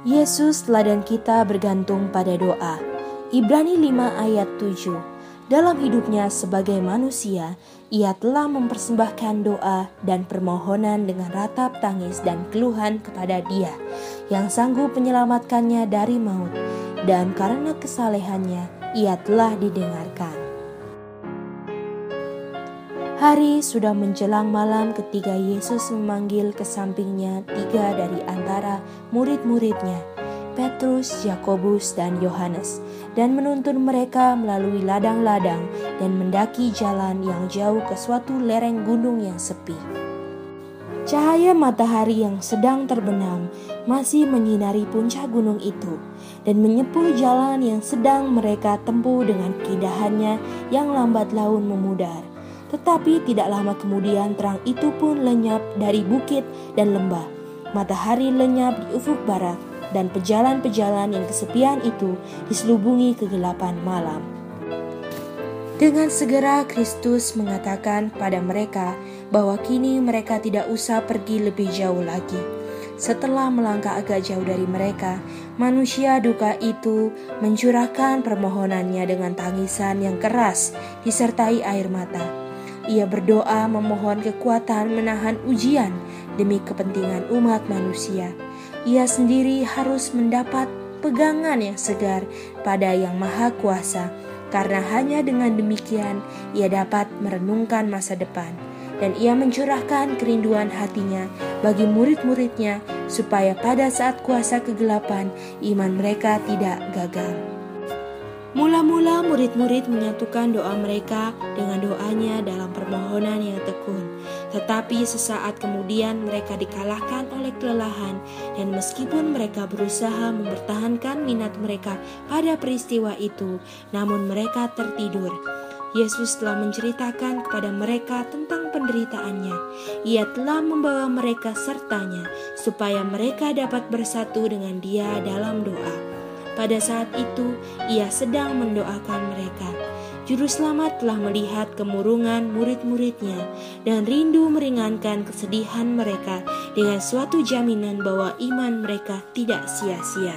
Yesus teladan kita bergantung pada doa. Ibrani 5 ayat 7. Dalam hidupnya sebagai manusia, ia telah mempersembahkan doa dan permohonan dengan ratap tangis dan keluhan kepada Dia yang sanggup menyelamatkannya dari maut, dan karena kesalehannya ia telah didengarkan. Hari sudah menjelang malam ketika Yesus memanggil ke sampingnya 3 dari antara murid-muridnya, Petrus, Yakobus, dan Yohanes, dan menuntun mereka melalui ladang-ladang dan mendaki jalan yang jauh ke suatu lereng gunung yang sepi. Cahaya matahari yang sedang terbenam masih menyinari puncak gunung itu dan menyepuh jalan yang sedang mereka tempuh dengan keindahannya yang lambat laun memudar. Tetapi tidak lama kemudian terang itu pun lenyap dari bukit dan lembah. Matahari lenyap di ufuk barat, dan pejalan-pejalan yang kesepian itu diselubungi kegelapan malam. Dengan segera Kristus mengatakan pada mereka bahwa kini mereka tidak usah pergi lebih jauh lagi. Setelah melangkah agak jauh dari mereka, manusia duka itu mencurahkan permohonannya dengan tangisan yang keras disertai air mata. Ia berdoa memohon kekuatan menahan ujian demi kepentingan umat manusia. Ia sendiri harus mendapat pegangan yang segar pada Yang Maha Kuasa, karena hanya dengan demikian ia dapat merenungkan masa depan. Dan ia mencurahkan kerinduan hatinya bagi murid-muridnya supaya pada saat kuasa kegelapan iman mereka tidak gagal. Mula-mula murid-murid menyatukan doa mereka dengan doanya dalam permohonan yang tekun. Tetapi sesaat kemudian mereka dikalahkan oleh kelelahan, dan meskipun mereka berusaha mempertahankan minat mereka pada peristiwa itu, namun mereka tertidur. Yesus telah menceritakan kepada mereka tentang penderitaannya. Ia telah membawa mereka sertanya supaya mereka dapat bersatu dengan Dia dalam doa. Pada saat itu, ia sedang mendoakan mereka. Juru Selamat telah melihat kemurungan murid-muridnya dan rindu meringankan kesedihan mereka dengan suatu jaminan bahwa iman mereka tidak sia-sia.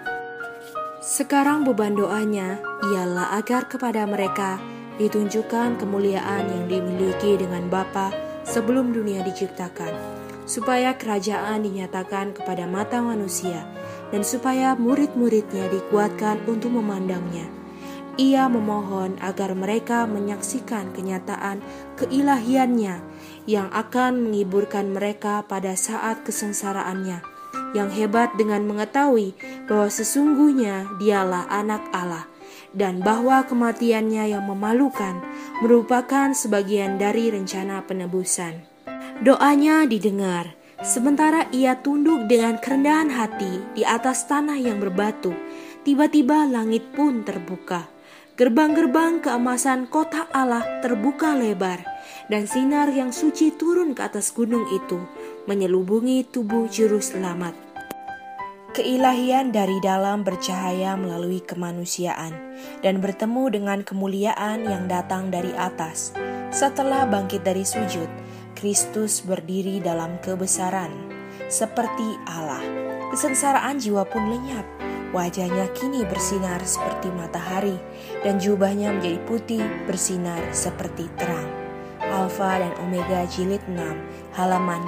Sekarang beban doanya ialah agar kepada mereka ditunjukkan kemuliaan yang dimiliki dengan Bapa sebelum dunia diciptakan, supaya kerajaan dinyatakan kepada mata manusia, dan supaya murid-muridnya dikuatkan untuk memandangnya. Ia memohon agar mereka menyaksikan kenyataan keilahiannya yang akan menghiburkan mereka pada saat kesengsaraannya, yang hebat dengan mengetahui bahwa sesungguhnya Dialah Anak Allah, dan bahwa kematiannya yang memalukan merupakan sebagian dari rencana penebusan. Doanya didengar. Sementara ia tunduk dengan kerendahan hati di atas tanah yang berbatu, tiba-tiba langit pun terbuka. Gerbang-gerbang keemasan kota Allah terbuka lebar, dan sinar yang suci turun ke atas gunung itu, menyelubungi tubuh Juru Selamat. Keilahian dari dalam bercahaya melalui kemanusiaan, dan bertemu dengan kemuliaan yang datang dari atas. Setelah bangkit dari sujud, Kristus berdiri dalam kebesaran, seperti Allah. Kesengsaraan jiwa pun lenyap. Wajahnya kini bersinar seperti matahari, dan jubahnya menjadi putih bersinar seperti terang. Alfa dan Omega jilid 6, halaman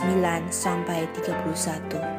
29-31.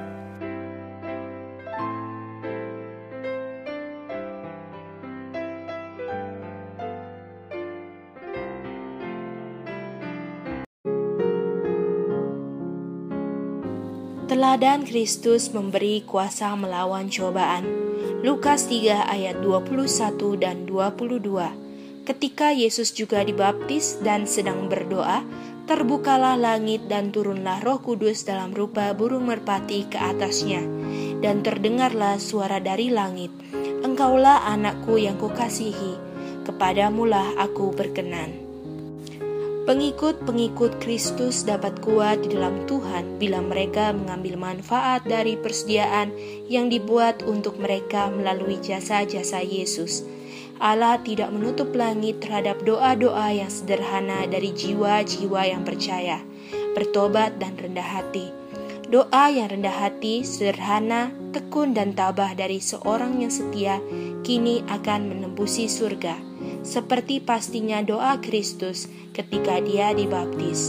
Teladan Kristus memberi kuasa melawan cobaan. Lukas 3 ayat 21 dan 22. Ketika Yesus juga dibaptis dan sedang berdoa, terbukalah langit dan turunlah Roh Kudus dalam rupa burung merpati ke atasnya. Dan terdengarlah suara dari langit, "Engkaulah anakku yang kukasihi, kepadamulah aku berkenan." Pengikut-pengikut Kristus dapat kuat di dalam Tuhan bila mereka mengambil manfaat dari persediaan yang dibuat untuk mereka melalui jasa-jasa Yesus. Allah tidak menutup langit terhadap doa-doa yang sederhana dari jiwa-jiwa yang percaya, bertobat dan rendah hati. Doa yang rendah hati, sederhana, tekun dan tabah dari seorang yang setia kini akan menembusi surga, seperti pastinya doa Kristus ketika dia dibaptis.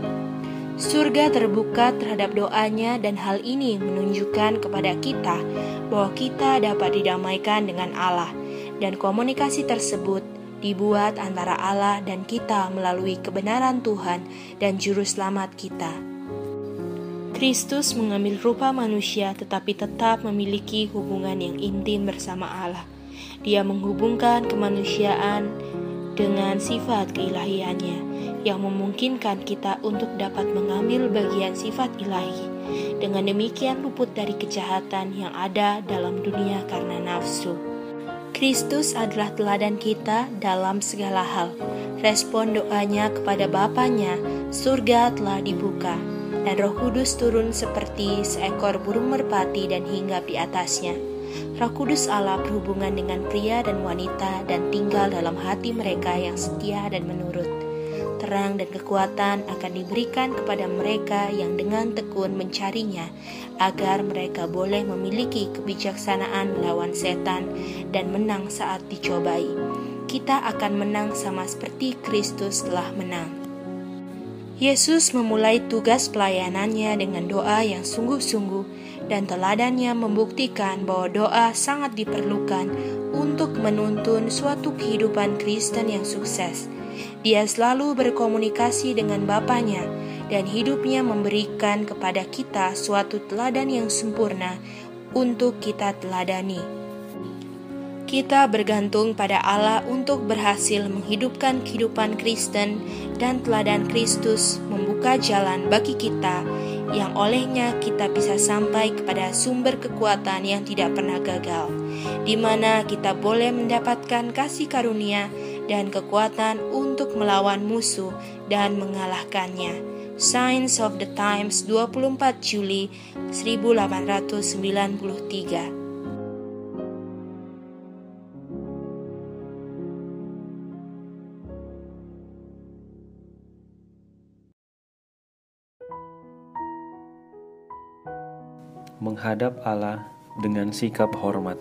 Surga terbuka terhadap doanya, dan hal ini menunjukkan kepada kita bahwa kita dapat didamaikan dengan Allah, dan komunikasi tersebut dibuat antara Allah dan kita melalui kebenaran Tuhan dan Juru Selamat kita. Kristus mengambil rupa manusia tetapi tetap memiliki hubungan yang intim bersama Allah. Dia menghubungkan kemanusiaan dengan sifat keilahiannya yang memungkinkan kita untuk dapat mengambil bagian sifat ilahi. Dengan demikian luput dari kejahatan yang ada dalam dunia karena nafsu. Kristus adalah teladan kita dalam segala hal. Respon doanya kepada Bapanya, surga telah dibuka, dan Roh Kudus turun seperti seekor burung merpati dan hinggap di atasnya. Roh Kudus Allah berhubungan dengan pria dan wanita dan tinggal dalam hati mereka yang setia dan menurut. Terang dan kekuatan akan diberikan kepada mereka yang dengan tekun mencarinya, agar mereka boleh memiliki kebijaksanaan melawan setan dan menang saat dicobai. Kita akan menang sama seperti Kristus telah menang. Yesus memulai tugas pelayanannya dengan doa yang sungguh-sungguh, dan teladannya membuktikan bahwa doa sangat diperlukan untuk menuntun suatu kehidupan Kristen yang sukses. Dia selalu berkomunikasi dengan Bapanya, dan hidupnya memberikan kepada kita suatu teladan yang sempurna untuk kita teladani. Kita bergantung pada Allah untuk berhasil menghidupkan kehidupan Kristen, dan teladan Kristus membuka jalan bagi kita yang olehnya kita bisa sampai kepada sumber kekuatan yang tidak pernah gagal, di mana kita boleh mendapatkan kasih karunia dan kekuatan untuk melawan musuh dan mengalahkannya. Signs of the Times, 24 Juli 1893. Menghadap Allah dengan sikap hormat.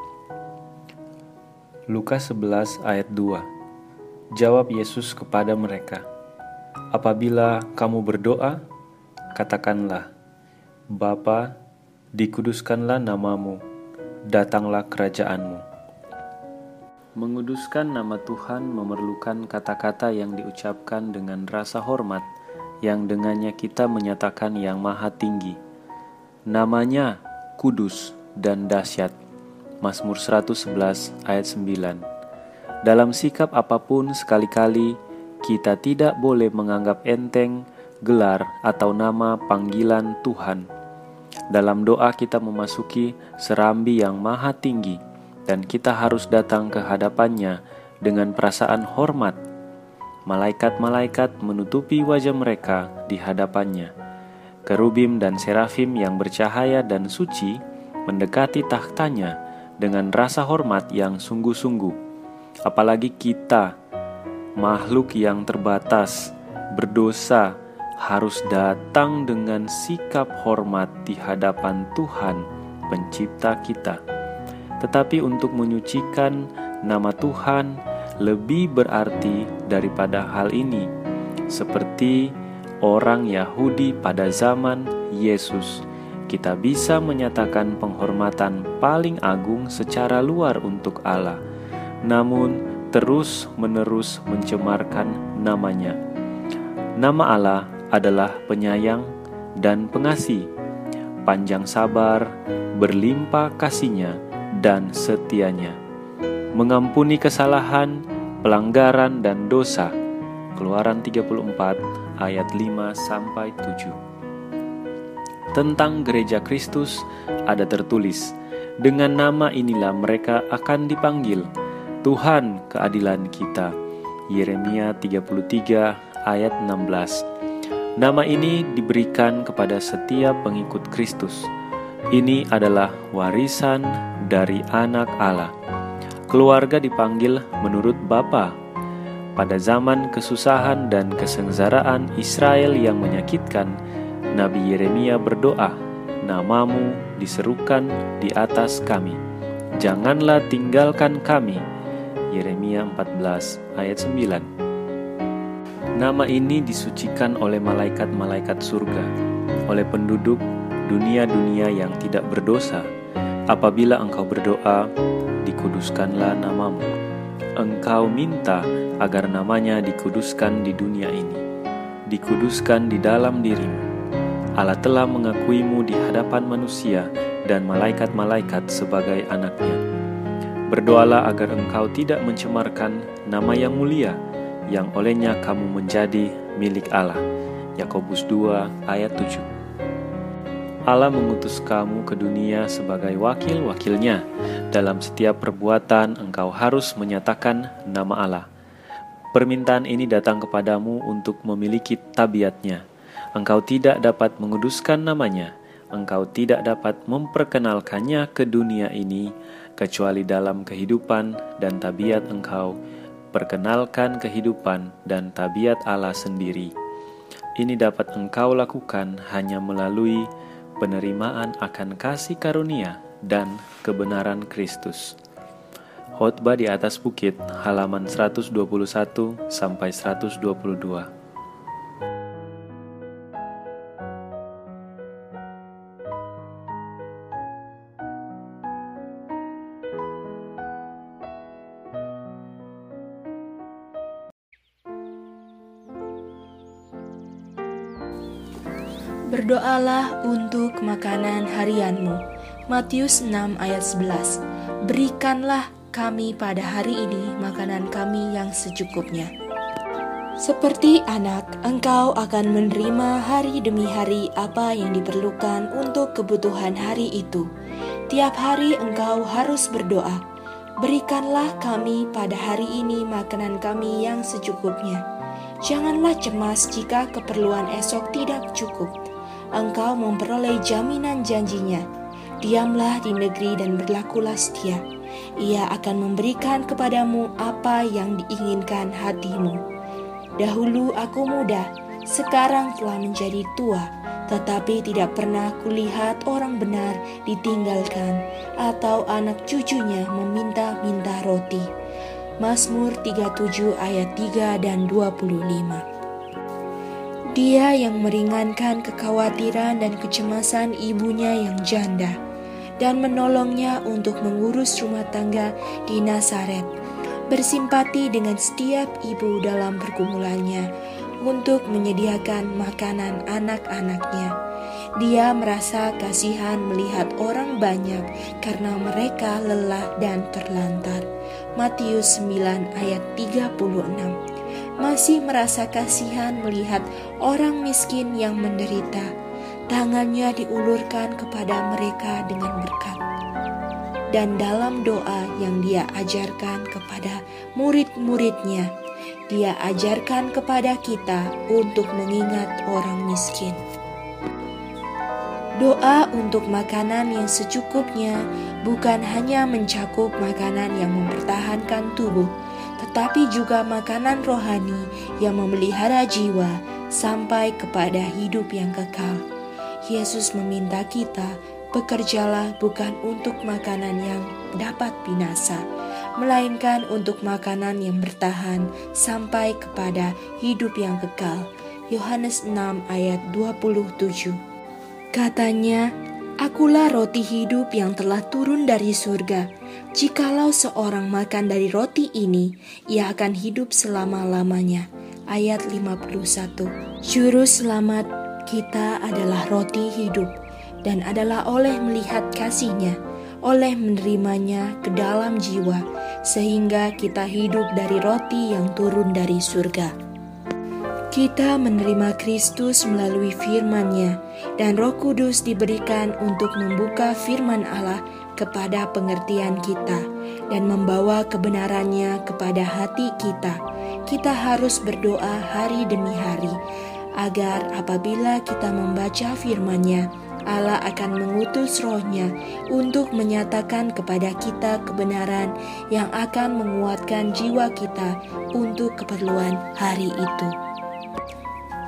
Lukas 11 ayat 2. Jawab Yesus kepada mereka, "Apabila kamu berdoa, katakanlah, Bapa, dikuduskanlah namamu, datanglah kerajaanmu." Menguduskan nama Tuhan memerlukan kata-kata yang diucapkan dengan rasa hormat, yang dengannya kita menyatakan Yang Maha Tinggi. Namanya kudus dan dahsyat. Mazmur 111 ayat 9. Dalam sikap apapun sekali-kali kita tidak boleh menganggap enteng gelar atau nama panggilan Tuhan. Dalam doa kita memasuki serambi yang maha tinggi, dan kita harus datang ke hadapannya dengan perasaan hormat. Malaikat-malaikat menutupi wajah mereka di hadapannya. Kerubim dan serafim yang bercahaya dan suci mendekati tahtanya dengan rasa hormat yang sungguh-sungguh. Apalagi kita, makhluk yang terbatas, berdosa, harus datang dengan sikap hormat di hadapan Tuhan, Pencipta kita. Tetapi untuk menyucikan nama Tuhan lebih berarti daripada hal ini, seperti orang Yahudi pada zaman Yesus. Kita bisa menyatakan penghormatan paling agung secara luar untuk Allah, namun terus-menerus mencemarkan namanya. Nama Allah adalah penyayang dan pengasih, panjang sabar, berlimpah kasih-Nya dan setia-Nya, mengampuni kesalahan, pelanggaran dan dosa. Keluaran 34 ayat 5-7. Tentang gereja Kristus ada tertulis, dengan nama inilah mereka akan dipanggil, Tuhan keadilan kita. Yeremia 33 ayat 16. Nama ini diberikan kepada setiap pengikut Kristus. Ini adalah warisan dari anak Allah. Keluarga dipanggil menurut Bapa. Pada zaman kesusahan dan kesengsaraan Israel yang menyakitkan, Nabi Yeremia berdoa, "Namamu diserukan di atas kami. Janganlah tinggalkan kami." Yeremia 14 ayat 9. Nama ini disucikan oleh malaikat-malaikat surga, oleh penduduk dunia-dunia yang tidak berdosa. Apabila engkau berdoa, dikuduskanlah namamu. Engkau minta agar namanya dikuduskan di dunia ini, dikuduskan di dalam dirimu. Allah telah mengakuimu di hadapan manusia dan malaikat-malaikat sebagai anaknya. Berdoalah agar engkau tidak mencemarkan nama yang mulia, yang olehnya kamu menjadi milik Allah. Yakobus 2 ayat 7. Allah mengutus kamu ke dunia sebagai wakil-wakilnya. Dalam setiap perbuatan engkau harus menyatakan nama Allah. Permintaan ini datang kepadamu untuk memiliki tabiatnya. Engkau tidak dapat menguduskan namanya. Engkau tidak dapat memperkenalkannya ke dunia ini, kecuali dalam kehidupan dan tabiat engkau perkenalkan kehidupan dan tabiat Allah sendiri. Ini dapat engkau lakukan hanya melalui penerimaan akan kasih karunia dan kebenaran Kristus. Khotbah di atas bukit, halaman 121 sampai 122. Berdoalah untuk makanan harianmu. Matius 6 ayat 11. Berikanlah kami pada hari ini makanan kami yang secukupnya. Seperti anak, engkau akan menerima hari demi hari apa yang diperlukan untuk kebutuhan hari itu. Tiap hari engkau harus berdoa, berikanlah kami pada hari ini makanan kami yang secukupnya. Janganlah cemas jika keperluan esok tidak cukup. Engkau memperoleh jaminan janjinya. Diamlah di negeri dan berlakulah setia. Ia akan memberikan kepadamu apa yang diinginkan hatimu. Dahulu aku muda, sekarang telah menjadi tua, tetapi tidak pernah kulihat orang benar ditinggalkan atau anak cucunya meminta-minta roti. Mazmur 37 ayat 3 dan 25. Dia yang meringankan kekhawatiran dan kecemasan ibunya yang janda dan menolongnya untuk mengurus rumah tangga di Nazaret. Bersimpati dengan setiap ibu dalam pergumulannya untuk menyediakan makanan anak-anaknya. Dia merasa kasihan melihat orang banyak karena mereka lelah dan terlantar. Matius 9 ayat 36. Masih merasa kasihan melihat orang miskin yang menderita. Tangannya diulurkan kepada mereka dengan berkat. Dan dalam doa yang dia ajarkan kepada murid-muridnya, dia ajarkan kepada kita untuk mengingat orang miskin. Doa untuk makanan yang secukupnya bukan hanya mencakup makanan yang mempertahankan tubuh, tetapi juga makanan rohani yang memelihara jiwa sampai kepada hidup yang kekal. Yesus meminta kita, bekerjalah bukan untuk makanan yang dapat binasa, melainkan untuk makanan yang bertahan sampai kepada hidup yang kekal. Yohanes 6 ayat 27. Katanya, "Akulah roti hidup yang telah turun dari surga. Jikalau seorang makan dari roti ini, ia akan hidup selama-lamanya." Ayat 51. Juru selamat kita adalah roti hidup dan adalah oleh melihat kasih-Nya, oleh menerimanya ke dalam jiwa, sehingga kita hidup dari roti yang turun dari surga. Kita menerima Kristus melalui firman-Nya, dan Roh Kudus diberikan untuk membuka firman Allah kepada pengertian kita dan membawa kebenarannya kepada hati kita. Kita harus berdoa hari demi hari, agar apabila kita membaca firman-Nya, Allah akan mengutus Roh-Nya untuk menyatakan kepada kita kebenaran yang akan menguatkan jiwa kita untuk keperluan hari itu.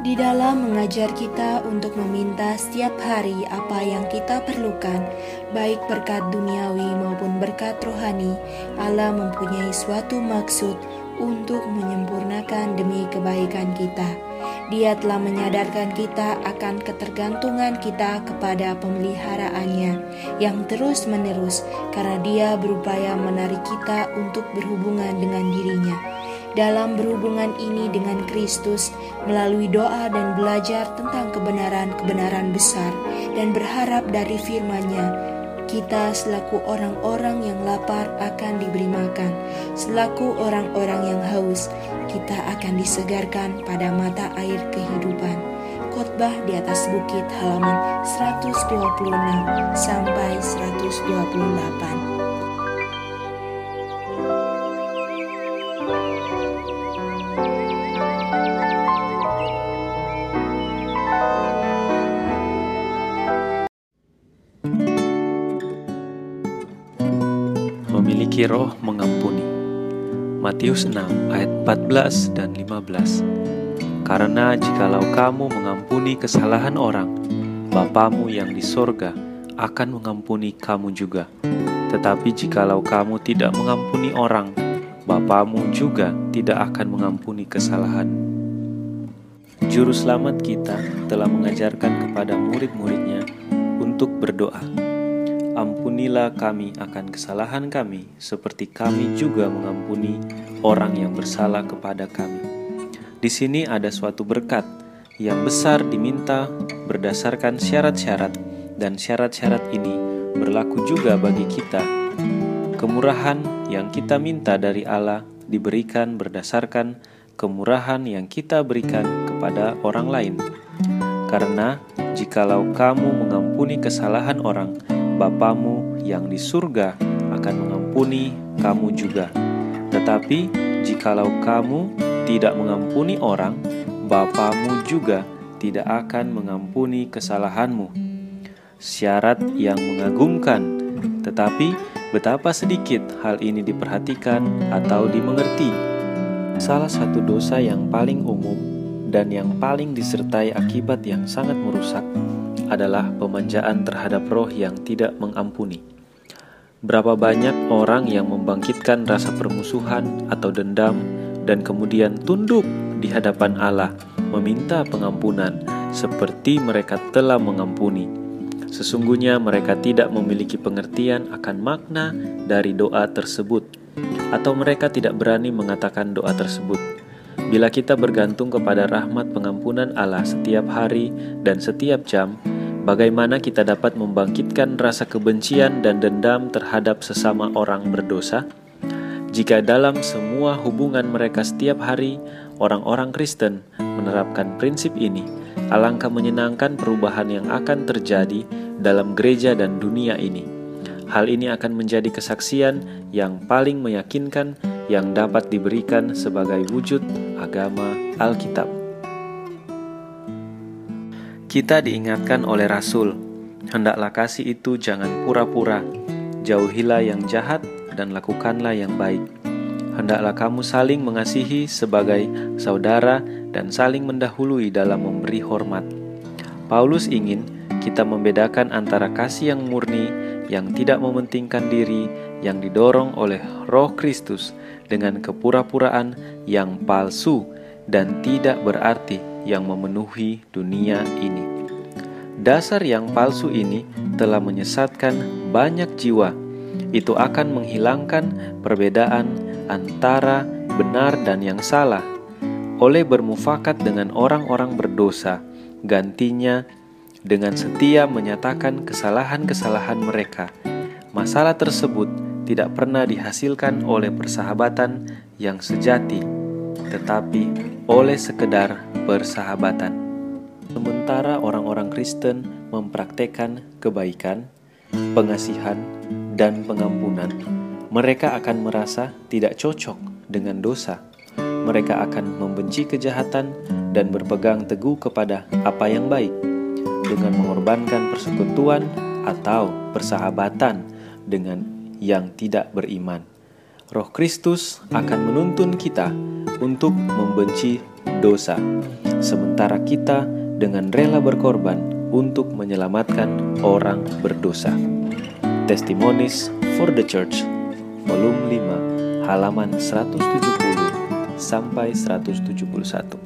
di dalam mengajar kita untuk meminta setiap hari apa yang kita perlukan, baik berkat duniawi maupun berkat rohani. Allah mempunyai suatu maksud untuk menyempurnakan demi kebaikan kita. Dia telah menyadarkan kita akan ketergantungan kita kepada pemeliharaannya yang terus-menerus, karena Dia berupaya menarik kita untuk berhubungan dengan dirinya. Dalam berhubungan ini dengan Kristus, melalui doa dan belajar tentang kebenaran-kebenaran besar dan berharap dari firman-Nya, kita selaku orang-orang yang lapar akan diberi makan, selaku orang-orang yang haus, kita akan disegarkan pada mata air kehidupan. Khotbah di atas bukit halaman 126 sampai 128. Memiliki roh mengampuni. Matius 6 ayat 14 dan 15. Karena jikalau kamu mengampuni kesalahan orang, Bapamu yang di sorga akan mengampuni kamu juga. Tetapi jikalau kamu tidak mengampuni orang, Bapamu juga tidak akan mengampuni kesalahan. Juru selamat kita telah mengajarkan kepada murid-muridnya untuk berdoa. Ampunilah kami akan kesalahan kami, seperti kami juga mengampuni orang yang bersalah kepada kami. Di sini ada suatu berkat yang besar diminta berdasarkan syarat-syarat, dan syarat-syarat ini berlaku juga bagi kita. Kemurahan yang kita minta dari Allah diberikan berdasarkan kemurahan yang kita berikan kepada orang lain. Karena jikalau kamu mengampuni kesalahan orang, Bapamu yang di surga akan mengampuni kamu juga. Tetapi jikalau kamu tidak mengampuni orang, Bapamu juga tidak akan mengampuni kesalahanmu. Syarat yang mengagumkan, tetapi betapa sedikit hal ini diperhatikan atau dimengerti. Salah satu dosa yang paling umum dan yang paling disertai akibat yang sangat merusak adalah pemanjaan terhadap roh yang tidak mengampuni. Berapa banyak orang yang membangkitkan rasa permusuhan atau dendam dan kemudian tunduk di hadapan Allah meminta pengampunan seperti mereka telah mengampuni. Sesungguhnya mereka tidak memiliki pengertian akan makna dari doa tersebut, atau mereka tidak berani mengatakan doa tersebut. Bila kita bergantung kepada rahmat pengampunan Allah setiap hari dan setiap jam, bagaimana kita dapat membangkitkan rasa kebencian dan dendam terhadap sesama orang berdosa? Jika dalam semua hubungan mereka setiap hari, orang-orang Kristen menerapkan prinsip ini, alangkah menyenangkan perubahan yang akan terjadi dalam gereja dan dunia ini. Hal ini akan menjadi kesaksian yang paling meyakinkan yang dapat diberikan sebagai wujud agama Alkitab. Kita diingatkan oleh Rasul, hendaklah kasih itu jangan pura-pura, jauhilah yang jahat dan lakukanlah yang baik. Hendaklah kamu saling mengasihi sebagai saudara dan saling mendahului dalam memberi hormat. Paulus ingin kita membedakan antara kasih yang murni, yang tidak mementingkan diri, yang didorong oleh Roh Kristus, dengan kepura-puraan yang palsu dan tidak berarti yang memenuhi dunia ini. Dasar yang palsu ini telah menyesatkan banyak jiwa. Itu akan menghilangkan perbedaan antara benar dan yang salah. Oleh bermufakat dengan orang-orang berdosa, gantinya dengan setia menyatakan kesalahan-kesalahan mereka. Masalah tersebut tidak pernah dihasilkan oleh persahabatan yang sejati, tetapi oleh sekedar persahabatan. Sementara orang-orang Kristen mempraktekkan kebaikan, pengasihan, dan pengampunan, mereka akan merasa tidak cocok dengan dosa. Mereka akan membenci kejahatan dan berpegang teguh kepada apa yang baik, dengan mengorbankan persekutuan atau persahabatan dengan yang tidak beriman. Roh Kristus akan menuntun kita untuk membenci dosa. sementara kita dengan rela berkorban untuk menyelamatkan orang berdosa. Testimonies for the Church, volume 5, halaman 170 sampai 171.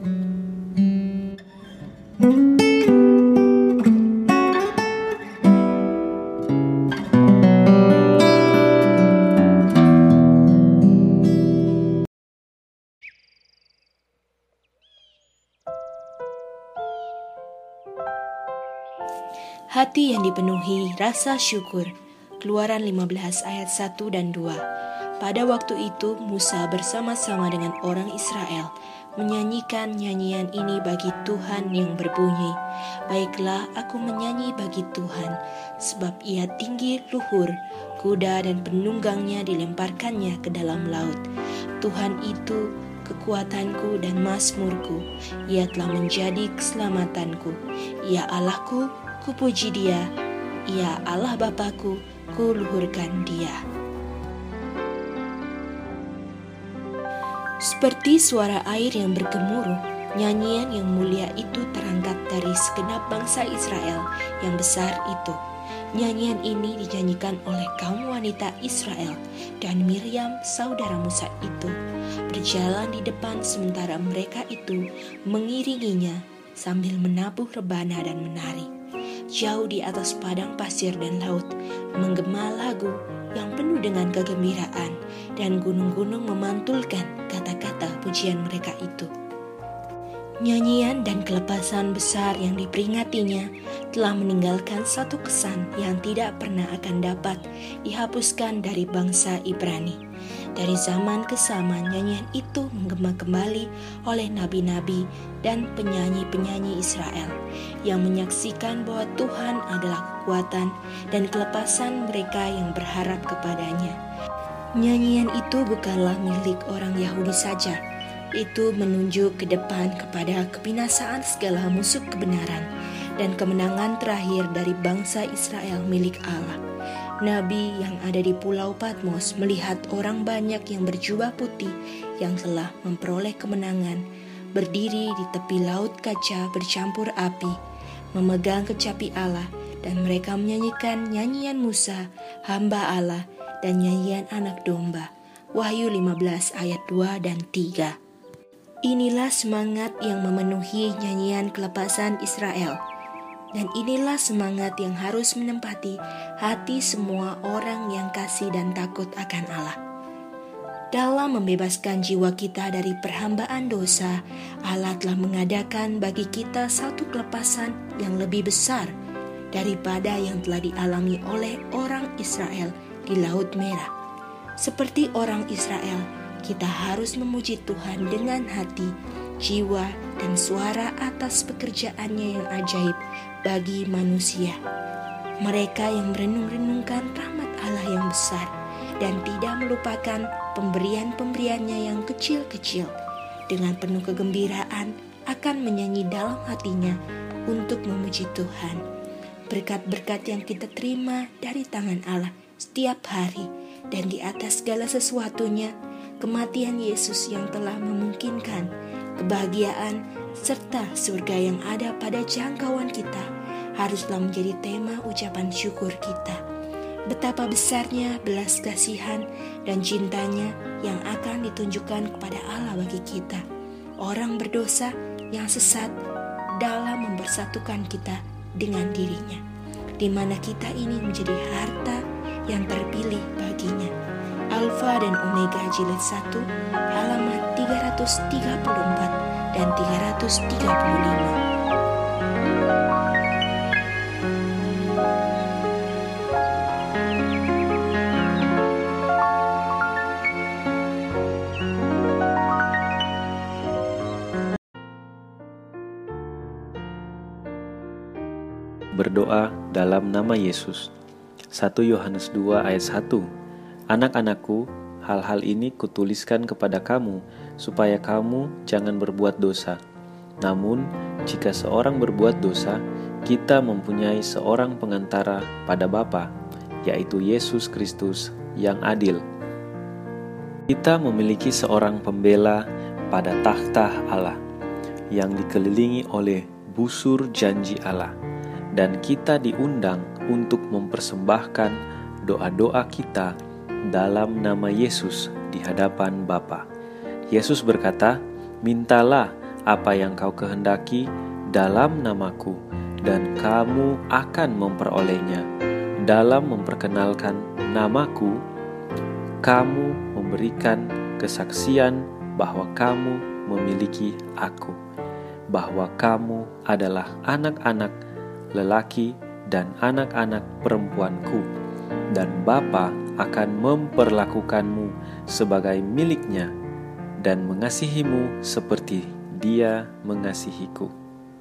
Hati yang dipenuhi rasa syukur. Keluaran 15 ayat 1 dan 2. Pada waktu itu Musa bersama-sama dengan orang Israel menyanyikan nyanyian ini bagi Tuhan yang berbunyi, "Baiklah, aku menyanyi bagi Tuhan, sebab ia tinggi luhur, kuda dan penunggangnya dilemparkannya ke dalam laut. Tuhan itu kekuatanku dan mazmurku, ia telah menjadi keselamatanku. Ia Allahku, kupuji dia, ia Allah Bapakku, kuluhurkan dia." Seperti suara air yang bergemuruh, nyanyian yang mulia itu terangkat dari segenap bangsa Israel yang besar itu. Nyanyian ini dinyanyikan oleh kaum wanita Israel, dan Miriam saudara Musa itu berjalan di depan sementara mereka itu mengiringinya sambil menabuh rebana dan menari. Jauh di atas padang pasir dan laut menggema lagu yang penuh dengan kegembiraan, dan gunung-gunung memantulkan kata-kata pujian mereka itu. Nyanyian dan kelepasan besar yang diperingatinya telah meninggalkan satu kesan yang tidak pernah akan dapat dihapuskan dari bangsa Ibrani. Dari zaman ke zaman nyanyian itu menggema kembali oleh nabi-nabi dan penyanyi-penyanyi Israel yang menyaksikan bahwa Tuhan adalah kekuatan dan kelepasan mereka yang berharap kepadanya. Nyanyian itu bukanlah milik orang Yahudi saja. Itu menunjuk ke depan kepada kebinasaan segala musuh kebenaran dan kemenangan terakhir dari bangsa Israel milik Allah. Nabi yang ada di Pulau Patmos melihat orang banyak yang berjubah putih yang telah memperoleh kemenangan, berdiri di tepi laut kaca bercampur api, memegang kecapi Allah, dan mereka menyanyikan nyanyian Musa, hamba Allah, dan nyanyian anak domba. Wahyu 15 ayat 2 dan 3. Inilah semangat yang memenuhi nyanyian kelepasan Israel. Dan inilah semangat yang harus menempati hati semua orang yang kasih dan takut akan Allah. Dalam membebaskan jiwa kita dari perhambaan dosa, Allah telah mengadakan bagi kita satu kelepasan yang lebih besar daripada yang telah dialami oleh orang Israel di Laut Merah. Seperti orang Israel, kita harus memuji Tuhan dengan hati, jiwa, dan suara atas pekerjaannya yang ajaib bagi manusia. Mereka yang merenung-renungkan rahmat Allah yang besar dan tidak melupakan pemberian-pemberiannya yang kecil-kecil, dengan penuh kegembiraan akan menyanyi dalam hatinya untuk memuji Tuhan. Berkat-berkat yang kita terima dari tangan Allah setiap hari, dan di atas segala sesuatunya, kematian Yesus yang telah memungkinkan kebahagiaan serta surga yang ada pada jangkauan kita haruslah menjadi tema ucapan syukur kita. Betapa besarnya belas kasihan dan cintanya yang akan ditunjukkan kepada Allah bagi kita, orang berdosa yang sesat, dalam mempersatukan kita dengan dirinya, di mana kita ini menjadi harta yang terpilih baginya. Alfa dan Omega jilid 1 halaman 334 dan 335. Berdoa dalam nama Yesus. 1 Yohanes 2 ayat 1. Anak-anakku, hal-hal ini kutuliskan kepada kamu, supaya kamu jangan berbuat dosa. Namun, jika seorang berbuat dosa, kita mempunyai seorang pengantara pada Bapa, yaitu Yesus Kristus yang adil. Kita memiliki seorang pembela pada takhta Allah, yang dikelilingi oleh busur janji Allah, dan kita diundang untuk mempersembahkan doa-doa kita dalam nama Yesus di hadapan Bapa. Yesus berkata, "Mintalah apa yang kau kehendaki dalam namaku, dan kamu akan memperolehnya. Dalam memperkenalkan namaku, kamu memberikan kesaksian bahwa kamu memiliki aku, bahwa kamu adalah anak-anak lelaki dan anak-anak perempuanku, dan Bapa akan memperlakukanmu sebagai miliknya dan mengasihimu seperti Dia mengasihiku."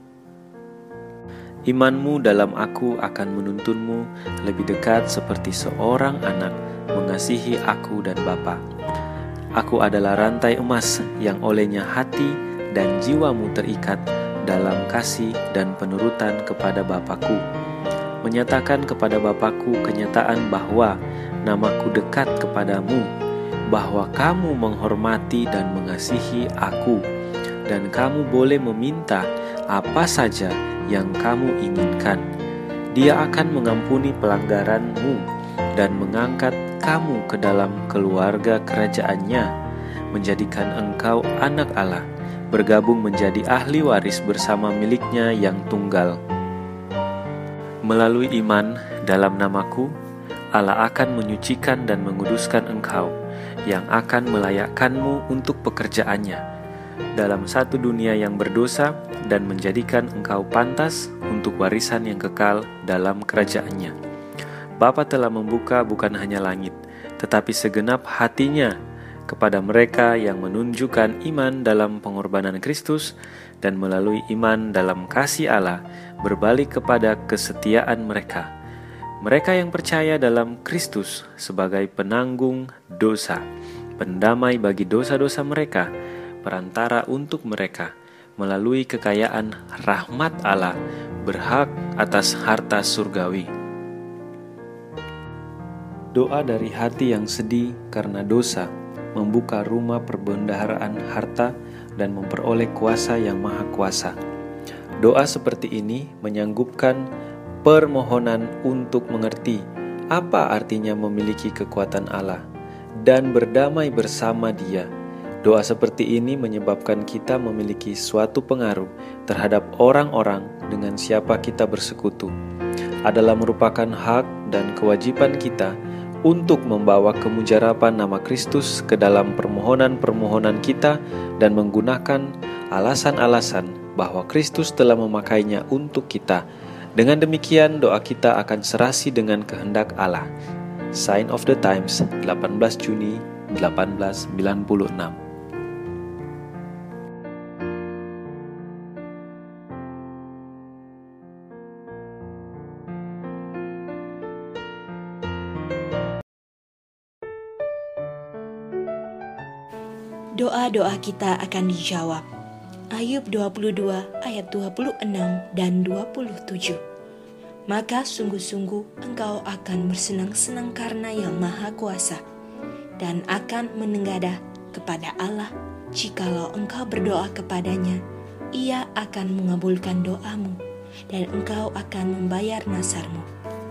Imanmu dalam aku akan menuntunmu lebih dekat seperti seorang anak mengasihi aku dan Bapa. Aku adalah rantai emas yang olehnya hati dan jiwamu terikat dalam kasih dan penurutan kepada Bapakku, menyatakan kepada Bapakku kenyataan bahwa namaku dekat kepadamu, bahwa kamu menghormati dan mengasihi aku, dan kamu boleh meminta apa saja yang kamu inginkan. Dia akan mengampuni pelanggaranmu dan mengangkat kamu ke dalam keluarga kerajaannya, menjadikan engkau anak Allah, bergabung menjadi ahli waris bersama miliknya yang tunggal. Melalui iman dalam namaku, Allah akan menyucikan dan menguduskan engkau, yang akan melayakkanmu untuk pekerjaannya dalam satu dunia yang berdosa, dan menjadikan engkau pantas untuk warisan yang kekal dalam kerajaannya. Bapa telah membuka bukan hanya langit, tetapi segenap hatinya kepada mereka yang menunjukkan iman dalam pengorbanan Kristus, dan melalui iman dalam kasih Allah berbalik kepada kesetiaan mereka. Mereka yang percaya dalam Kristus sebagai penanggung dosa, pendamai bagi dosa-dosa mereka, perantara untuk mereka, melalui kekayaan rahmat Allah, berhak atas harta surgawi. Doa dari hati yang sedih karena dosa membuka rumah perbendaharaan harta dan memperoleh kuasa yang maha kuasa. Doa seperti ini menyanggupkan permohonan untuk mengerti apa artinya memiliki kekuatan Allah dan berdamai bersama Dia. Doa seperti ini menyebabkan kita memiliki suatu pengaruh terhadap orang-orang dengan siapa kita bersekutu. Adalah merupakan hak dan kewajiban kita untuk membawa kemujaraban nama Kristus ke dalam permohonan-permohonan kita dan menggunakan alasan-alasan bahwa Kristus telah memakainya untuk kita. Dengan demikian doa kita akan serasi dengan kehendak Allah. Sign of the Times, 18 Juni 1896. Doa-doa kita akan dijawab. Ayub 22 ayat 26 dan 27. Maka sungguh-sungguh engkau akan bersenang-senang karena Yang Maha Kuasa, dan akan menengadah kepada Allah. Jikalau engkau berdoa kepadanya, Ia akan mengabulkan doamu, dan engkau akan membayar nasarmu.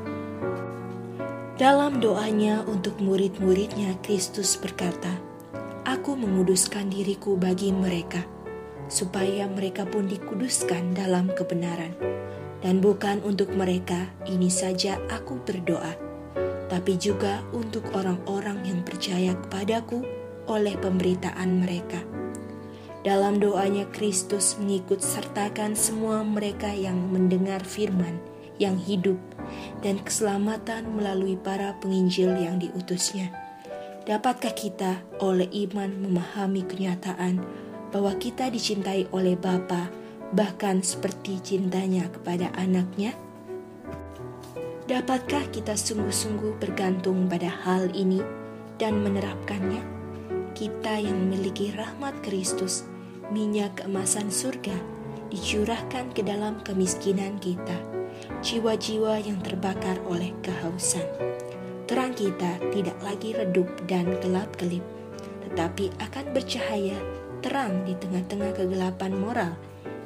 Dalam doanya untuk murid-muridnya, Kristus berkata, "Aku menguduskan diriku bagi mereka, supaya mereka pun dikuduskan dalam kebenaran. Dan bukan untuk mereka ini saja aku berdoa, tapi juga untuk orang-orang yang percaya kepadaku oleh pemberitaan mereka." Dalam doanya Kristus mengikut sertakan semua mereka yang mendengar firman yang hidup dan keselamatan melalui para penginjil yang diutusnya. Dapatkah kita oleh iman memahami kenyataan bahwa kita dicintai oleh Bapa, bahkan seperti cintanya kepada anaknya? Dapatkah kita sungguh-sungguh bergantung pada hal ini dan menerapkannya? Kita yang memiliki rahmat Kristus, minyak keemasan surga, dicurahkan ke dalam kemiskinan kita, jiwa-jiwa yang terbakar oleh kehausan. Terang kita tidak lagi redup dan gelap-gelip, tetapi akan bercahaya terang di tengah-tengah kegelapan moral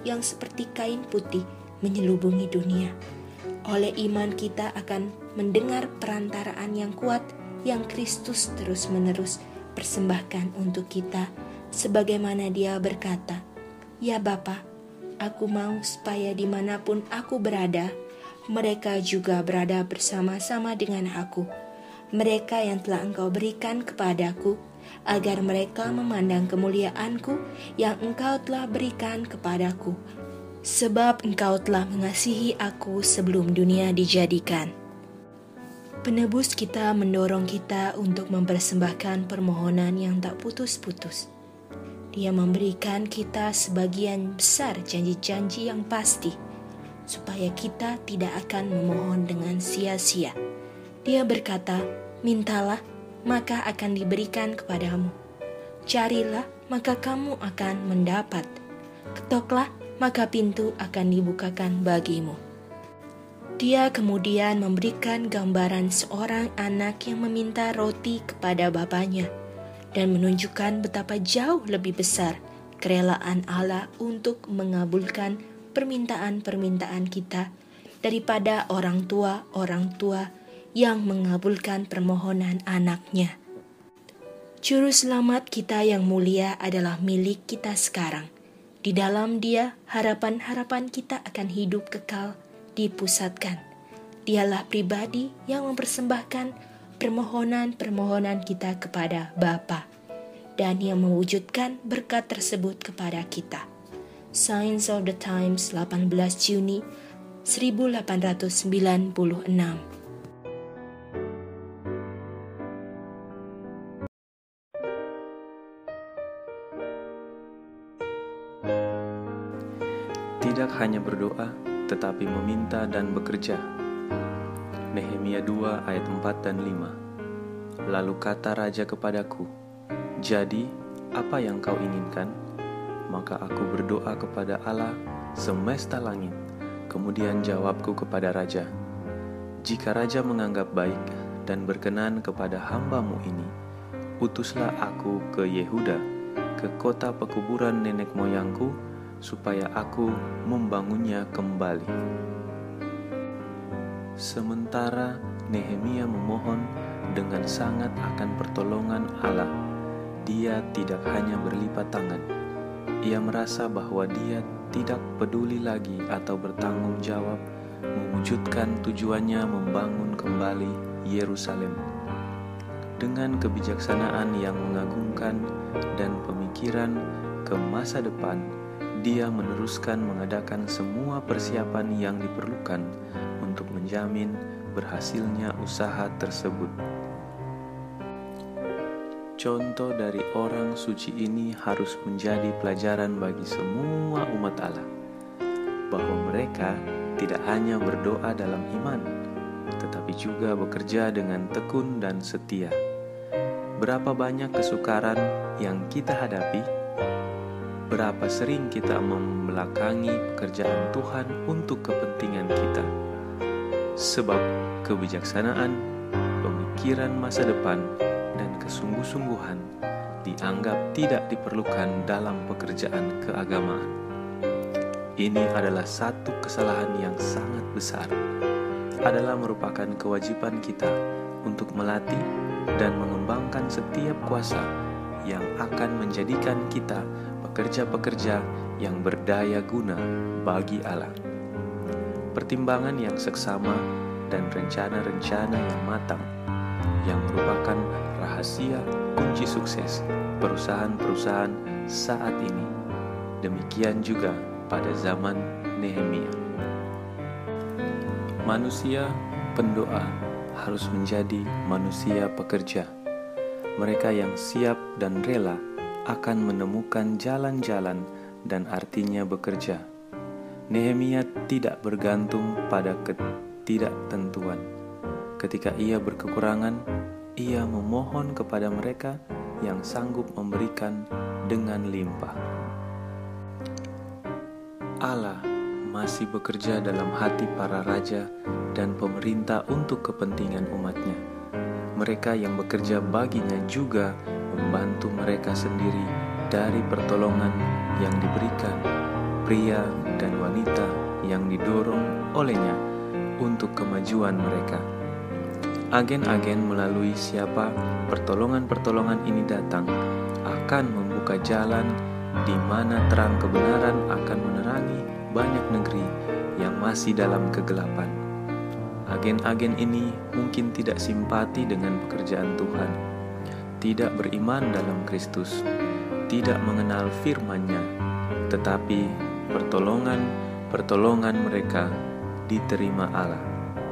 yang seperti kain putih menyelubungi dunia. Oleh iman kita akan mendengar perantaraan yang kuat yang Kristus terus-menerus persembahkan untuk kita, sebagaimana Dia berkata, "Ya Bapa, aku mau supaya dimanapun aku berada, mereka juga berada bersama-sama dengan aku. Mereka yang telah Engkau berikan kepadaku, agar mereka memandang kemuliaan-Ku yang Engkau telah berikan kepadaku. Sebab Engkau telah mengasihi aku sebelum dunia dijadikan." Penebus kita mendorong kita untuk mempersembahkan permohonan yang tak putus-putus. Dia memberikan kita sebagian besar janji-janji yang pasti, supaya kita tidak akan memohon dengan sia-sia. Dia berkata, "Mintalah, maka akan diberikan kepadamu. Carilah, maka kamu akan mendapat. Ketoklah, maka pintu akan dibukakan bagimu." Dia kemudian memberikan gambaran seorang anak yang meminta roti kepada bapaknya dan menunjukkan betapa jauh lebih besar kerelaan Allah untuk mengabulkan permintaan-permintaan kita daripada orang tua yang mengabulkan permohonan anaknya. Juru selamat kita yang mulia adalah milik kita sekarang. Di dalam Dia, harapan-harapan kita akan hidup kekal dipusatkan. Dialah pribadi yang mempersembahkan permohonan-permohonan kita kepada Bapa dan yang mewujudkan berkat tersebut kepada kita. Signs of the Times, 18 Juni 1896. Tidak hanya berdoa, tetapi meminta dan bekerja. Nehemia 2 ayat 4 dan 5. Lalu kata raja kepadaku, "Jadi, apa yang kau inginkan?" Maka aku berdoa kepada Allah semesta langit. Kemudian jawabku kepada raja, "Jika raja menganggap baik dan berkenan kepada hamba-Mu ini, utuslah aku ke Yehuda, ke kota pekuburan nenek moyangku, supaya aku membangunnya kembali." Sementara Nehemia memohon dengan sangat akan pertolongan Allah, dia tidak hanya berlipat tangan. Ia merasa bahwa dia tidak peduli lagi atau bertanggung jawab mewujudkan tujuannya membangun kembali Yerusalem. Dengan kebijaksanaan yang mengagumkan dan pemikiran ke masa depan, dia meneruskan mengadakan semua persiapan yang diperlukan untuk menjamin berhasilnya usaha tersebut. Contoh dari orang suci ini harus menjadi pelajaran bagi semua umat Allah, bahwa mereka tidak hanya berdoa dalam iman, tetapi juga bekerja dengan tekun dan setia. Berapa banyak kesukaran yang kita hadapi? Berapa sering kita membelakangi pekerjaan Tuhan untuk kepentingan kita? Sebab kebijaksanaan, pemikiran masa depan, dan kesungguh-sungguhan dianggap tidak diperlukan dalam pekerjaan keagamaan. Ini adalah satu kesalahan yang sangat besar. Adalah merupakan kewajiban kita untuk melatih dan mengembangkan setiap kuasa yang akan menjadikan kita pekerja-pekerja yang berdaya guna bagi Allah. Pertimbangan yang seksama dan rencana-rencana yang matang yang merupakan rahasia kunci sukses perusahaan-perusahaan saat ini. Demikian juga pada zaman Nehemia. Manusia pendoa harus menjadi manusia pekerja. Mereka yang siap dan rela akan menemukan jalan-jalan dan artinya bekerja. Nehemia tidak bergantung pada ketidaktentuan. Ketika ia berkekurangan, ia memohon kepada mereka yang sanggup memberikan dengan limpah. Allah masih bekerja dalam hati para raja dan pemerintah untuk kepentingan umatnya. Mereka yang bekerja baginya juga membantu mereka sendiri dari pertolongan yang diberikan pria wanita yang didorong olehnya untuk kemajuan mereka. Agen-agen melalui siapa pertolongan-pertolongan ini datang akan membuka jalan di mana terang kebenaran akan menerangi banyak negeri yang masih dalam kegelapan. Agen-agen ini mungkin tidak simpati dengan pekerjaan Tuhan, tidak beriman dalam Kristus, tidak mengenal firman-Nya, tetapi pertolongan mereka diterima Allah.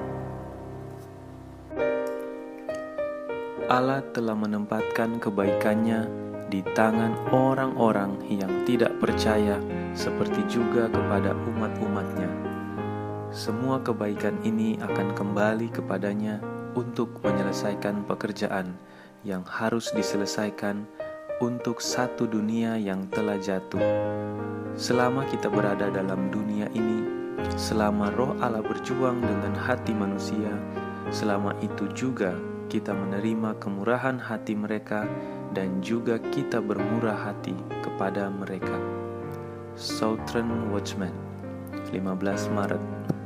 Allah telah menempatkan kebaikan-Nya di tangan orang-orang yang tidak percaya, seperti juga kepada umat-umat-Nya. Semua kebaikan ini akan kembali kepadanya untuk menyelesaikan pekerjaan yang harus diselesaikan untuk satu dunia yang telah jatuh. Selama kita berada dalam dunia ini, selama Roh Allah berjuang dengan hati manusia, selama itu juga kita menerima kemurahan hati mereka dan juga kita bermurah hati kepada mereka. Southern Watchman, 15 Maret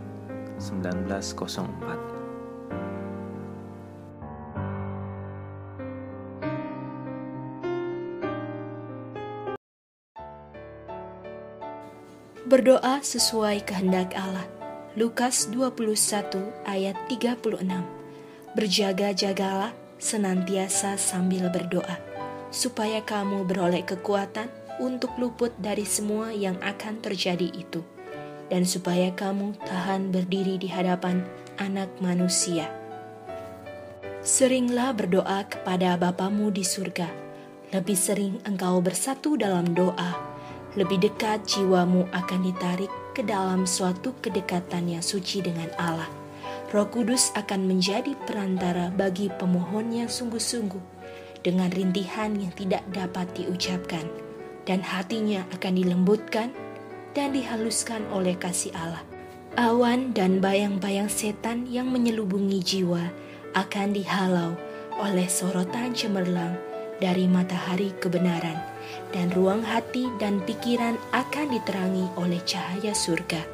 1904. Berdoa sesuai kehendak Allah. Lukas 21 ayat 36. Berjaga-jagalah senantiasa sambil berdoa, supaya kamu beroleh kekuatan untuk luput dari semua yang akan terjadi itu, dan supaya kamu tahan berdiri di hadapan Anak Manusia. Seringlah berdoa kepada Bapamu di surga. Lebih sering engkau bersatu dalam doa, lebih dekat jiwamu akan ditarik ke dalam suatu kedekatan yang suci dengan Allah. Roh Kudus akan menjadi perantara bagi pemohon yang sungguh-sungguh, dengan rintihan yang tidak dapat diucapkan, dan hatinya akan dilembutkan dan dihaluskan oleh kasih Allah. Awan dan bayang-bayang setan yang menyelubungi jiwa akan dihalau oleh sorotan cemerlang dari matahari kebenaran, dan ruang hati dan pikiran akan diterangi oleh cahaya surga.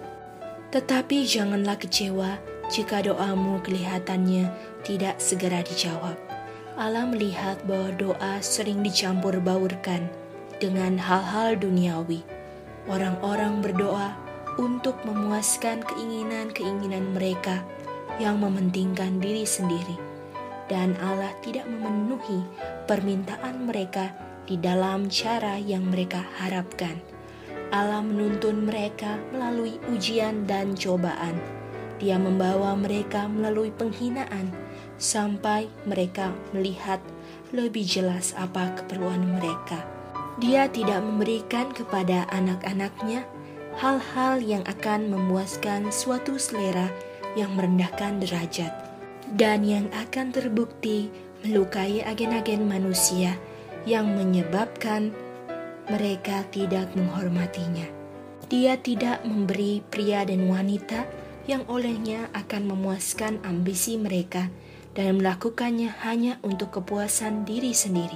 Tetapi janganlah kecewa jika doamu kelihatannya tidak segera dijawab. Allah melihat bahwa doa sering dicampur baurkan dengan hal-hal duniawi. Orang-orang berdoa untuk memuaskan keinginan-keinginan mereka yang mementingkan diri sendiri, dan Allah tidak memenuhi permintaan mereka di dalam cara yang mereka harapkan. Allah menuntun mereka melalui ujian dan cobaan. Dia membawa mereka melalui penghinaan sampai mereka melihat lebih jelas apa keperluan mereka. Dia tidak memberikan kepada anak-anaknya hal-hal yang akan memuaskan suatu selera yang merendahkan derajat dan yang akan terbukti melukai agen-agen manusia yang menyebabkan mereka tidak menghormatinya. Dia tidak memberi pria dan wanita yang olehnya akan memuaskan ambisi mereka dan melakukannya hanya untuk kepuasan diri sendiri.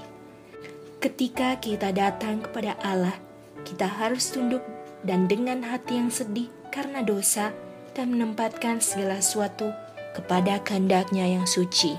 Ketika kita datang kepada Allah, kita harus tunduk dan dengan hati yang sedih karena dosa dan menempatkan segala sesuatu kepada kehendak-Nya yang suci.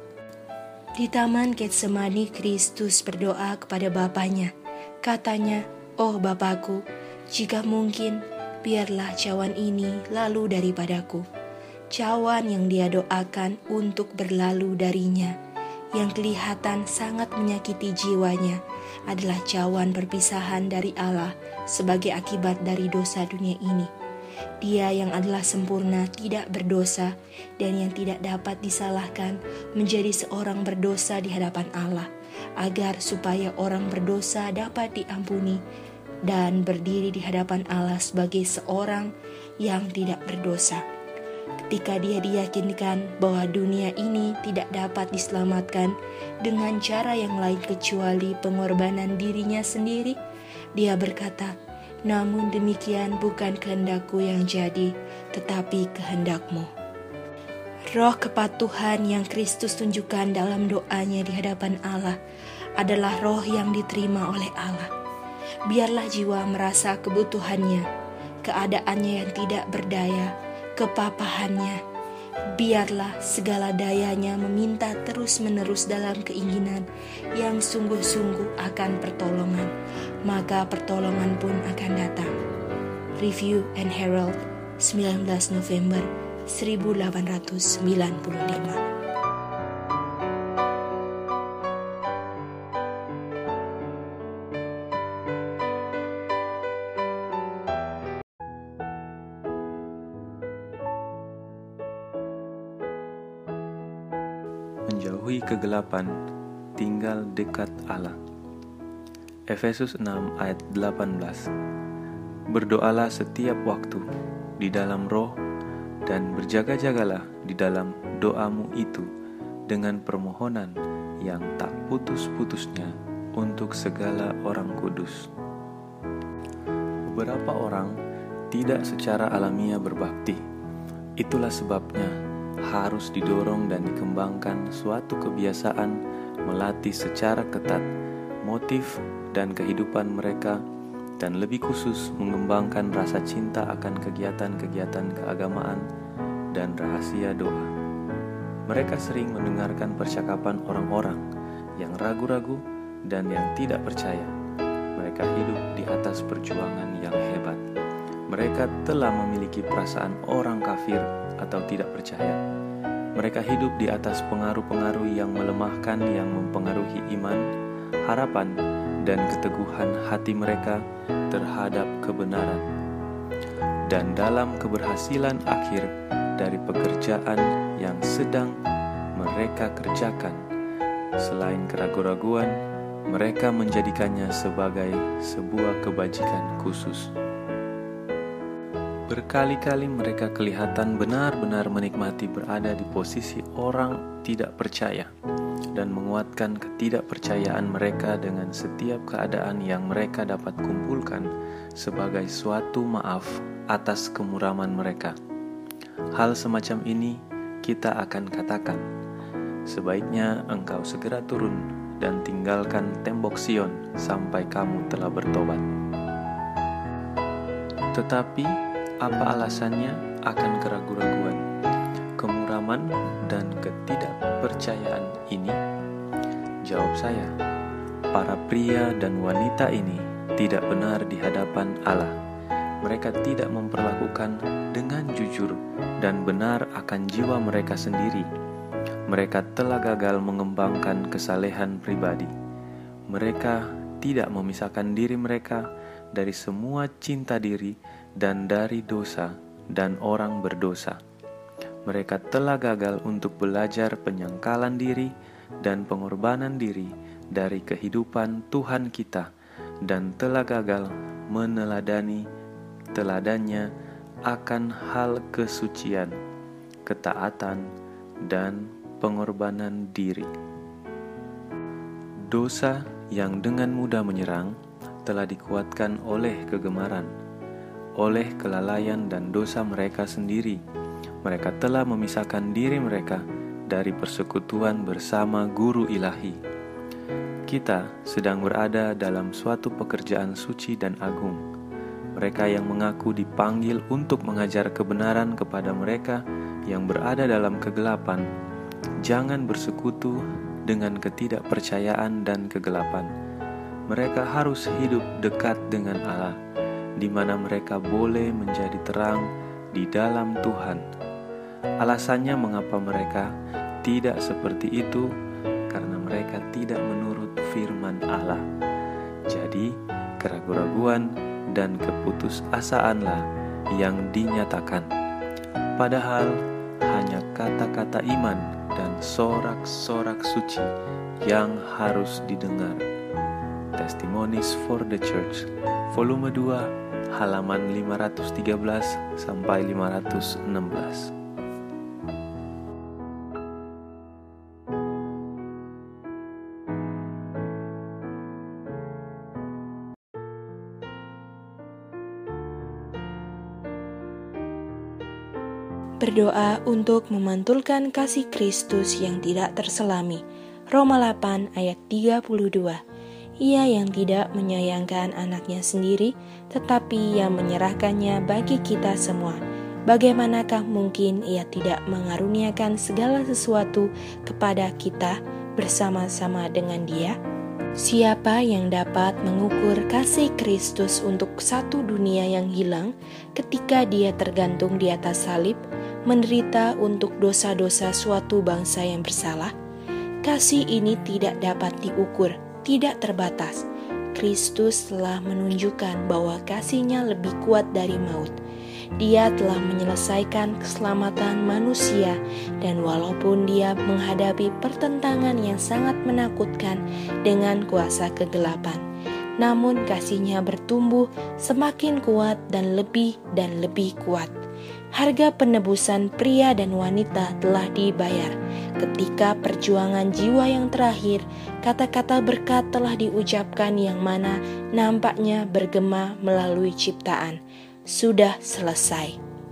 Di Taman Getsemani, Kristus berdoa kepada Bapanya. Katanya, "Oh Bapakku, jika mungkin, biarlah cawan ini lalu daripadaku." Cawan yang dia doakan untuk berlalu darinya, yang kelihatan sangat menyakiti jiwanya, adalah cawan perpisahan dari Allah sebagai akibat dari dosa dunia ini. Dia yang adalah sempurna, tidak berdosa, dan yang tidak dapat disalahkan, menjadi seorang berdosa di hadapan Allah, agar supaya orang berdosa dapat diampuni dan berdiri di hadapan Allah sebagai seorang yang tidak berdosa. Ketika dia diyakinkan bahwa dunia ini tidak dapat diselamatkan dengan cara yang lain kecuali pengorbanan dirinya sendiri, dia berkata, "Namun demikian bukan kehendakku yang jadi, tetapi kehendak-Mu." Roh kepatuhan yang Kristus tunjukkan dalam doanya di hadapan Allah adalah roh yang diterima oleh Allah. Biarlah jiwa merasa kebutuhannya, keadaannya yang tidak berdaya, kepapahannya. Biarlah segala dayanya meminta terus-menerus dalam keinginan yang sungguh-sungguh akan pertolongan, maka pertolongan pun akan datang. Review and Herald, 19 November 1895. Menjauhi kegelapan, tinggal dekat Allah. Efesus 6 ayat 18. Berdoalah setiap waktu di dalam roh dan berjaga-jagalah di dalam doamu itu dengan permohonan yang tak putus-putusnya untuk segala orang kudus. Beberapa orang tidak secara alamiah berbakti. Itulah sebabnya harus didorong dan dikembangkan suatu kebiasaan melatih secara ketat motif dan kehidupan mereka, dan lebih khusus mengembangkan rasa cinta akan kegiatan-kegiatan keagamaan dan rahasia doa. Mereka sering mendengarkan percakapan orang-orang yang ragu-ragu dan yang tidak percaya. Mereka hidup di atas perjuangan yang hebat. Mereka telah memiliki perasaan orang kafir atau tidak percaya. Mereka hidup di atas pengaruh-pengaruh yang melemahkan, yang mempengaruhi iman, harapan, dan keteguhan hati mereka terhadap kebenaran. Dan dalam keberhasilan akhir dari pekerjaan yang sedang mereka kerjakan, selain keraguan-raguan, mereka menjadikannya sebagai sebuah kebajikan khusus. Berkali-kali mereka kelihatan benar-benar menikmati berada di posisi orang tidak percaya dan menguatkan ketidakpercayaan mereka dengan setiap keadaan yang mereka dapat kumpulkan sebagai suatu maaf atas kemuraman mereka. Hal semacam ini kita akan katakan, sebaiknya engkau segera turun dan tinggalkan tembok Sion sampai kamu telah bertobat. Tetapi apa alasannya akan keraguan-raguan, kemuraman, dan ketidakpercayaan ini? Jawab saya, para pria dan wanita ini tidak benar di hadapan Allah. Mereka tidak memperlakukan dengan jujur dan benar akan jiwa mereka sendiri. Mereka telah gagal mengembangkan kesalehan pribadi. Mereka tidak memisahkan diri mereka dari semua cinta diri dan dari dosa dan orang berdosa. Mereka telah gagal untuk belajar penyangkalan diri dan pengorbanan diri dari kehidupan Tuhan kita, dan telah gagal meneladani teladannya akan hal kesucian, ketaatan, dan pengorbanan diri. Dosa yang dengan mudah menyerang telah dikuatkan oleh kegemaran, oleh kelalaian dan dosa mereka sendiri. Mereka telah memisahkan diri mereka dari persekutuan bersama guru ilahi. Kita sedang berada dalam suatu pekerjaan suci dan agung. Mereka yang mengaku dipanggil untuk mengajar kebenaran kepada mereka yang berada dalam kegelapan, jangan bersekutu dengan ketidakpercayaan dan kegelapan. Mereka harus hidup dekat dengan Allah, di mana mereka boleh menjadi terang di dalam Tuhan. Alasannya mengapa mereka tidak seperti itu, karena mereka tidak menurut firman Allah. Jadi, keraguan-raguan dan keputusasaanlah yang dinyatakan. Padahal, hanya kata-kata iman dan sorak-sorak suci yang harus didengar. Testimonies for the Church, volume 2, halaman 513 sampai 516. Berdoa untuk memantulkan kasih Kristus yang tidak terselami. Roma 8 ayat 32. Ia yang tidak menyayangkan anaknya sendiri, tetapi yang menyerahkannya bagi kita semua. Bagaimanakah mungkin ia tidak mengaruniakan segala sesuatu kepada kita bersama-sama dengan Dia? Siapa yang dapat mengukur kasih Kristus untuk satu dunia yang hilang ketika Dia tergantung di atas salib, menderita untuk dosa-dosa suatu bangsa yang bersalah? Kasih ini tidak dapat diukur, tidak terbatas. Kristus telah menunjukkan bahwa kasih-Nya lebih kuat dari maut. Dia telah menyelesaikan keselamatan manusia, dan walaupun Dia menghadapi pertentangan yang sangat menakutkan dengan kuasa kegelapan, namun kasih-Nya bertumbuh semakin kuat dan lebih kuat. Harga penebusan pria dan wanita telah dibayar. Ketika perjuangan jiwa yang terakhir, kata-kata berkat telah diucapkan yang mana nampaknya bergema melalui ciptaan. Sudah selesai.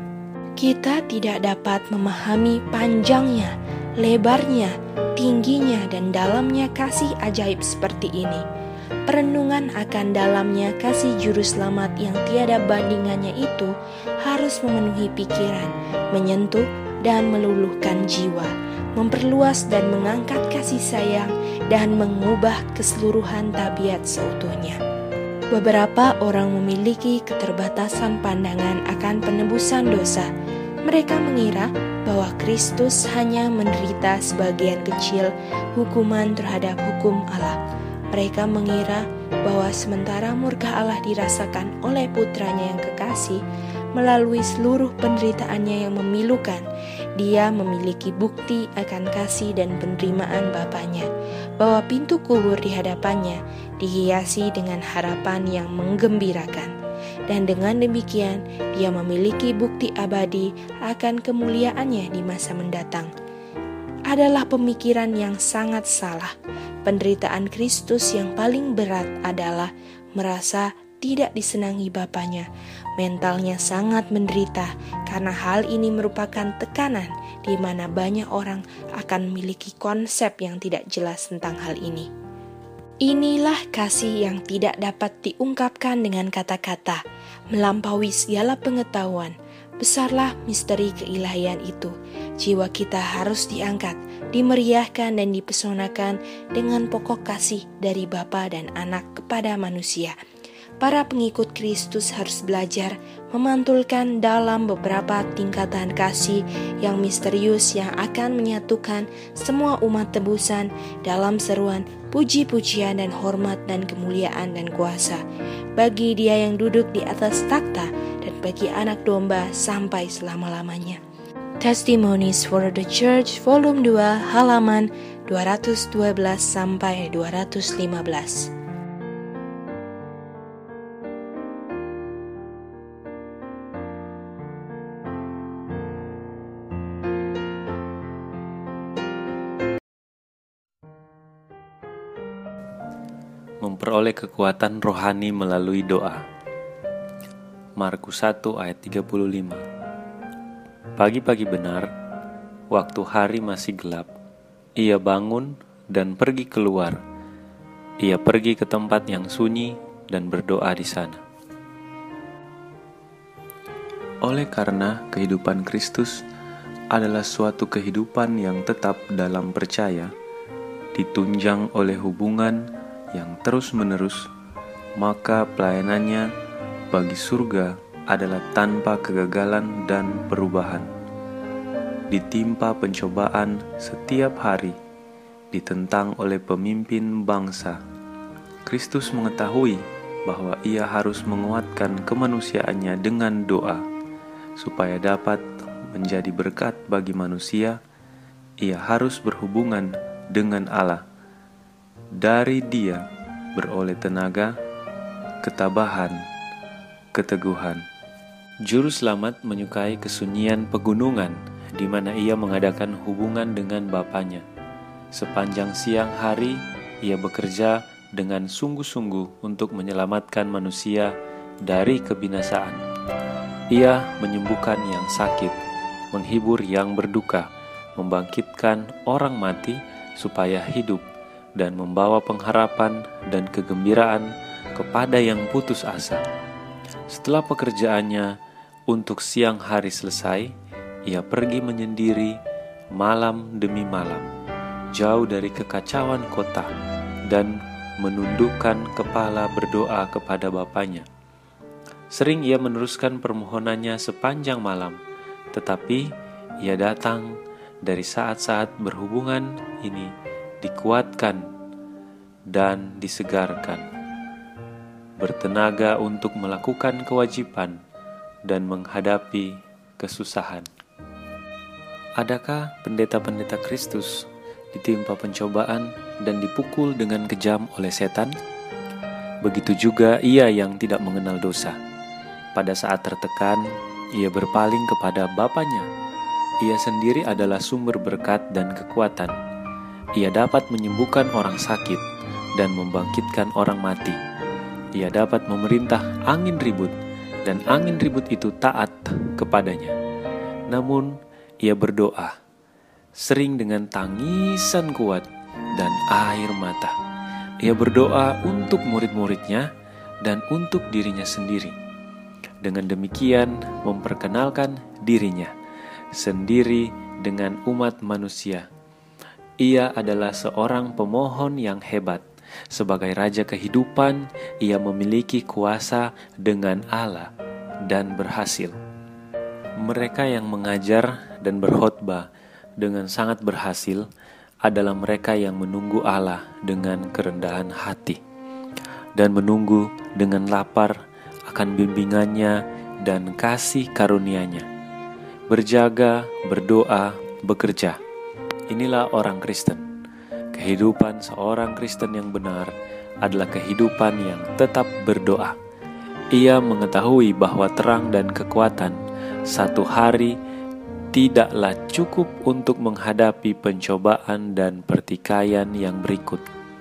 Kita tidak dapat memahami panjangnya, lebarnya, tingginya, dan dalamnya kasih ajaib seperti ini. Perenungan akan dalamnya kasih juru selamat yang tiada bandingannya itu harus memenuhi pikiran, menyentuh dan meluluhkan jiwa, memperluas dan mengangkat kasih sayang, dan mengubah keseluruhan tabiat seutuhnya. Beberapa orang memiliki keterbatasan pandangan akan penebusan dosa. Mereka mengira bahwa Kristus hanya menderita sebagian kecil hukuman terhadap hukum Allah. Mereka mengira bahwa sementara murka Allah dirasakan oleh putranya yang kekasih melalui seluruh penderitaannya yang memilukan, Dia memiliki bukti akan kasih dan penerimaan Bapanya, bahwa pintu kubur di hadapannya dihiasi dengan harapan yang menggembirakan. Dan dengan demikian, Dia memiliki bukti abadi akan kemuliaannya di masa mendatang. Adalah pemikiran yang sangat salah. Penderitaan Kristus yang paling berat adalah merasa tidak disenangi Bapanya. Mentalnya sangat menderita karena hal ini merupakan tekanan di mana banyak orang akan memiliki konsep yang tidak jelas tentang hal ini. Inilah kasih yang tidak dapat diungkapkan dengan kata-kata, melampaui segala pengetahuan. Besarlah misteri keilahian itu. Jiwa kita harus diangkat, dimeriahkan dan dipesonakan dengan pokok kasih dari Bapa dan Anak kepada manusia. Para pengikut Kristus harus belajar memantulkan dalam beberapa tingkatan kasih yang misterius yang akan menyatukan semua umat tebusan dalam seruan puji-pujian dan hormat dan kemuliaan dan kuasa bagi Dia yang duduk di atas takhta dan bagi Anak Domba sampai selama-lamanya. Testimonies for the Church Volume 2 halaman 212 sampai 215. Memperoleh kekuatan rohani melalui doa. Markus 1 ayat 35. Pagi-pagi benar, waktu hari masih gelap, ia bangun dan pergi keluar. Ia pergi ke tempat yang sunyi dan berdoa di sana. Oleh karena kehidupan Kristus adalah suatu kehidupan yang tetap dalam percaya, ditunjang oleh hubungan yang terus-menerus, maka pelayanannya bagi surga adalah tanpa kegagalan dan perubahan. Ditimpa pencobaan setiap hari, ditentang oleh pemimpin bangsa, Kristus mengetahui bahwa ia harus menguatkan kemanusiaannya dengan doa, supaya dapat menjadi berkat bagi manusia. Ia harus berhubungan dengan Allah. Dari Dia beroleh tenaga, ketabahan, keteguhan. Juru selamat menyukai kesunyian pegunungan di mana ia mengadakan hubungan dengan Bapanya. Sepanjang siang hari ia bekerja dengan sungguh-sungguh untuk menyelamatkan manusia dari kebinasaan. Ia menyembuhkan yang sakit, menghibur yang berduka, membangkitkan orang mati supaya hidup, dan membawa pengharapan dan kegembiraan kepada yang putus asa. Setelah pekerjaannya untuk siang hari selesai, ia pergi menyendiri malam demi malam, jauh dari kekacauan kota, dan menundukkan kepala berdoa kepada Bapanya. Sering ia meneruskan permohonannya sepanjang malam, tetapi ia datang dari saat-saat berhubungan ini dikuatkan dan disegarkan, bertenaga untuk melakukan kewajiban dan menghadapi kesusahan. Adakah pendeta-pendeta Kristus ditimpa pencobaan dan dipukul dengan kejam oleh setan? Begitu juga ia yang tidak mengenal dosa. Pada saat tertekan, ia berpaling kepada Bapanya. Ia sendiri adalah sumber berkat dan kekuatan. Ia dapat menyembuhkan orang sakit dan membangkitkan orang mati. Ia dapat memerintah angin ribut, dan angin ribut itu taat kepadanya. Namun, ia berdoa sering dengan tangisan kuat dan air mata. Ia berdoa untuk murid-muridnya dan untuk dirinya sendiri. Dengan demikian memperkenalkan dirinya sendiri dengan umat manusia. Ia adalah seorang pemohon yang hebat. Sebagai Raja kehidupan, ia memiliki kuasa dengan Allah dan berhasil. Mereka yang mengajar dan berkhotbah dengan sangat berhasil adalah mereka yang menunggu Allah dengan kerendahan hati dan menunggu dengan lapar akan bimbingannya dan kasih karunia-Nya. Berjaga, berdoa, bekerja. Inilah orang Kristen. Kehidupan seorang Kristen yang benar adalah kehidupan yang tetap berdoa. Ia mengetahui bahwa terang dan kekuatan satu hari tidaklah cukup untuk menghadapi pencobaan dan pertikaian yang berikut.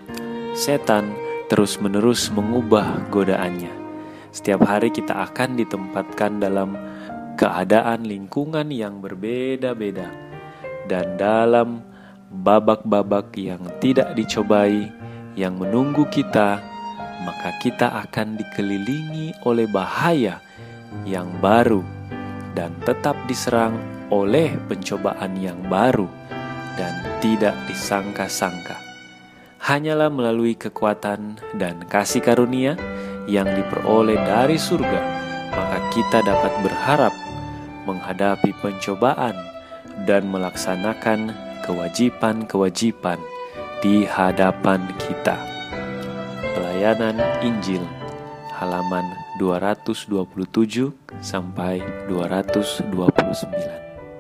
Setan terus-menerus mengubah godaannya. Setiap hari kita akan ditempatkan dalam keadaan lingkungan yang berbeda-beda dan dalam babak-babak yang tidak dicobai yang menunggu kita, maka kita akan dikelilingi oleh bahaya yang baru dan tetap diserang oleh pencobaan yang baru dan tidak disangka-sangka. Hanyalah melalui kekuatan dan kasih karunia yang diperoleh dari surga, maka kita dapat berharap menghadapi pencobaan dan melaksanakan kewajiban-kewajiban di hadapan kita. Pelayanan Injil halaman 227 sampai 229.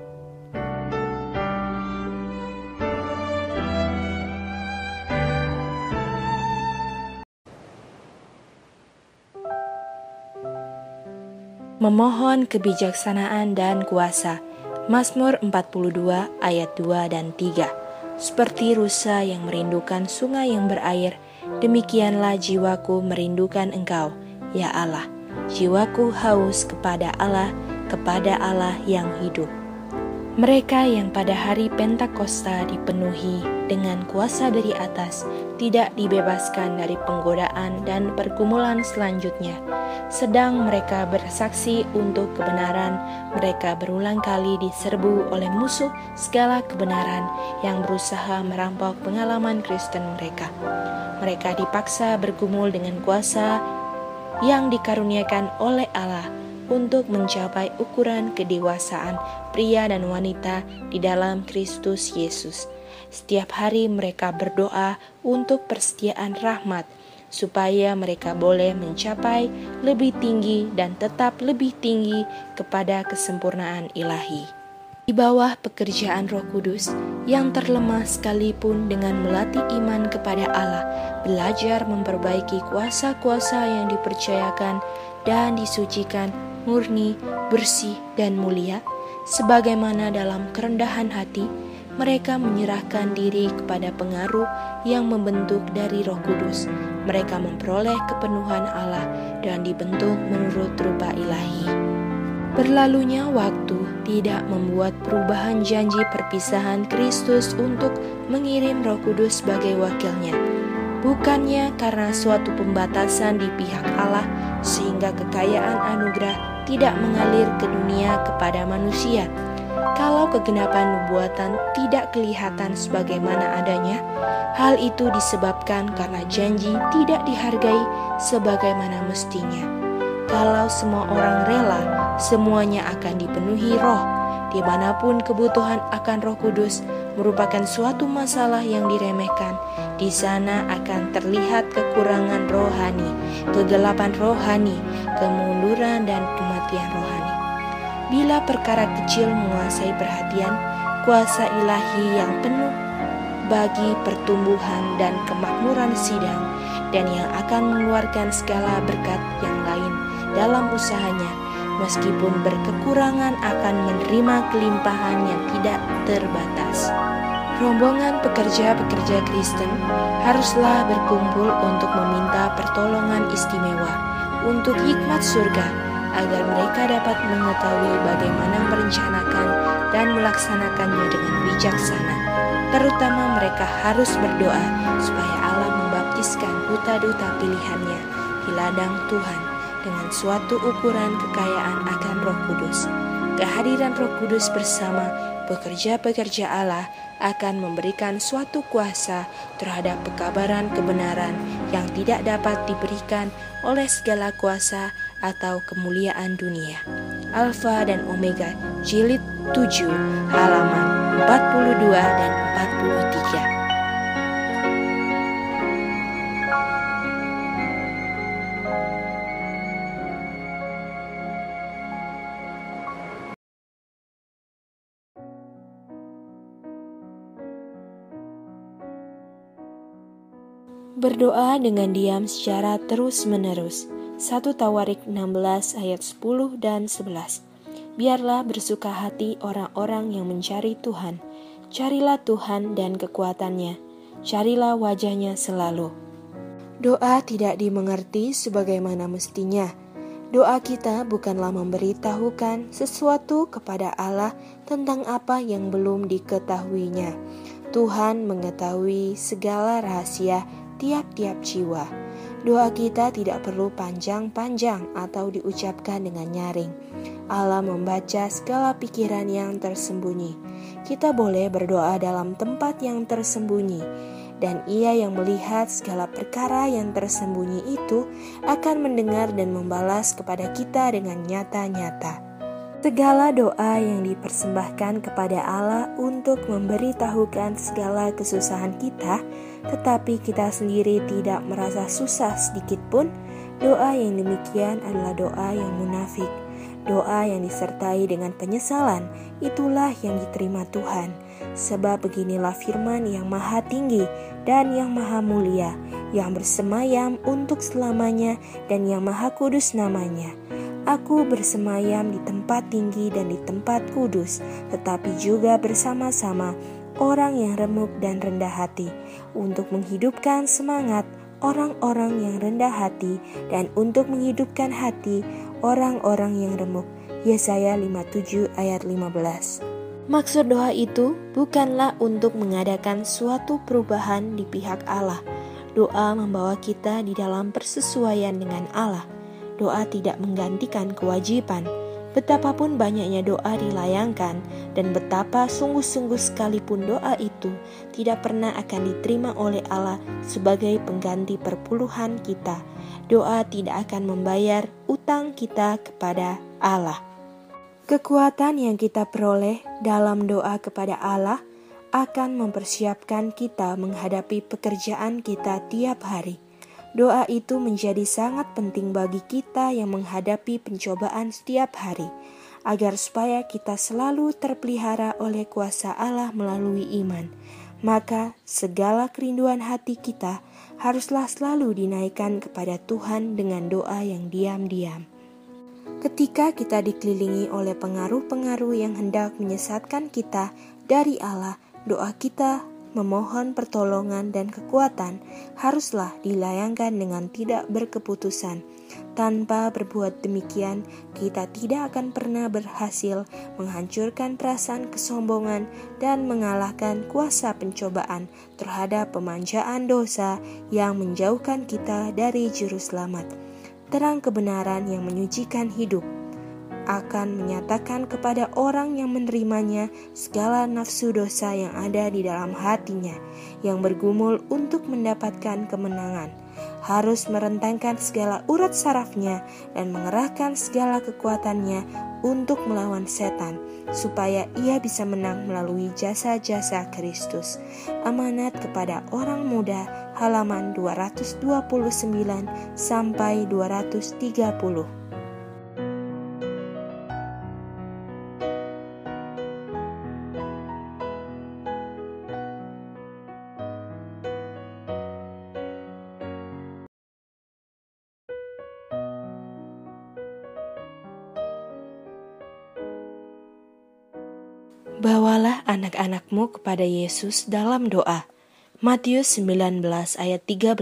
Memohon kebijaksanaan dan kuasa. Mazmur 42 ayat 2 dan 3. Seperti rusa yang merindukan sungai yang berair, demikianlah jiwaku merindukan Engkau, ya Allah. Jiwaku haus kepada Allah yang hidup. Mereka yang pada hari Pentakosta dipenuhi dengan kuasa dari atas, tidak dibebaskan dari penggodaan dan pergumulan selanjutnya. Sedang mereka bersaksi untuk kebenaran, mereka berulang kali diserbu oleh musuh segala kebenaran yang berusaha merampok pengalaman Kristen mereka. Mereka dipaksa bergumul dengan kuasa yang dikaruniakan oleh Allah untuk mencapai ukuran kedewasaan pria dan wanita di dalam Kristus Yesus. Setiap hari mereka berdoa untuk persediaan rahmat, supaya mereka boleh mencapai lebih tinggi dan tetap lebih tinggi kepada kesempurnaan ilahi. Di bawah pekerjaan Roh Kudus yang terlemah sekalipun dengan melatih iman kepada Allah, belajar memperbaiki kuasa-kuasa yang dipercayakan dan disucikan, murni, bersih, dan mulia, sebagaimana dalam kerendahan hati, mereka menyerahkan diri kepada pengaruh yang membentuk dari Roh Kudus. Mereka memperoleh kepenuhan Allah dan dibentuk menurut rupa ilahi. Berlalunya waktu, tidak membuat perubahan janji perpisahan Kristus untuk mengirim Roh Kudus sebagai wakilnya. Bukannya karena suatu pembatasan di pihak Allah sehingga kekayaan anugerah tidak mengalir ke dunia kepada manusia. Kalau kegenapan nubuatan tidak kelihatan sebagaimana adanya, hal itu disebabkan karena janji tidak dihargai sebagaimana mestinya. Kalau semua orang rela, semuanya akan dipenuhi roh. Dimanapun kebutuhan akan Roh Kudus merupakan suatu masalah yang diremehkan, di sana akan terlihat kekurangan rohani, kegelapan rohani, kemunduran dan kematian rohani. Bila perkara kecil menguasai perhatian, kuasa ilahi yang penuh bagi pertumbuhan dan kemakmuran sidang, dan yang akan mengeluarkan segala berkat yang lain dalam usahanya, meskipun berkekurangan akan menerima kelimpahan yang tidak terbatas. Rombongan pekerja-pekerja Kristen haruslah berkumpul untuk meminta pertolongan istimewa untuk hikmat surga, agar mereka dapat mengetahui bagaimana merencanakan dan melaksanakannya dengan bijaksana. Terutama mereka harus berdoa supaya Allah membaptiskan duta-duta pilihannya di ladang Tuhan dengan suatu ukuran kekayaan akan Roh Kudus. Kehadiran Roh Kudus bersama pekerja-pekerja Allah akan memberikan suatu kuasa terhadap pekabaran kebenaran yang tidak dapat diberikan oleh segala kuasa atau kemuliaan dunia. Alfa dan Omega, jilid 7, halaman 42 dan 43. Berdoa dengan diam secara terus-menerus. 1 Tawarik 16 ayat 10 dan 11. Biarlah bersuka hati orang-orang yang mencari Tuhan. Carilah Tuhan dan kekuatannya. Carilah wajahnya selalu. Doa tidak dimengerti sebagaimana mestinya. Doa kita bukanlah memberitahukan sesuatu kepada Allah tentang apa yang belum diketahuinya. Tuhan mengetahui segala rahasia tiap-tiap jiwa. Doa kita tidak perlu panjang-panjang atau diucapkan dengan nyaring. Allah membaca segala pikiran yang tersembunyi. Kita boleh berdoa dalam tempat yang tersembunyi, dan Ia yang melihat segala perkara yang tersembunyi itu akan mendengar dan membalas kepada kita dengan nyata-nyata. Segala doa yang dipersembahkan kepada Allah untuk memberitahukan segala kesusahan kita, tetapi kita sendiri tidak merasa susah sedikit pun, doa yang demikian adalah doa yang munafik. Doa yang disertai dengan penyesalan, itulah yang diterima Tuhan. Sebab beginilah firman yang maha tinggi dan yang maha mulia, yang bersemayam untuk selamanya dan yang maha kudus namanya. Aku bersemayam di tempat tinggi dan di tempat kudus, tetapi juga bersama-sama orang yang remuk dan rendah hati, untuk menghidupkan semangat orang-orang yang rendah hati dan untuk menghidupkan hati orang-orang yang remuk. Yesaya 57 ayat 15. Maksud doa itu bukanlah untuk mengadakan suatu perubahan di pihak Allah. Doa membawa kita di dalam persesuaian dengan Allah. Doa tidak menggantikan kewajiban. Betapapun banyaknya doa dilayangkan dan betapa sungguh-sungguh sekalipun doa itu tidak pernah akan diterima oleh Allah sebagai pengganti perpuluhan kita. Doa tidak akan membayar utang kita kepada Allah. Kekuatan yang kita peroleh dalam doa kepada Allah akan mempersiapkan kita menghadapi pekerjaan kita tiap hari. Doa itu menjadi sangat penting bagi kita yang menghadapi pencobaan setiap hari, agar supaya kita selalu terpelihara oleh kuasa Allah melalui iman. Maka segala kerinduan hati kita haruslah selalu dinaikkan kepada Tuhan dengan doa yang diam-diam. Ketika kita dikelilingi oleh pengaruh-pengaruh yang hendak menyesatkan kita dari Allah, doa kita memohon pertolongan dan kekuatan haruslah dilayangkan dengan tidak berkeputusan. Tanpa berbuat demikian, kita tidak akan pernah berhasil menghancurkan perasaan kesombongan dan mengalahkan kuasa pencobaan terhadap pemanjaan dosa yang menjauhkan kita dari juru selamat. Terang kebenaran yang menyucikan hidup akan menyatakan kepada orang yang menerimanya segala nafsu dosa yang ada di dalam hatinya, yang bergumul untuk mendapatkan kemenangan. Harus merentangkan segala urat sarafnya dan mengerahkan segala kekuatannya untuk melawan setan, supaya ia bisa menang melalui jasa-jasa Kristus. Amanat kepada orang muda, halaman 229 sampai 230. Bawalah anak-anakmu kepada Yesus dalam doa. Matius 19 ayat 13.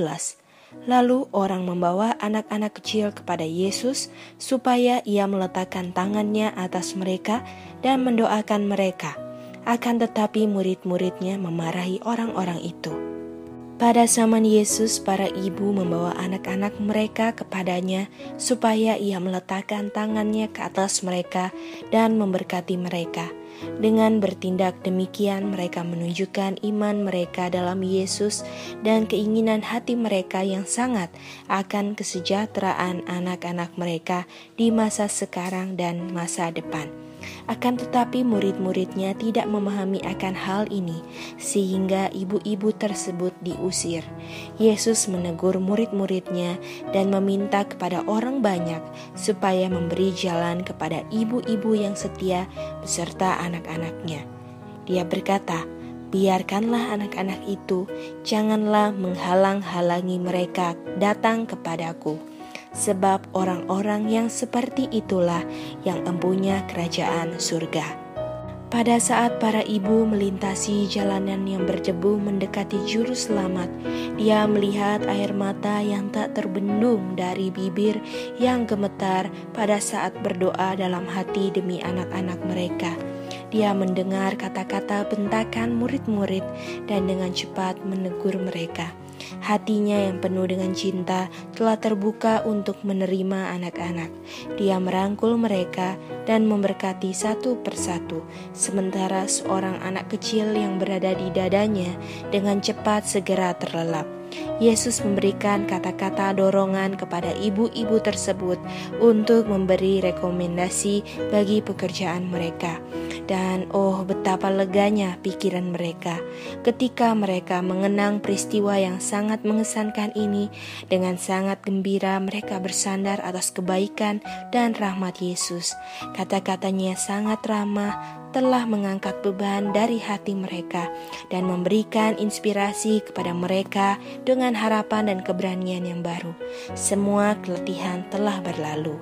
Lalu orang membawa anak-anak kecil kepada Yesus supaya ia meletakkan tangannya atas mereka dan mendoakan mereka. Akan tetapi murid-muridnya memarahi orang-orang itu. Pada zaman Yesus, para ibu membawa anak-anak mereka kepadanya supaya ia meletakkan tangannya ke atas mereka dan memberkati mereka. Dengan bertindak demikian, mereka menunjukkan iman mereka dalam Yesus dan keinginan hati mereka yang sangat akan kesejahteraan anak-anak mereka di masa sekarang dan masa depan. Akan tetapi murid-muridnya tidak memahami akan hal ini, sehingga ibu-ibu tersebut diusir. Yesus menegur murid-muridnya dan meminta kepada orang banyak supaya memberi jalan kepada ibu-ibu yang setia beserta anak-anaknya. Dia berkata, "Biarkanlah anak-anak itu, janganlah menghalang-halangi mereka datang kepadaku. Sebab orang-orang yang seperti itulah yang empunya kerajaan surga." Pada saat para ibu melintasi jalanan yang berdebu mendekati juru selamat, dia melihat air mata yang tak terbendung dari bibir yang gemetar pada saat berdoa dalam hati demi anak-anak mereka. Dia mendengar kata-kata bentakan murid-murid dan dengan cepat menegur mereka. Hatinya yang penuh dengan cinta telah terbuka untuk menerima anak-anak. Dia merangkul mereka dan memberkati satu persatu, sementara seorang anak kecil yang berada di dadanya dengan cepat segera terlelap. Yesus memberikan kata-kata dorongan kepada ibu-ibu tersebut untuk memberi rekomendasi bagi pekerjaan mereka. Dan betapa leganya pikiran mereka ketika mereka mengenang peristiwa yang sangat mengesankan ini. Dengan sangat gembira mereka bersandar atas kebaikan dan rahmat Yesus. Kata-katanya sangat ramah, telah mengangkat beban dari hati mereka dan memberikan inspirasi kepada mereka dengan harapan dan keberanian yang baru. Semua keletihan telah berlalu.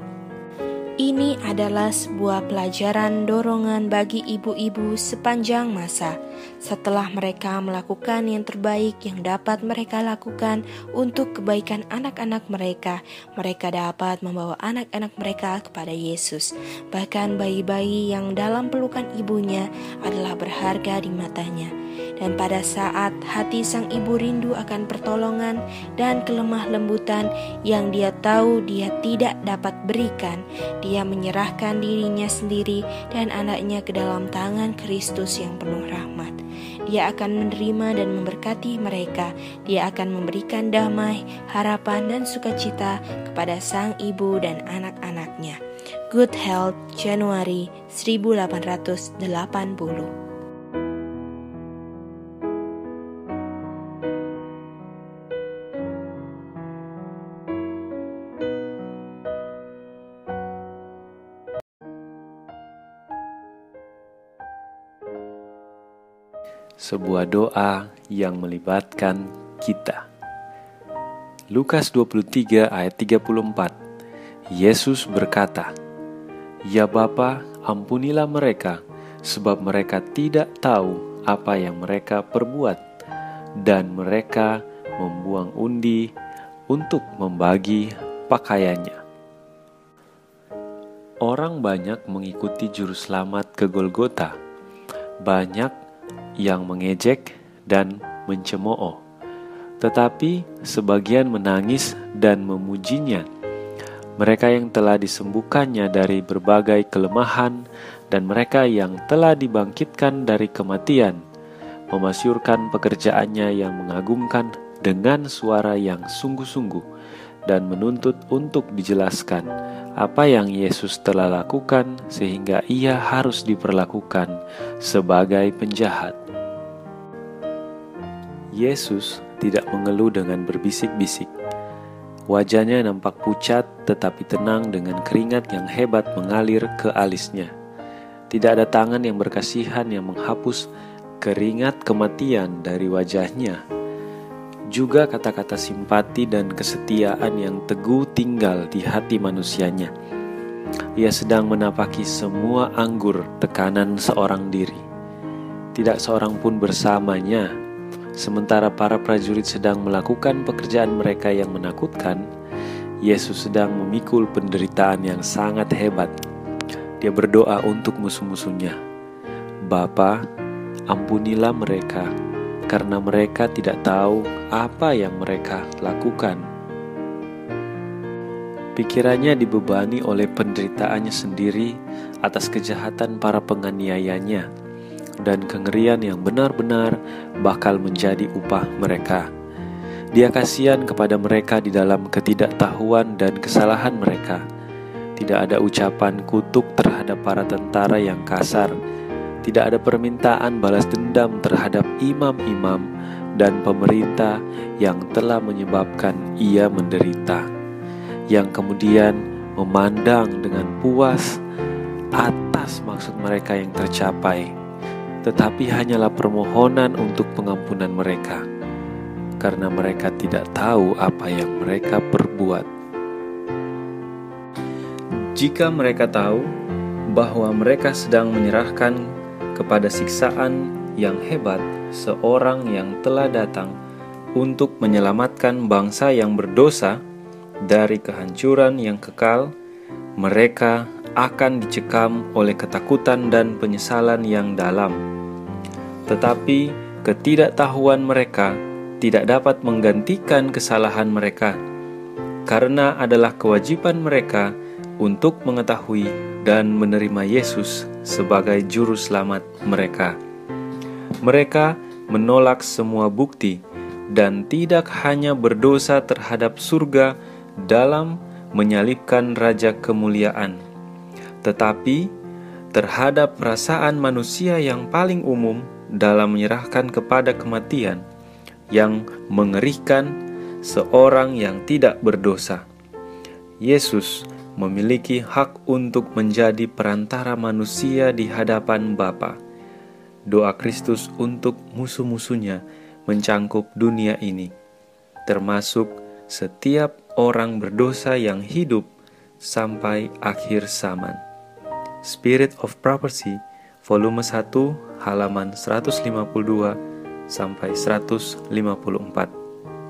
Ini adalah sebuah pelajaran dorongan bagi ibu-ibu sepanjang masa. Setelah mereka melakukan yang terbaik yang dapat mereka lakukan untuk kebaikan anak-anak mereka, mereka dapat membawa anak-anak mereka kepada Yesus. Bahkan bayi-bayi yang dalam pelukan ibunya adalah berharga di matanya. Dan pada saat hati sang ibu rindu akan pertolongan dan kelemah lembutan yang dia tahu dia tidak dapat berikan, dia menyerahkan dirinya sendiri dan anaknya ke dalam tangan Kristus yang penuh rahmat. Dia akan menerima dan memberkati mereka. Dia akan memberikan damai, harapan dan sukacita kepada sang ibu dan anak-anaknya. Good Health, Januari 1880. Sebuah doa yang melibatkan kita. Lukas 23 ayat 34. Yesus berkata, "Ya Bapa, ampunilah mereka, sebab mereka tidak tahu apa yang mereka perbuat." Dan mereka membuang undi untuk membagi pakaiannya. orang banyak mengikuti juru selamat ke Golgota. Banyak yang mengejek dan mencemooh. Tetapi sebagian menangis dan memujinya. Mereka yang telah disembuhkannya dari berbagai kelemahan dan mereka yang telah dibangkitkan dari kematian, memasyurkan pekerjaannya yang mengagumkan dengan suara yang sungguh-sungguh dan menuntut untuk dijelaskan apa yang Yesus telah lakukan sehingga ia harus diperlakukan sebagai penjahat. Yesus tidak mengeluh dengan berbisik-bisik. Wajahnya nampak pucat tetapi tenang dengan keringat yang hebat mengalir ke alisnya. Tidak ada tangan yang berkasihan yang menghapus keringat kematian dari wajahnya. Juga kata-kata simpati dan kesetiaan yang teguh tinggal di hati manusianya. Ia sedang menapaki semua anggur tekanan seorang diri. Tidak seorang pun bersamanya. Sementara para prajurit sedang melakukan pekerjaan mereka yang menakutkan, Yesus sedang memikul penderitaan yang sangat hebat. Dia berdoa untuk musuh-musuhnya. Bapa, ampunilah mereka, karena mereka tidak tahu apa yang mereka lakukan. Pikirannya dibebani oleh penderitaannya sendiri atas kejahatan para penganiayanya, dan kengerian yang benar-benar bakal menjadi upah mereka. Dia kasihan kepada mereka di dalam ketidaktahuan dan kesalahan mereka. Tidak ada ucapan kutuk terhadap para tentara yang kasar. Tidak ada permintaan balas dendam terhadap imam-imam dan pemerintah yang telah menyebabkan ia menderita, yang kemudian memandang dengan puas atas maksud mereka yang tercapai. Tetapi hanyalah permohonan untuk pengampunan mereka, karena mereka tidak tahu apa yang mereka perbuat. Jika mereka tahu bahwa mereka sedang menyerahkan kepada siksaan yang hebat seorang yang telah datang untuk menyelamatkan bangsa yang berdosa dari kehancuran yang kekal, mereka akan dicekam oleh ketakutan dan penyesalan yang dalam. Tetapi ketidaktahuan mereka tidak dapat menggantikan kesalahan mereka, karena adalah kewajiban mereka untuk mengetahui dan menerima Yesus sebagai juru selamat mereka. Mereka menolak semua bukti dan tidak hanya berdosa terhadap surga dalam menyalibkan Raja Kemuliaan, tetapi terhadap perasaan manusia yang paling umum dalam menyerahkan kepada kematian yang mengerikan seorang yang tidak berdosa. Yesus memiliki hak untuk menjadi perantara manusia di hadapan Bapa. Doa Kristus untuk musuh-musuhnya mencangkup dunia ini, termasuk setiap orang berdosa yang hidup sampai akhir zaman. Spirit of Prophecy, volume 1, halaman 152 sampai 154.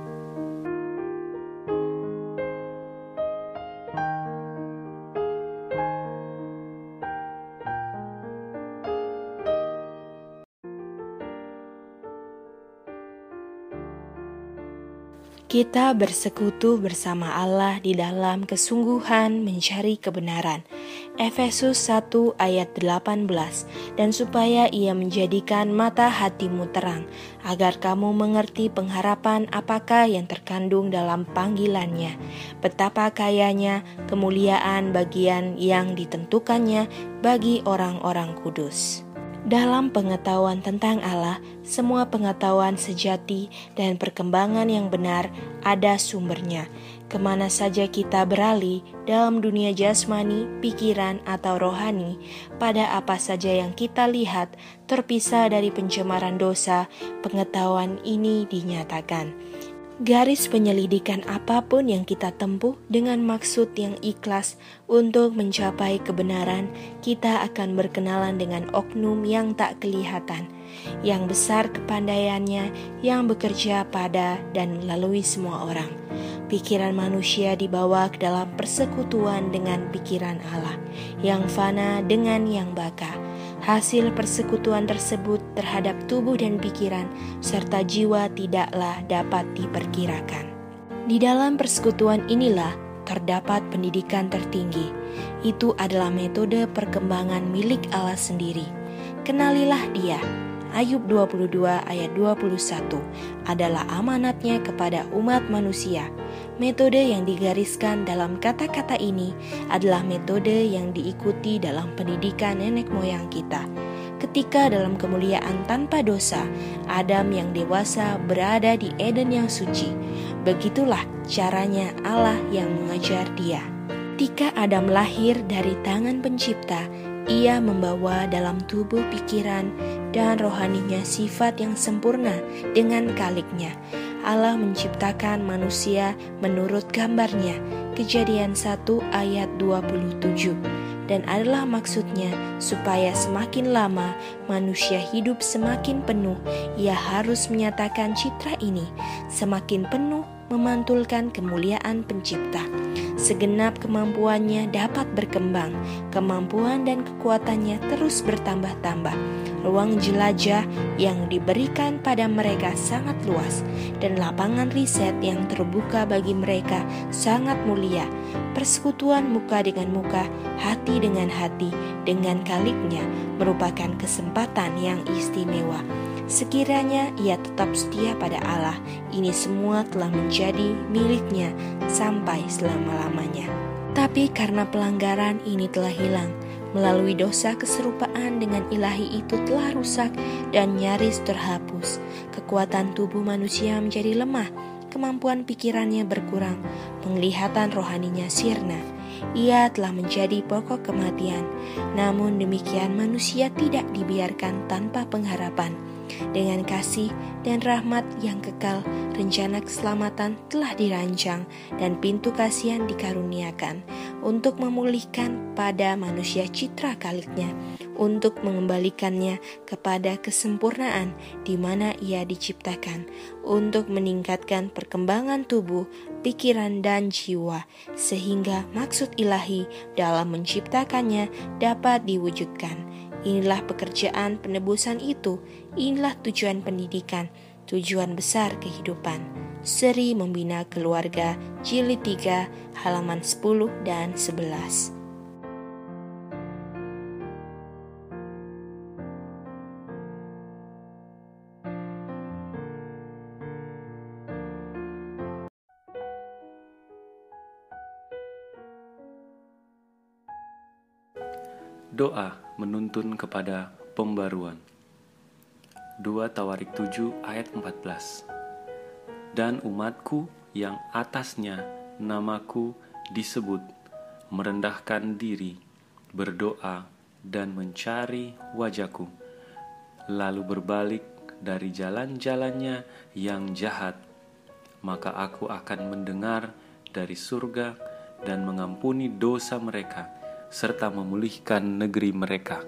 Kita bersekutu bersama Allah di dalam kesungguhan mencari kebenaran. Efesus 1 ayat 18. Dan supaya ia menjadikan mata hatimu terang, agar kamu mengerti pengharapan apakah yang terkandung dalam panggilannya, betapa kayanya kemuliaan bagian yang ditentukannya bagi orang-orang kudus. Dalam pengetahuan tentang Allah, semua pengetahuan sejati dan perkembangan yang benar ada sumbernya. Kemana saja kita beralih dalam dunia jasmani, pikiran, atau rohani, pada apa saja yang kita lihat terpisah dari pencemaran dosa, pengetahuan ini dinyatakan. Garis penyelidikan apapun yang kita tempuh dengan maksud yang ikhlas untuk mencapai kebenaran, kita akan berkenalan dengan oknum yang tak kelihatan, yang besar kepandaiannya, yang bekerja pada dan melalui semua orang. Pikiran manusia dibawa ke dalam persekutuan dengan pikiran Allah, yang fana dengan yang baka. Hasil persekutuan tersebut terhadap tubuh dan pikiran serta jiwa tidaklah dapat diperkirakan. Di dalam persekutuan inilah terdapat pendidikan tertinggi. Itu adalah metode perkembangan milik Allah sendiri. Kenalilah Dia. Ayub 22 ayat 21 adalah amanatnya kepada umat manusia. Metode yang digariskan dalam kata-kata ini adalah metode yang diikuti dalam pendidikan nenek moyang kita. Ketika dalam kemuliaan tanpa dosa, Adam yang dewasa berada di Eden yang suci. Begitulah caranya Allah yang mengajar dia. Ketika Adam lahir dari tangan pencipta, ia membawa dalam tubuh pikiran dan rohaninya sifat yang sempurna dengan kaliknya. Allah menciptakan manusia menurut gambarnya. Kejadian 1 ayat 27. Dan adalah maksudnya supaya semakin lama manusia hidup semakin penuh, ia harus menyatakan citra ini, semakin penuh memantulkan kemuliaan pencipta. Segenap kemampuannya dapat berkembang, kemampuan dan kekuatannya terus bertambah-tambah. Ruang jelajah yang diberikan pada mereka sangat luas, dan lapangan riset yang terbuka bagi mereka sangat mulia. Persekutuan muka dengan muka, hati dengan hati, dengan kaliknya merupakan kesempatan yang istimewa. Sekiranya ia tetap setia pada Allah, ini semua telah menjadi miliknya sampai selama-lamanya. Tapi karena pelanggaran ini telah hilang, melalui dosa keserupaan dengan ilahi itu telah rusak dan nyaris terhapus. Kekuatan tubuh manusia menjadi lemah, kemampuan pikirannya berkurang, penglihatan rohaninya sirna. Ia telah menjadi pokok kematian. Namun demikian manusia tidak dibiarkan tanpa pengharapan. Dengan kasih dan rahmat yang kekal, rencana keselamatan telah dirancang dan pintu kasihan dikaruniakan untuk memulihkan pada manusia citra kaliknya, untuk mengembalikannya kepada kesempurnaan di mana ia diciptakan, untuk meningkatkan perkembangan tubuh, pikiran dan jiwa, sehingga maksud ilahi dalam menciptakannya dapat diwujudkan. Inilah pekerjaan penebusan itu, inilah tujuan pendidikan, tujuan besar kehidupan. Seri Membina Keluarga, Jilid 3, halaman 10 dan 11. Doa menuntun kepada pembaruan. 2 Tawarik 7 ayat 14. Dan umatku yang atasnya namaku disebut, merendahkan diri, berdoa dan mencari wajahku, lalu berbalik dari jalan-jalannya yang jahat, maka aku akan mendengar dari surga dan mengampuni dosa mereka, serta memulihkan negeri mereka.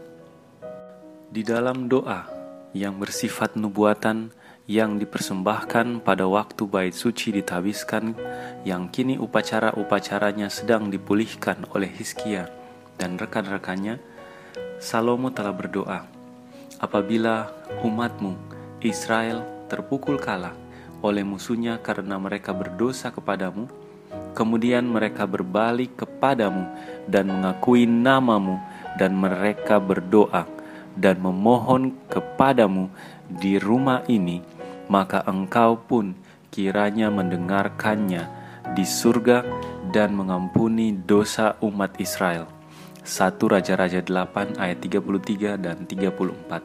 Di dalam doa yang bersifat nubuatan yang dipersembahkan pada waktu bait suci ditabiskan, yang kini upacara-upacaranya sedang dipulihkan oleh Hizkia dan rekan-rekannya, Salomo telah berdoa, apabila umatmu Israel terpukul kalah oleh musuhnya karena mereka berdosa kepadamu, kemudian mereka berbalik kepadamu dan mengakui namamu, dan mereka berdoa dan memohon kepadamu di rumah ini, maka engkau pun kiranya mendengarkannya di surga dan mengampuni dosa umat Israel. 1 Raja-Raja 8 ayat 33 dan 34.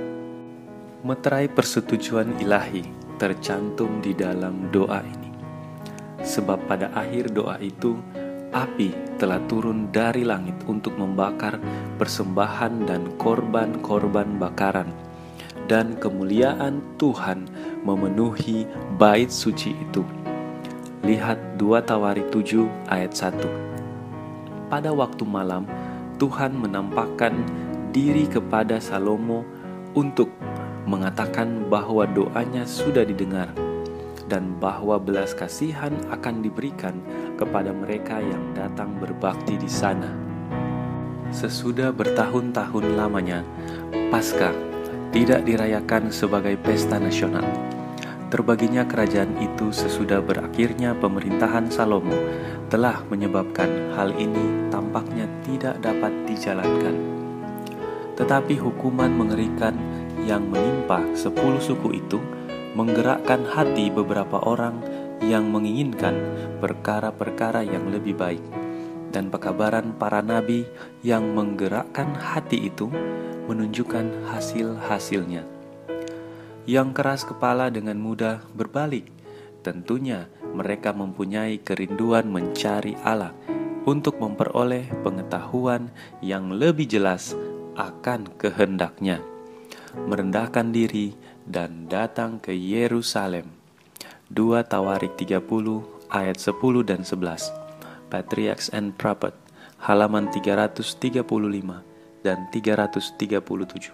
Meterai persetujuan ilahi tercantum di dalam doa ini. Sebab pada akhir doa itu, api telah turun dari langit untuk membakar persembahan dan korban-korban bakaran, dan kemuliaan Tuhan memenuhi bait suci itu. Lihat 2 Tawarik 7 ayat 1. Pada waktu malam, Tuhan menampakkan diri kepada Salomo untuk mengatakan bahwa doanya sudah didengar. dan bahwa belas kasihan akan diberikan kepada mereka yang datang berbakti di sana. Sesudah bertahun-tahun lamanya, Paskah tidak dirayakan sebagai pesta nasional. Terbaginya kerajaan itu sesudah berakhirnya pemerintahan Salomo telah menyebabkan hal ini tampaknya tidak dapat dijalankan. Tetapi hukuman mengerikan yang menimpa 10 suku itu menggerakkan hati beberapa orang yang menginginkan perkara-perkara yang lebih baik, dan pekabaran para nabi yang menggerakkan hati itu menunjukkan hasil-hasilnya. Yang keras kepala dengan mudah berbalik. Tentunya mereka mempunyai kerinduan mencari Allah untuk memperoleh pengetahuan yang lebih jelas akan kehendaknya, merendahkan diri dan datang ke Yerusalem. 2 Tawarik 30 ayat 10 dan 11, Patriarchs and Prophets, halaman 335 dan 337.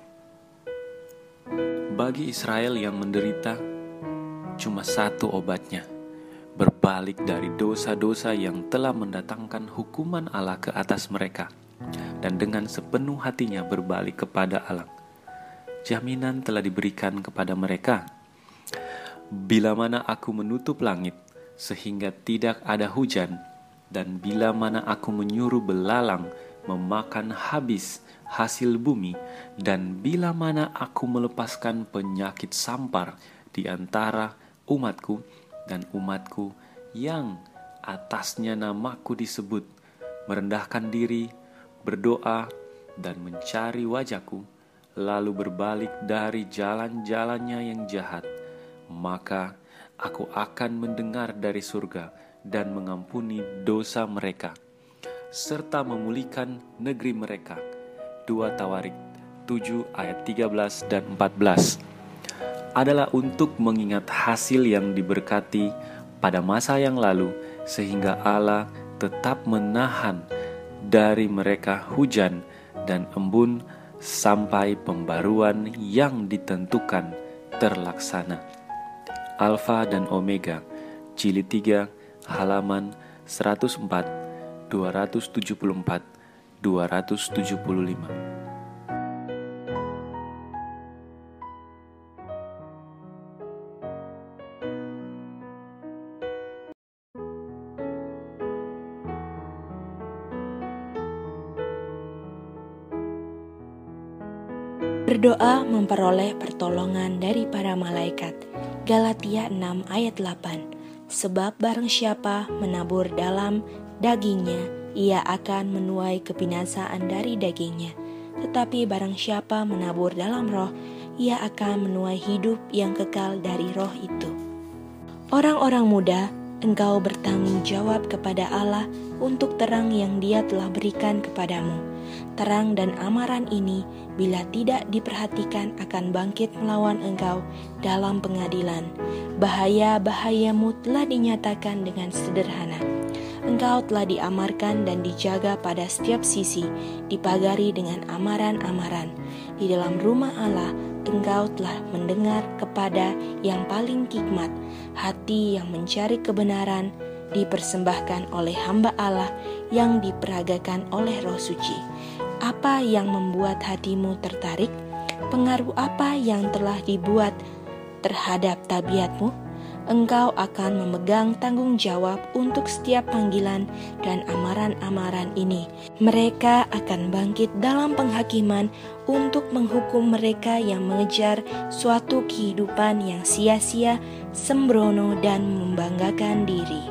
Bagi Israel yang menderita, cuma satu obatnya: berbalik dari dosa-dosa yang telah mendatangkan hukuman Allah ke atas mereka, dan dengan sepenuh hatinya berbalik kepada Allah. Jaminan telah diberikan kepada mereka. Bila mana aku menutup langit sehingga tidak ada hujan, dan bila mana aku menyuruh belalang memakan habis hasil bumi, dan bila mana aku melepaskan penyakit sampar di antara umatku, dan umatku yang atasnya namaku disebut merendahkan diri, berdoa, dan mencari wajahku, lalu berbalik dari jalan-jalannya yang jahat, maka aku akan mendengar dari surga dan mengampuni dosa mereka, serta memulihkan negeri mereka. 2 Tawarik 7 ayat 13 dan 14 adalah untuk mengingat hasil yang diberkati pada masa yang lalu, sehingga Allah tetap menahan dari mereka hujan dan embun sampai pembaruan yang ditentukan terlaksana. Alfa dan Omega, Jilid 3, halaman 104, 274, 275. Berdoa memperoleh pertolongan dari para malaikat. Galatia 6 ayat 8. Sebab barang siapa menabur dalam dagingnya, ia akan menuai kebinasaan dari dagingnya. Tetapi barang siapa menabur dalam roh, ia akan menuai hidup yang kekal dari roh itu. Orang-orang muda, engkau bertanggung jawab kepada Allah untuk terang yang Dia telah berikan kepadamu. Terang dan amaran ini, bila tidak diperhatikan, akan bangkit melawan engkau dalam pengadilan. Bahaya-bahayamu telah dinyatakan dengan sederhana. Engkau telah diamarkan dan dijaga pada setiap sisi, dipagari dengan amaran-amaran. Di dalam rumah Allah, engkau telah mendengar kepada yang paling hikmat. Hati yang mencari kebenaran dipersembahkan oleh hamba Allah yang diperagakan oleh Roh Suci. Apa yang membuat hatimu tertarik? Pengaruh apa yang telah dibuat terhadap tabiatmu? Engkau akan memegang tanggung jawab untuk setiap panggilan dan amaran-amaran ini. Mereka akan bangkit dalam penghakiman untuk menghukum mereka yang mengejar suatu kehidupan yang sia-sia, sembrono, dan membanggakan diri.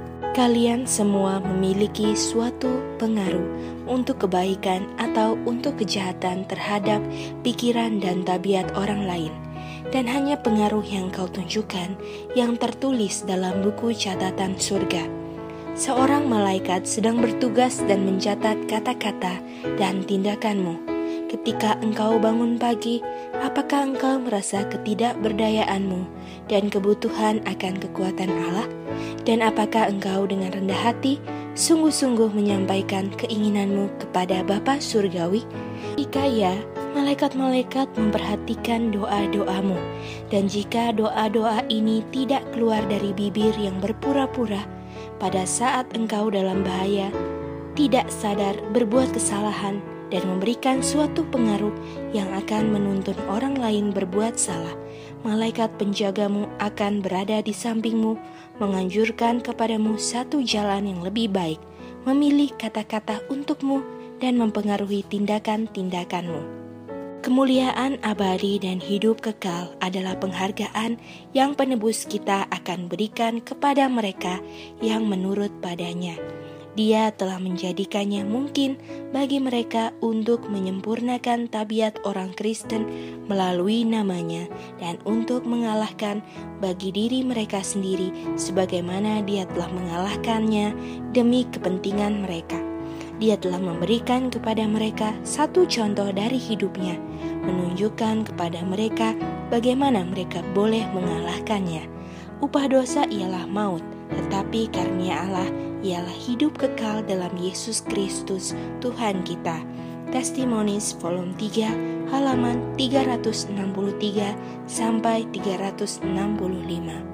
Kalian semua memiliki suatu pengaruh untuk kebaikan atau untuk kejahatan terhadap pikiran dan tabiat orang lain. Dan hanya pengaruh yang kau tunjukkan yang tertulis dalam buku catatan surga. Seorang malaikat sedang bertugas dan mencatat kata-kata dan tindakanmu. Ketika engkau bangun pagi, apakah engkau merasa ketidakberdayaanmu dan kebutuhan akan kekuatan Allah? Dan apakah engkau dengan rendah hati sungguh-sungguh menyampaikan keinginanmu kepada Bapa Surgawi? Jika ya, Malaikat-malaikat memperhatikan doa-doamu, dan jika doa-doa ini tidak keluar dari bibir yang berpura-pura, pada saat engkau dalam bahaya, tidak sadar berbuat kesalahan, dan memberikan suatu pengaruh yang akan menuntun orang lain berbuat salah, malaikat penjagamu akan berada di sampingmu, menganjurkan kepadamu satu jalan yang lebih baik, memilih kata-kata untukmu, dan mempengaruhi tindakan-tindakanmu. Kemuliaan abadi dan hidup kekal adalah penghargaan yang penebus kita akan berikan kepada mereka yang menurut padanya. Dia telah menjadikannya mungkin bagi mereka untuk menyempurnakan tabiat orang Kristen melalui namanya dan untuk mengalahkan bagi diri mereka sendiri sebagaimana Dia telah mengalahkannya demi kepentingan mereka. Dia telah memberikan kepada mereka satu contoh dari hidupnya, menunjukkan kepada mereka bagaimana mereka boleh mengalahkannya. Upah dosa ialah maut, tetapi karunia Allah ialah hidup kekal dalam Yesus Kristus Tuhan kita. Testimonies volume 3 halaman 363 sampai 365.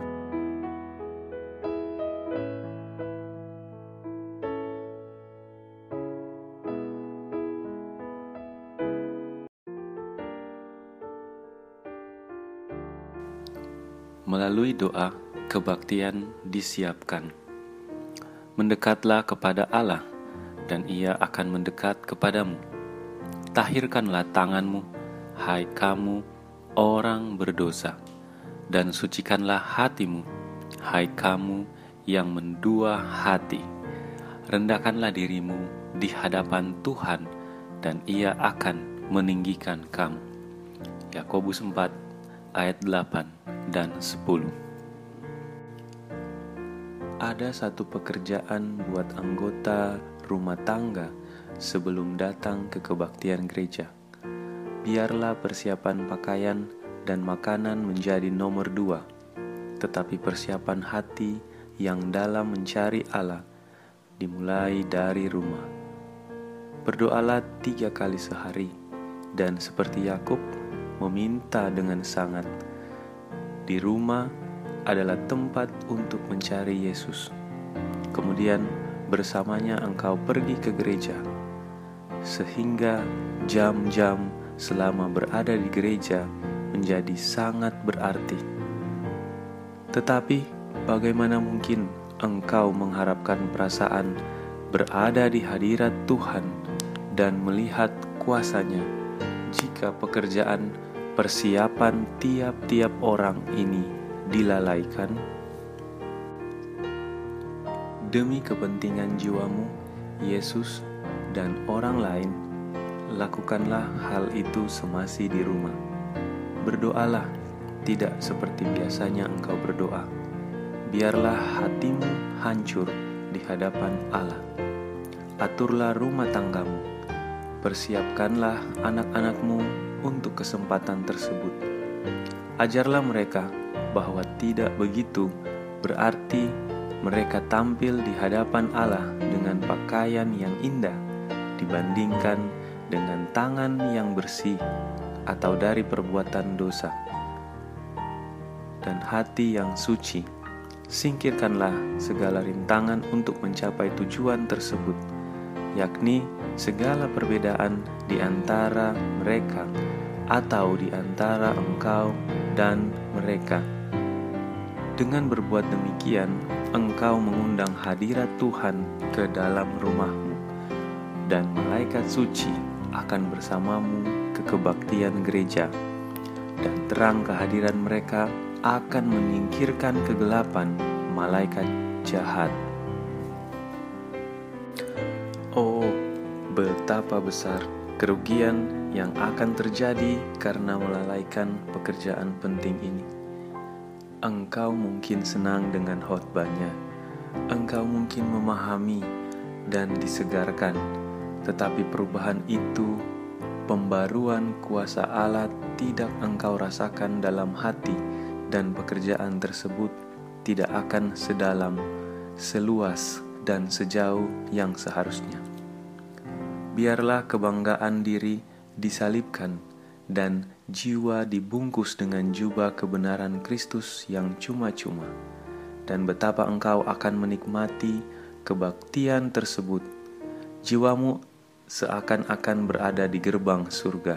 Melalui doa, kebaktian disiapkan. Mendekatlah kepada Allah, dan Ia akan mendekat kepadamu. Tahirkanlah tanganmu, hai kamu orang berdosa, dan sucikanlah hatimu, hai kamu yang mendua hati. Rendahkanlah dirimu di hadapan Tuhan, dan Ia akan meninggikan kamu. Yakobus 4 ayat 8 dan 10. Ada satu pekerjaan buat anggota rumah tangga sebelum datang ke kebaktian gereja. Biarlah persiapan pakaian dan makanan menjadi nomor 2, tetapi persiapan hati yang dalam mencari Allah dimulai dari rumah. Berdoalah 3 kali sehari, dan seperti Yakub meminta dengan sangat. Di rumah adalah tempat untuk mencari Yesus. Kemudian bersamanya engkau pergi ke gereja, sehingga jam-jam selama berada di gereja menjadi sangat berarti. Tetapi bagaimana mungkin engkau mengharapkan perasaan berada di hadirat Tuhan dan melihat kuasa-Nya jika pekerjaan persiapan tiap-tiap orang ini dilalaikan? Demi kepentingan jiwamu, Yesus, dan orang lain, lakukanlah hal itu semasi di rumah. Berdoalah, tidak seperti biasanya engkau berdoa. Biarlah hatimu hancur di hadapan Allah. Aturlah rumah tanggamu. Persiapkanlah anak-anakmu untuk kesempatan tersebut. Ajarlah mereka bahwa tidak begitu berarti mereka tampil di hadapan Allah dengan pakaian yang indah dibandingkan dengan tangan yang bersih atau dari perbuatan dosa dan hati yang suci. Singkirkanlah segala rintangan untuk mencapai tujuan tersebut, yakni segala perbedaan di antara mereka atau di antara engkau dan mereka. Dengan berbuat demikian, engkau mengundang hadirat Tuhan ke dalam rumahmu, dan malaikat suci akan bersamamu ke kebaktian gereja, dan terang kehadiran mereka akan menyingkirkan kegelapan malaikat jahat. Oh, betapa besar kerugian yang akan terjadi karena melalaikan pekerjaan penting ini. Engkau mungkin senang dengan khotbahnya, engkau mungkin memahami dan disegarkan, tetapi perubahan itu, pembaruan kuasa Allah tidak engkau rasakan dalam hati, dan pekerjaan tersebut tidak akan sedalam, seluas, dan sejauh yang seharusnya. Biarlah kebanggaan diri disalibkan, dan jiwa dibungkus dengan jubah kebenaran Kristus yang cuma-cuma, dan betapa engkau akan menikmati kebaktian tersebut. Jiwamu seakan-akan berada di gerbang surga.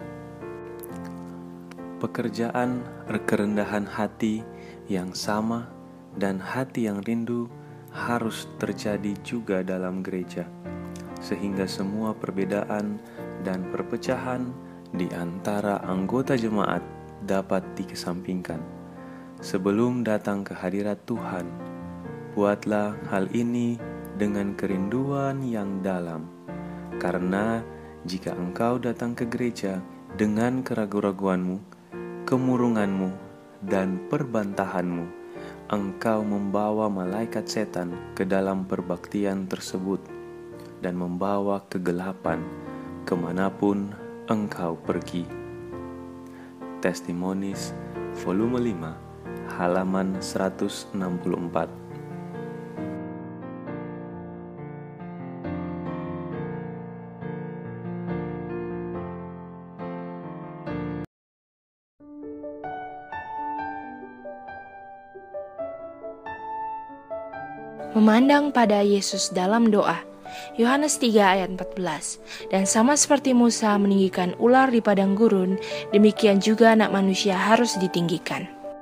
Pekerjaan kerendahan hati yang sama dan hati yang rindu harus terjadi juga dalam gereja, sehingga semua perbedaan dan perpecahan di antara anggota jemaat dapat dikesampingkan. Sebelum datang ke hadirat Tuhan, buatlah hal ini dengan kerinduan yang dalam, karena jika engkau datang ke gereja dengan keraguan-raguanmu, kemurunganmu, dan perbantahanmu, engkau membawa malaikat setan ke dalam perbaktian tersebut dan membawa kegelapan kemanapun engkau pergi. Testimonies, volume 5, halaman 164. Memandang pada Yesus dalam doa. Yohanes 3 ayat 14. Dan sama seperti Musa meninggikan ular di padang gurun, demikian juga Anak Manusia harus ditinggikan.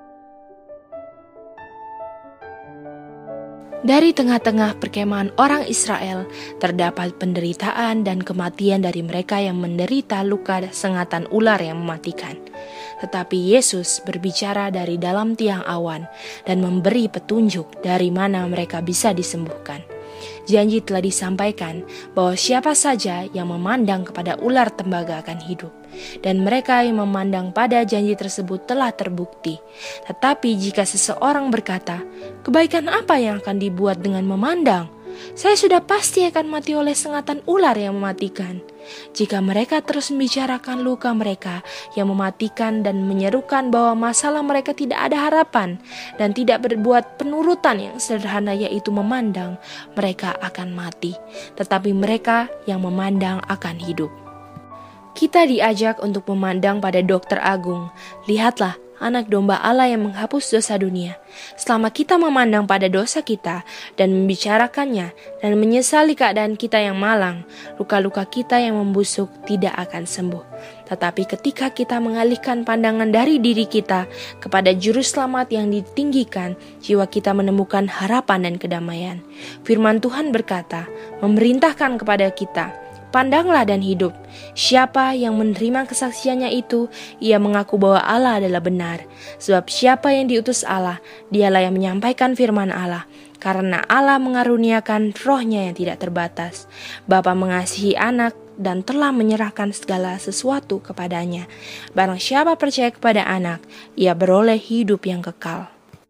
Dari tengah-tengah perkemahan orang Israel, terdapat penderitaan dan kematian dari mereka yang menderita luka sengatan ular yang mematikan. Tetapi Yesus berbicara dari dalam tiang awan dan memberi petunjuk dari mana mereka bisa disembuhkan. Janji telah disampaikan bahwa siapa saja yang memandang kepada ular tembaga akan hidup. Dan mereka yang memandang pada janji tersebut telah terbukti. Tetapi jika seseorang berkata, kebaikan apa yang akan dibuat dengan memandang? Saya sudah pasti akan mati oleh sengatan ular yang mematikan. Jika mereka terus membicarakan luka mereka yang mematikan dan menyerukan bahwa masalah mereka tidak ada harapan dan tidak berbuat penurutan yang sederhana yaitu memandang, mereka akan mati. Tetapi mereka yang memandang akan hidup. Kita diajak untuk memandang pada Dokter Agung. Lihatlah, Anak Domba Allah yang menghapus dosa dunia. Selama kita memandang pada dosa kita dan membicarakannya dan menyesali keadaan kita yang malang, luka-luka kita yang membusuk tidak akan sembuh. Tetapi ketika kita mengalihkan pandangan dari diri kita kepada Juru Selamat yang ditinggikan, jiwa kita menemukan harapan dan kedamaian. Firman Tuhan berkata, memerintahkan kepada kita, pandanglah dan hidup. Siapa yang menerima kesaksiannya itu, ia mengaku bahwa Allah adalah benar. Sebab siapa yang diutus Allah, dialah yang menyampaikan firman Allah. Karena Allah mengaruniakan rohnya yang tidak terbatas. Bapa mengasihi anak dan telah menyerahkan segala sesuatu kepadanya. Barang siapa percaya kepada anak, ia beroleh hidup yang kekal.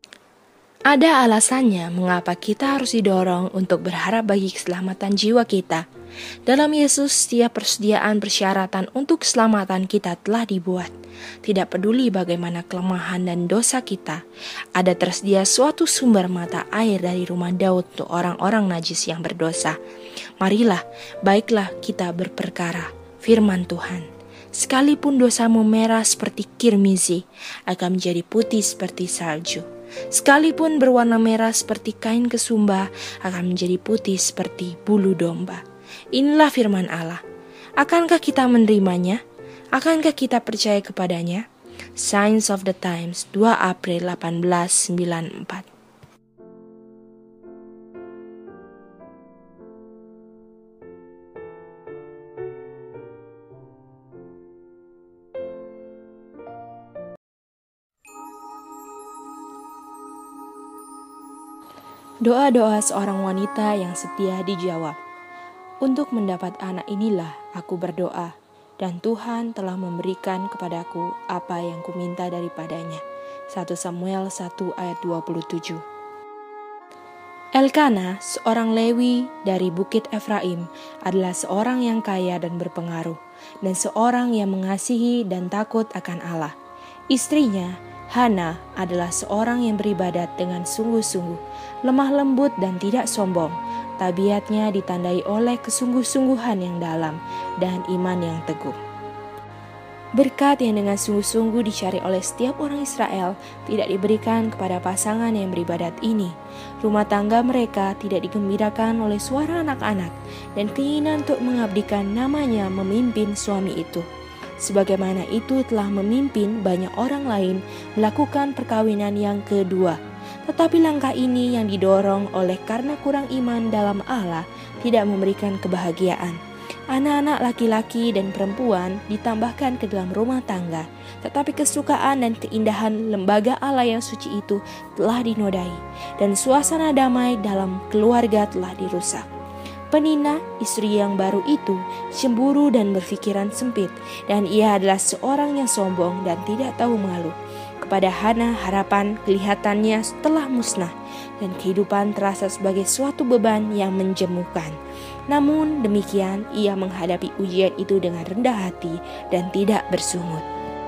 Ada alasannya mengapa kita harus didorong untuk berharap bagi keselamatan jiwa kita. Dalam Yesus, setiap persediaan persyaratan untuk keselamatan kita telah dibuat. Tidak peduli bagaimana kelemahan dan dosa kita, ada tersedia suatu sumber mata air dari rumah Daud untuk orang-orang najis yang berdosa. Marilah, baiklah kita berperkara. Firman Tuhan. Sekalipun dosamu merah seperti kirmizi, akan menjadi putih seperti salju. Sekalipun berwarna merah seperti kain kesumba, akan menjadi putih seperti bulu domba. Inilah firman Allah. Akankah kita menerimanya? Akankah kita percaya kepadanya? Signs of the Times, 2 April 1894. Doa-doa seorang wanita yang setia dijawab. Untuk mendapat anak inilah aku berdoa, dan Tuhan telah memberikan kepadaku apa yang kuminta daripadanya. 1 Samuel 1 ayat 27. Elkana, seorang Lewi dari Bukit Efraim, adalah seorang yang kaya dan berpengaruh, dan seorang yang mengasihi dan takut akan Allah. Istrinya, Hana, adalah seorang yang beribadat dengan sungguh-sungguh, lemah lembut dan tidak sombong. Tabiatnya ditandai oleh kesungguh-sungguhan yang dalam dan iman yang teguh. Berkat yang dengan sungguh-sungguh dicari oleh setiap orang Israel tidak diberikan kepada pasangan yang beribadat ini. Rumah tangga mereka tidak digembirakan oleh suara anak-anak dan keinginan untuk mengabdikan namanya memimpin suami itu. Sebagaimana itu telah memimpin banyak orang lain melakukan perkawinan yang kedua. Tetapi langkah ini yang didorong oleh karena kurang iman dalam Allah tidak memberikan kebahagiaan. Anak-anak laki-laki dan perempuan ditambahkan ke dalam rumah tangga, tetapi kesukaan dan keindahan lembaga Allah yang suci itu telah dinodai, dan suasana damai dalam keluarga telah dirusak. Penina, istri yang baru itu, cemburu dan berpikiran sempit, dan ia adalah seorang yang sombong dan tidak tahu malu. Kepada Hana harapan kelihatannya telah musnah, dan kehidupan terasa sebagai suatu beban yang menjemukan. Namun demikian ia menghadapi ujian itu dengan rendah hati dan tidak bersungut.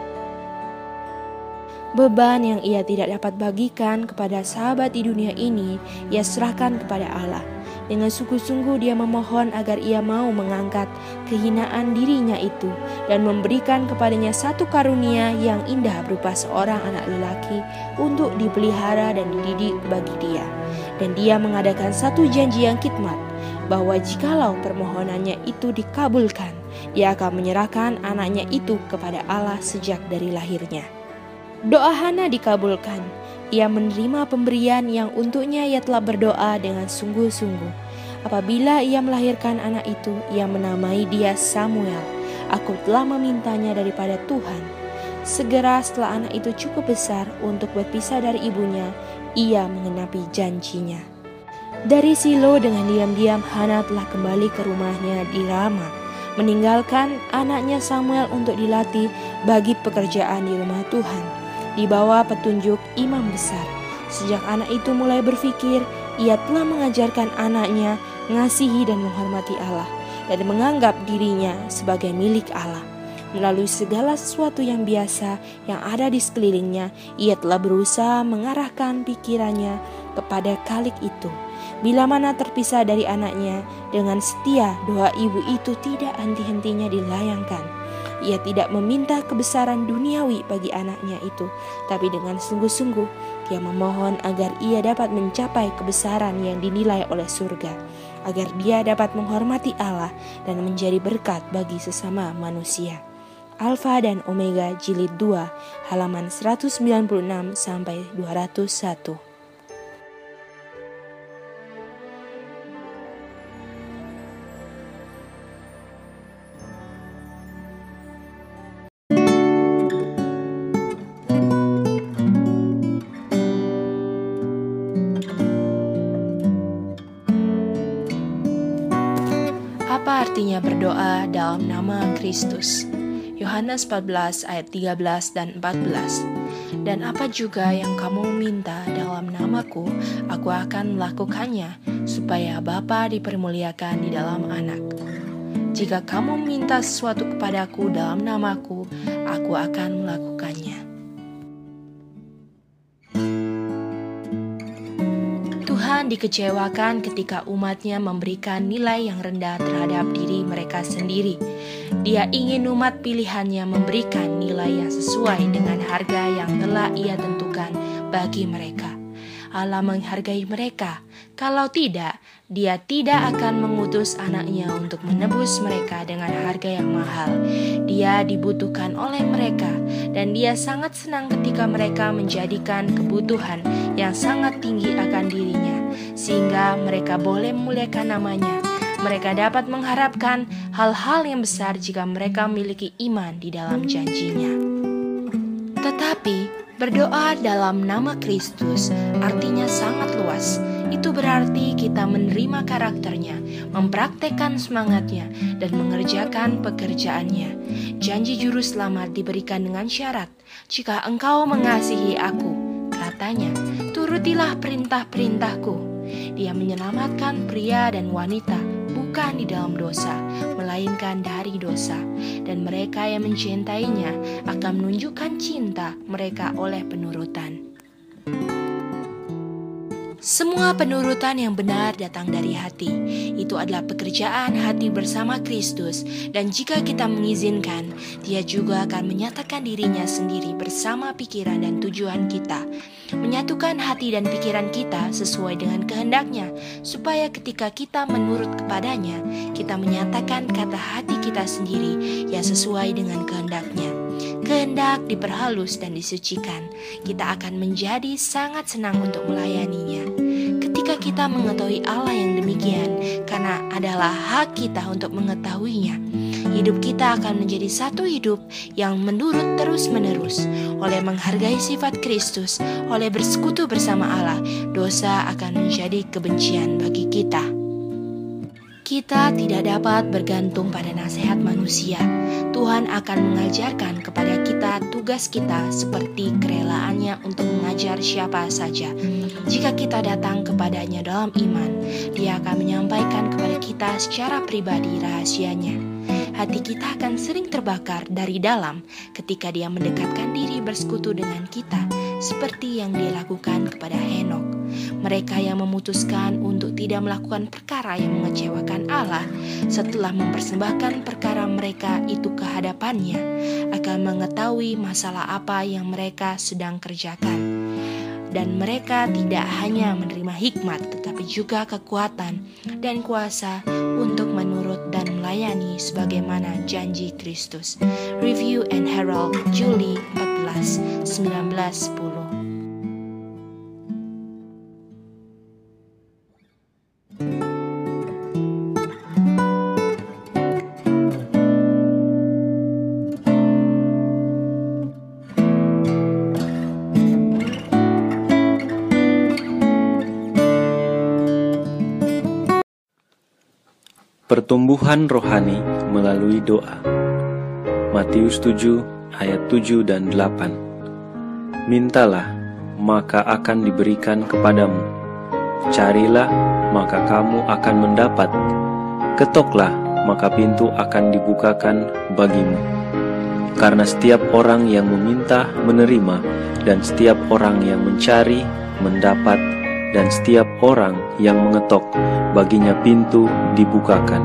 Beban yang ia tidak dapat bagikan kepada sahabat di dunia ini, ia serahkan kepada Allah. Dengan sungguh-sungguh dia memohon agar ia mau mengangkat kehinaan dirinya itu dan memberikan kepadanya satu karunia yang indah berupa seorang anak lelaki untuk dipelihara dan dididik bagi dia. Dan dia mengadakan satu janji yang khidmat, bahwa jikalau permohonannya itu dikabulkan, dia akan menyerahkan anaknya itu kepada Allah sejak dari lahirnya. Doa Hana dikabulkan. Ia menerima pemberian yang untuknya ia telah berdoa dengan sungguh-sungguh. Apabila ia melahirkan anak itu, ia menamai dia Samuel. Aku telah memintanya daripada Tuhan. Segera setelah anak itu cukup besar untuk berpisah dari ibunya, ia mengenapi janjinya. Dari Silo dengan diam-diam Hana telah kembali ke rumahnya di Rama, meninggalkan anaknya Samuel untuk dilatih bagi pekerjaan di rumah Tuhan. Di bawah petunjuk imam besar. Sejak anak itu mulai berpikir, ia telah mengajarkan anaknya mengasihi dan menghormati Allah dan menganggap dirinya sebagai milik Allah. Melalui segala sesuatu yang biasa yang ada di sekelilingnya, ia telah berusaha mengarahkan pikirannya kepada Khalik itu. Bila mana terpisah dari anaknya, dengan setia doa ibu itu tidak henti-hentinya dilayangkan. Ia tidak meminta kebesaran duniawi bagi anaknya itu, tapi dengan sungguh-sungguh ia memohon agar ia dapat mencapai kebesaran yang dinilai oleh surga, agar dia dapat menghormati Allah dan menjadi berkat bagi sesama manusia. Alfa dan Omega jilid 2 halaman 196 sampai 201. Apa artinya berdoa dalam nama Kristus? Yohanes 14 ayat 13 dan 14. Dan apa juga yang kamu minta dalam namaku, aku akan melakukannya, supaya Bapa dipermuliakan di dalam Anak. Jika kamu minta sesuatu kepadaku dalam namaku, aku akan melakukannya. Tuhan dikecewakan ketika umatnya memberikan nilai yang rendah terhadap diri mereka sendiri. Dia ingin umat pilihannya memberikan nilai yang sesuai dengan harga yang telah ia tentukan bagi mereka. Allah menghargai mereka. Kalau tidak, dia tidak akan mengutus anaknya untuk menebus mereka dengan harga yang mahal. Dia dibutuhkan oleh mereka, dan dia sangat senang ketika mereka menjadikan kebutuhan yang sangat tinggi akan dirinya, sehingga mereka boleh memuliakan namanya. Mereka dapat mengharapkan hal-hal yang besar jika mereka memiliki iman di dalam janjinya. Tetapi berdoa dalam nama Kristus artinya sangat luas. Itu berarti kita menerima karakternya, mempraktekkan semangatnya, dan mengerjakan pekerjaannya. Janji juru selamat diberikan dengan syarat, jika engkau mengasihi aku, katanya, turutilah perintah-perintahku. Dia menyelamatkan pria dan wanita, bukan di dalam dosa, melainkan dari dosa. Dan mereka yang mencintainya akan menunjukkan cinta mereka oleh penurutan. Semua penurutan yang benar datang dari hati. Itu adalah pekerjaan hati bersama Kristus, dan jika kita mengizinkan, Dia juga akan menyatakan dirinya sendiri bersama pikiran dan tujuan kita, menyatukan hati dan pikiran kita sesuai dengan kehendak-Nya, supaya ketika kita menurut kepadanya, kita menyatakan kata hati kita sendiri yang sesuai dengan kehendak-Nya. Kehendak diperhalus dan disucikan, kita akan menjadi sangat senang untuk melayaninya. Ketika kita mengetahui Allah yang demikian, karena adalah hak kita untuk mengetahuinya, hidup kita akan menjadi satu hidup yang menurut terus-menerus. Oleh menghargai sifat Kristus, oleh bersekutu bersama Allah, dosa akan menjadi kebencian bagi kita. Kita tidak dapat bergantung pada nasihat manusia. Tuhan akan mengajarkan kepada kita tugas kita seperti kerelaannya untuk mengajar siapa saja. Jika kita datang kepadanya dalam iman, Dia akan menyampaikan kepada kita secara pribadi rahasianya. Hati kita akan sering terbakar dari dalam ketika Dia mendekatkan diri bersekutu dengan kita, seperti yang Dia lakukan kepada Henokh. Mereka yang memutuskan untuk tidak melakukan perkara yang mengecewakan Allah setelah mempersembahkan perkara mereka itu ke hadapannya, akan mengetahui masalah apa yang mereka sedang kerjakan. Dan mereka tidak hanya menerima hikmat, tetapi juga kekuatan dan kuasa untuk menurut dan melayani sebagaimana janji Kristus. Review and Herald, Juli 14, 1910. Pertumbuhan rohani melalui doa. Matius 7 ayat 7 dan 8. Mintalah, maka akan diberikan kepadamu. Carilah, maka kamu akan mendapat. Ketoklah, maka pintu akan dibukakan bagimu. Karena setiap orang yang meminta menerima, dan setiap orang yang mencari mendapat, dan setiap orang yang mengetok, baginya pintu dibukakan.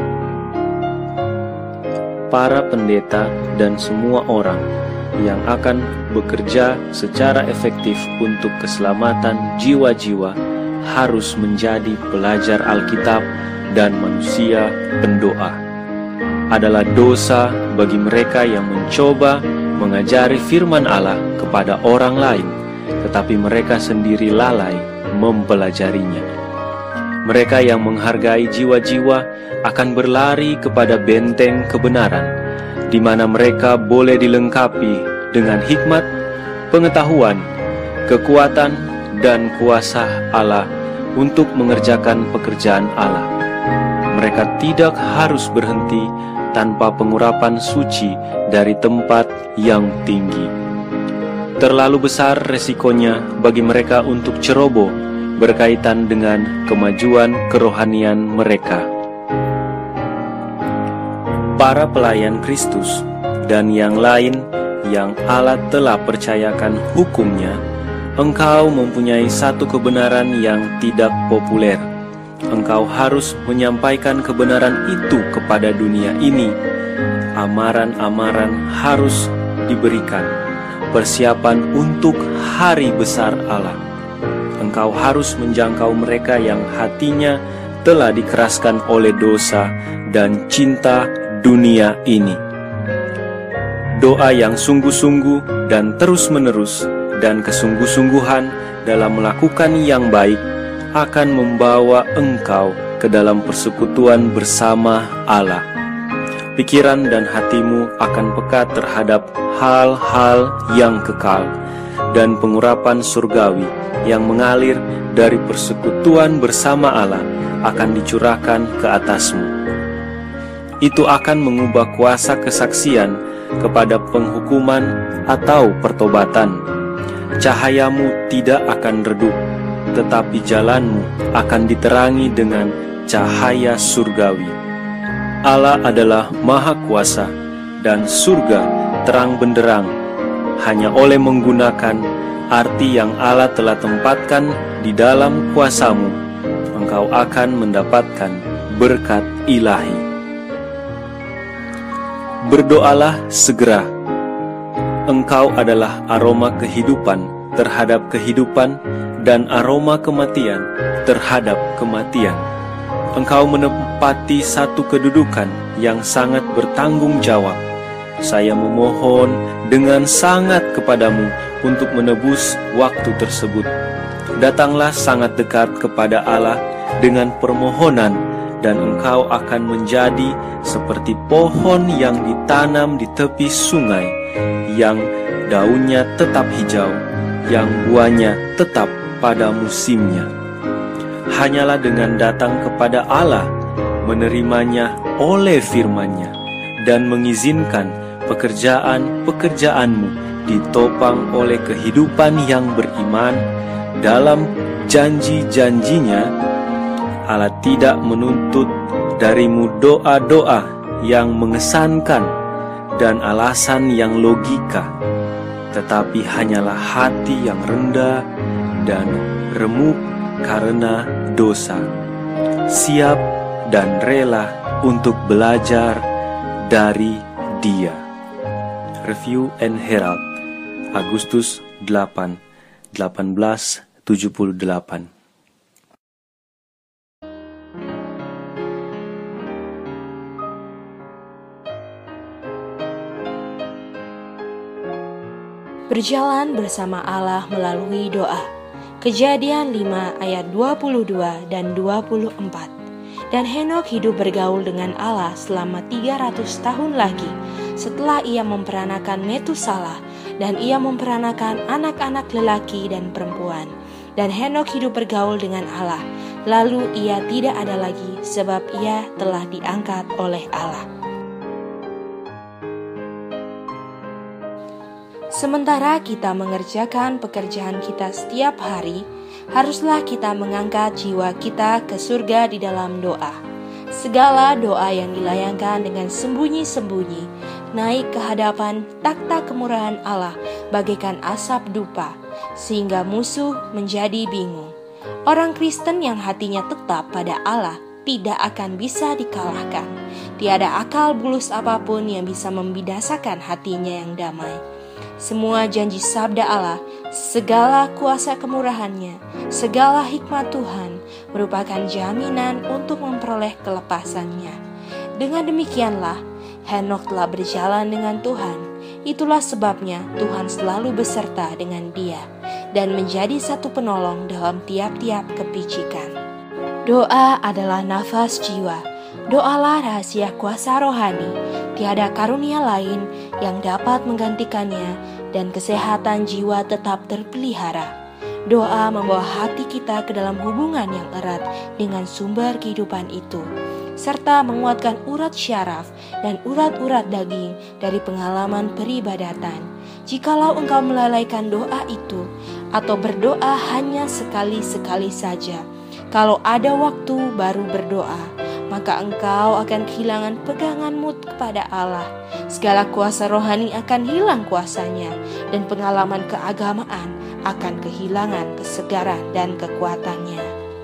Para pendeta dan semua orang yang akan bekerja secara efektif untuk keselamatan jiwa-jiwa harus menjadi pelajar Alkitab dan manusia pendoa. Adalah dosa bagi mereka yang mencoba mengajari firman Allah kepada orang lain, tetapi mereka sendiri lalai mempelajarinya. Mereka yang menghargai jiwa-jiwa akan berlari kepada benteng kebenaran, di mana mereka boleh dilengkapi dengan hikmat, pengetahuan, kekuatan, dan kuasa Allah untuk mengerjakan pekerjaan Allah. Mereka tidak harus berhenti tanpa pengurapan suci dari tempat yang tinggi. Terlalu besar resikonya bagi mereka untuk ceroboh berkaitan dengan kemajuan kerohanian mereka. Para pelayan Kristus dan yang lain yang Allah telah percayakan hukumnya, engkau mempunyai satu kebenaran yang tidak populer. Engkau harus menyampaikan kebenaran itu kepada dunia ini. Amaran-amaran harus diberikan. Persiapan untuk hari besar Allah. Engkau harus menjangkau mereka yang hatinya telah dikeraskan oleh dosa dan cinta dunia ini. Doa yang sungguh-sungguh dan terus-menerus dan kesungguh-sungguhan dalam melakukan yang baik akan membawa engkau ke dalam persekutuan bersama Allah. Pikiran dan hatimu akan peka terhadap hal-hal yang kekal dan pengurapan surgawi yang mengalir dari persekutuan bersama Allah akan dicurahkan ke atasmu. Itu akan mengubah kuasa kesaksian kepada penghukuman atau pertobatan. Cahayamu tidak akan redup, tetapi jalanmu akan diterangi dengan cahaya surgawi. Allah adalah Maha Kuasa dan surga terang benderang. hanya oleh menggunakan arti yang Allah telah tempatkan di dalam kuasa-Mu, engkau akan mendapatkan berkat ilahi. Berdoalah segera. Engkau adalah aroma kehidupan terhadap kehidupan dan aroma kematian terhadap kematian. Engkau menempati satu kedudukan yang sangat bertanggung jawab. Saya memohon dengan sangat kepadamu untuk menebus waktu tersebut. Datanglah sangat dekat kepada Allah dengan permohonan, dan engkau akan menjadi seperti pohon yang ditanam di tepi sungai, yang daunnya tetap hijau, yang buahnya tetap pada musimnya. Hanyalah dengan datang kepada Allah, menerimanya oleh firman-Nya, dan mengizinkan pekerjaan-pekerjaanmu ditopang oleh kehidupan yang beriman dalam janji-janjinya. Allah tidak menuntut darimu doa-doa yang mengesankan dan alasan yang logika, tetapi hanyalah hati yang rendah dan remuk karena dosa, siap dan rela untuk belajar dari Dia. Review and Herald, Agustus 8, 1878. Berjalan bersama Allah melalui doa. Kejadian 5 ayat 22 dan 24. Dan Henokh hidup bergaul dengan Allah selama 300 tahun lagi setelah ia memperanakan Metusalah, dan ia memperanakan anak-anak lelaki dan perempuan. Dan Henokh hidup bergaul dengan Allah, lalu ia tidak ada lagi sebab ia telah diangkat oleh Allah. Sementara kita mengerjakan pekerjaan kita setiap hari, haruslah kita mengangkat jiwa kita ke surga di dalam doa. Segala doa yang dilayangkan dengan sembunyi-sembunyi naik ke hadapan takhta kemurahan Allah bagaikan asap dupa, sehingga musuh menjadi bingung. Orang Kristen yang hatinya tetap pada Allah tidak akan bisa dikalahkan. Tiada akal bulus apapun yang bisa membidasakan hatinya yang damai. Semua janji sabda Allah, segala kuasa kemurahan-Nya, segala hikmat Tuhan merupakan jaminan untuk memperoleh kelepasan-Nya. Dengan demikianlah, Henokh telah berjalan dengan Tuhan. Itulah sebabnya Tuhan selalu beserta dengan dia dan menjadi satu penolong dalam tiap-tiap kepicikan. Doa adalah nafas jiwa. Doalah rahasia kuasa rohani. Tiada karunia lain yang dapat menggantikannya, dan kesehatan jiwa tetap terpelihara. Doa membawa hati kita ke dalam hubungan yang erat dengan sumber kehidupan itu, serta menguatkan urat syaraf dan urat-urat daging dari pengalaman peribadatan. Jikalau engkau melalaikan doa itu, atau berdoa hanya sekali-sekali saja, kalau ada waktu baru berdoa, maka engkau akan kehilangan peganganmu kepada Allah. Segala kuasa rohani akan hilang kuasanya, dan pengalaman keagamaan akan kehilangan kesegaran dan kekuatannya.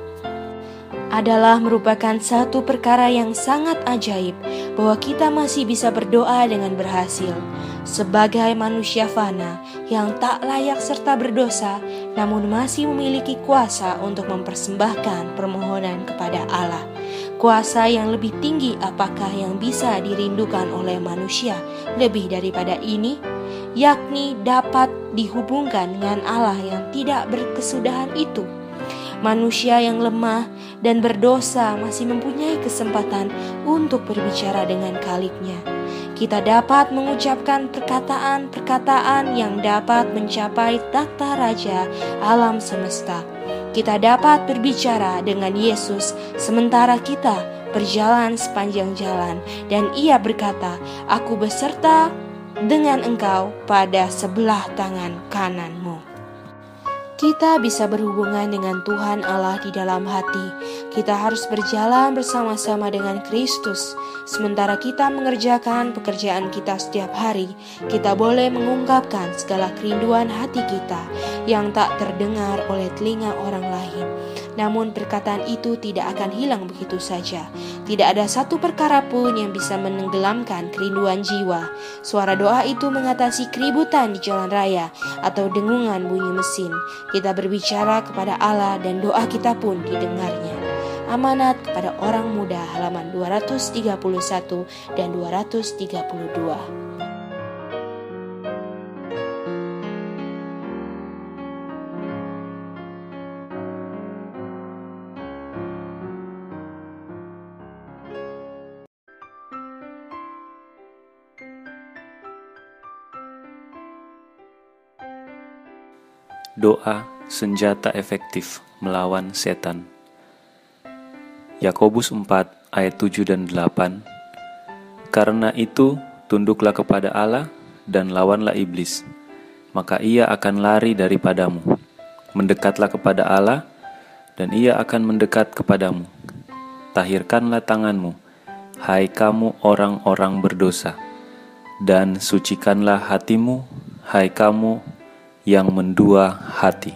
Adalah merupakan satu perkara yang sangat ajaib bahwa kita masih bisa berdoa dengan berhasil. Sebagai manusia fana yang tak layak serta berdosa, namun masih memiliki kuasa untuk mempersembahkan permohonan kepada Allah. Kuasa yang lebih tinggi apakah yang bisa dirindukan oleh manusia lebih daripada ini? Yakni dapat dihubungkan dengan Allah yang tidak berkesudahan itu. Manusia yang lemah dan berdosa masih mempunyai kesempatan untuk berbicara dengan Khaliknya. Kita dapat mengucapkan perkataan-perkataan yang dapat mencapai takhta Raja alam semesta. Kita dapat berbicara dengan Yesus sementara kita berjalan sepanjang jalan, dan Ia berkata, "Aku beserta dengan engkau pada sebelah tangan kananmu." Kita bisa berhubungan dengan Tuhan Allah di dalam hati. Kita harus berjalan bersama-sama dengan Kristus. Sementara kita mengerjakan pekerjaan kita setiap hari, kita boleh mengungkapkan segala kerinduan hati kita yang tak terdengar oleh telinga orang lain. Namun perkataan itu tidak akan hilang begitu saja. Tidak ada satu perkara pun yang bisa menenggelamkan kerinduan jiwa. Suara doa itu mengatasi keributan di jalan raya atau dengungan bunyi mesin. Kita berbicara kepada Allah dan doa kita pun didengarnya. Amanat kepada orang muda halaman 231 dan 232. Doa senjata efektif melawan setan. Yakobus 4 ayat 7 dan 8. Karena itu tunduklah kepada Allah dan lawanlah iblis, maka ia akan lari daripadamu. Mendekatlah kepada Allah dan ia akan mendekat kepadamu. Tahirkanlah tanganmu, hai kamu orang-orang berdosa, dan sucikanlah hatimu, hai kamu yang mendua hati.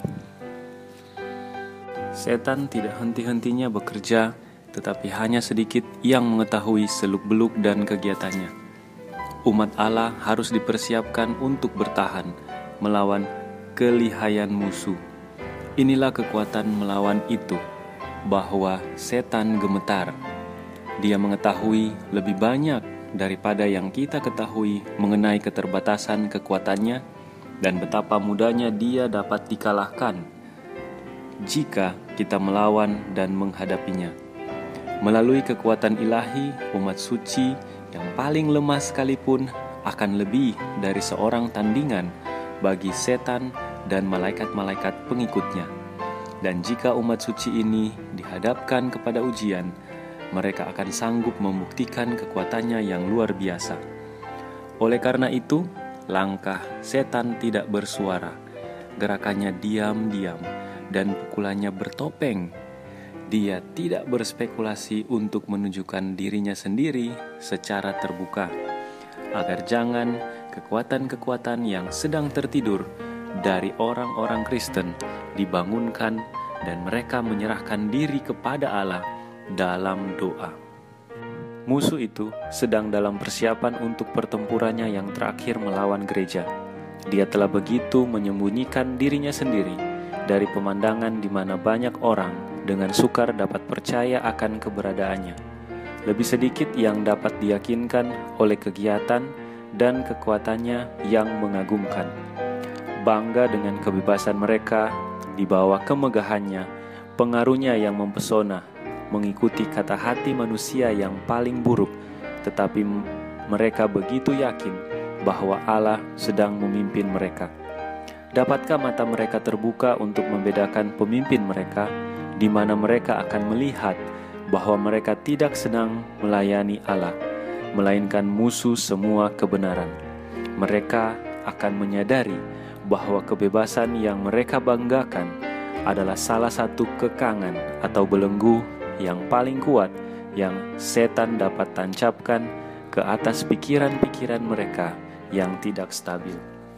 Setan tidak henti-hentinya bekerja, tetapi hanya sedikit yang mengetahui seluk-beluk dan kegiatannya. Umat Allah harus dipersiapkan untuk bertahan melawan kelihayan musuh. Inilah kekuatan melawan itu, bahwa setan gemetar. Dia mengetahui lebih banyak daripada yang kita ketahui mengenai keterbatasan kekuatannya dan betapa mudahnya dia dapat dikalahkan jika kita melawan dan menghadapinya. Melalui kekuatan ilahi, umat suci yang paling lemah sekalipun akan lebih dari seorang tandingan bagi setan dan malaikat-malaikat pengikutnya. Dan jika umat suci ini dihadapkan kepada ujian, mereka akan sanggup membuktikan kekuatannya yang luar biasa. Oleh karena itu, langkah setan tidak bersuara, gerakannya diam-diam, dan pukulannya bertopeng. Dia tidak berspekulasi untuk menunjukkan dirinya sendiri secara terbuka, agar jangan kekuatan-kekuatan yang sedang tertidur dari orang-orang Kristen dibangunkan dan mereka menyerahkan diri kepada Allah dalam doa. Musuh itu sedang dalam persiapan untuk pertempurannya yang terakhir melawan gereja. Dia telah begitu menyembunyikan dirinya sendiri dari pemandangan di mana banyak orang dengan sukar dapat percaya akan keberadaannya. Lebih sedikit yang dapat diyakinkan oleh kegiatan dan kekuatannya yang mengagumkan. Bangga dengan kebebasan mereka di bawah kemegahannya, pengaruhnya yang mempesona, mengikuti kata hati manusia yang paling buruk, tetapi mereka begitu yakin bahwa Allah sedang memimpin mereka. Dapatkah mata mereka terbuka untuk membedakan pemimpin mereka, di mana mereka akan melihat bahwa mereka tidak sedang melayani Allah, melainkan musuh semua kebenaran. Mereka akan menyadari bahwa kebebasan yang mereka banggakan adalah salah satu kekangan atau belenggu yang paling kuat yang setan dapat tancapkan ke atas pikiran-pikiran mereka yang tidak stabil.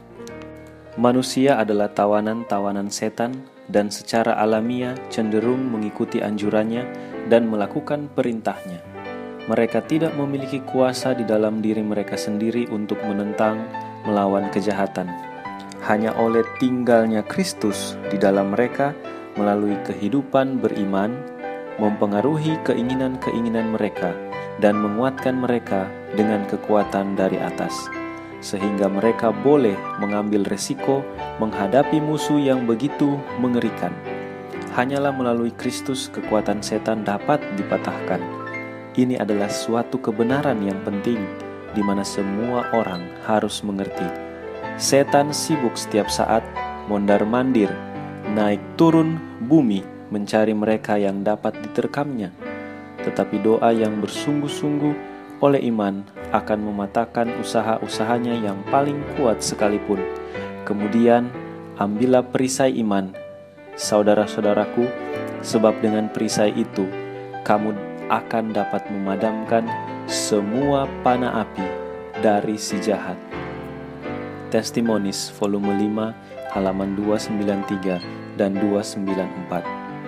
Manusia adalah tawanan-tawanan setan dan secara alamiah cenderung mengikuti anjurannya dan melakukan perintahnya. Mereka tidak memiliki kuasa di dalam diri mereka sendiri untuk menentang, melawan kejahatan. Hanya oleh tinggalnya Kristus di dalam mereka melalui kehidupan beriman, mempengaruhi keinginan-keinginan mereka dan menguatkan mereka dengan kekuatan dari atas, sehingga mereka boleh mengambil resiko menghadapi musuh yang begitu mengerikan. Hanyalah melalui Kristus kekuatan setan dapat dipatahkan. Ini adalah suatu kebenaran yang penting di mana semua orang harus mengerti. Setan sibuk setiap saat mondar-mandir, naik turun bumi mencari mereka yang dapat diterkamnya. Tetapi doa yang bersungguh-sungguh oleh iman akan mematahkan usaha-usahanya yang paling kuat sekalipun. Kemudian ambillah perisai iman saudara-saudaraku, sebab dengan perisai itu kamu akan dapat memadamkan semua panah api dari si jahat. Testimonies volume 5 halaman 293 dan 294.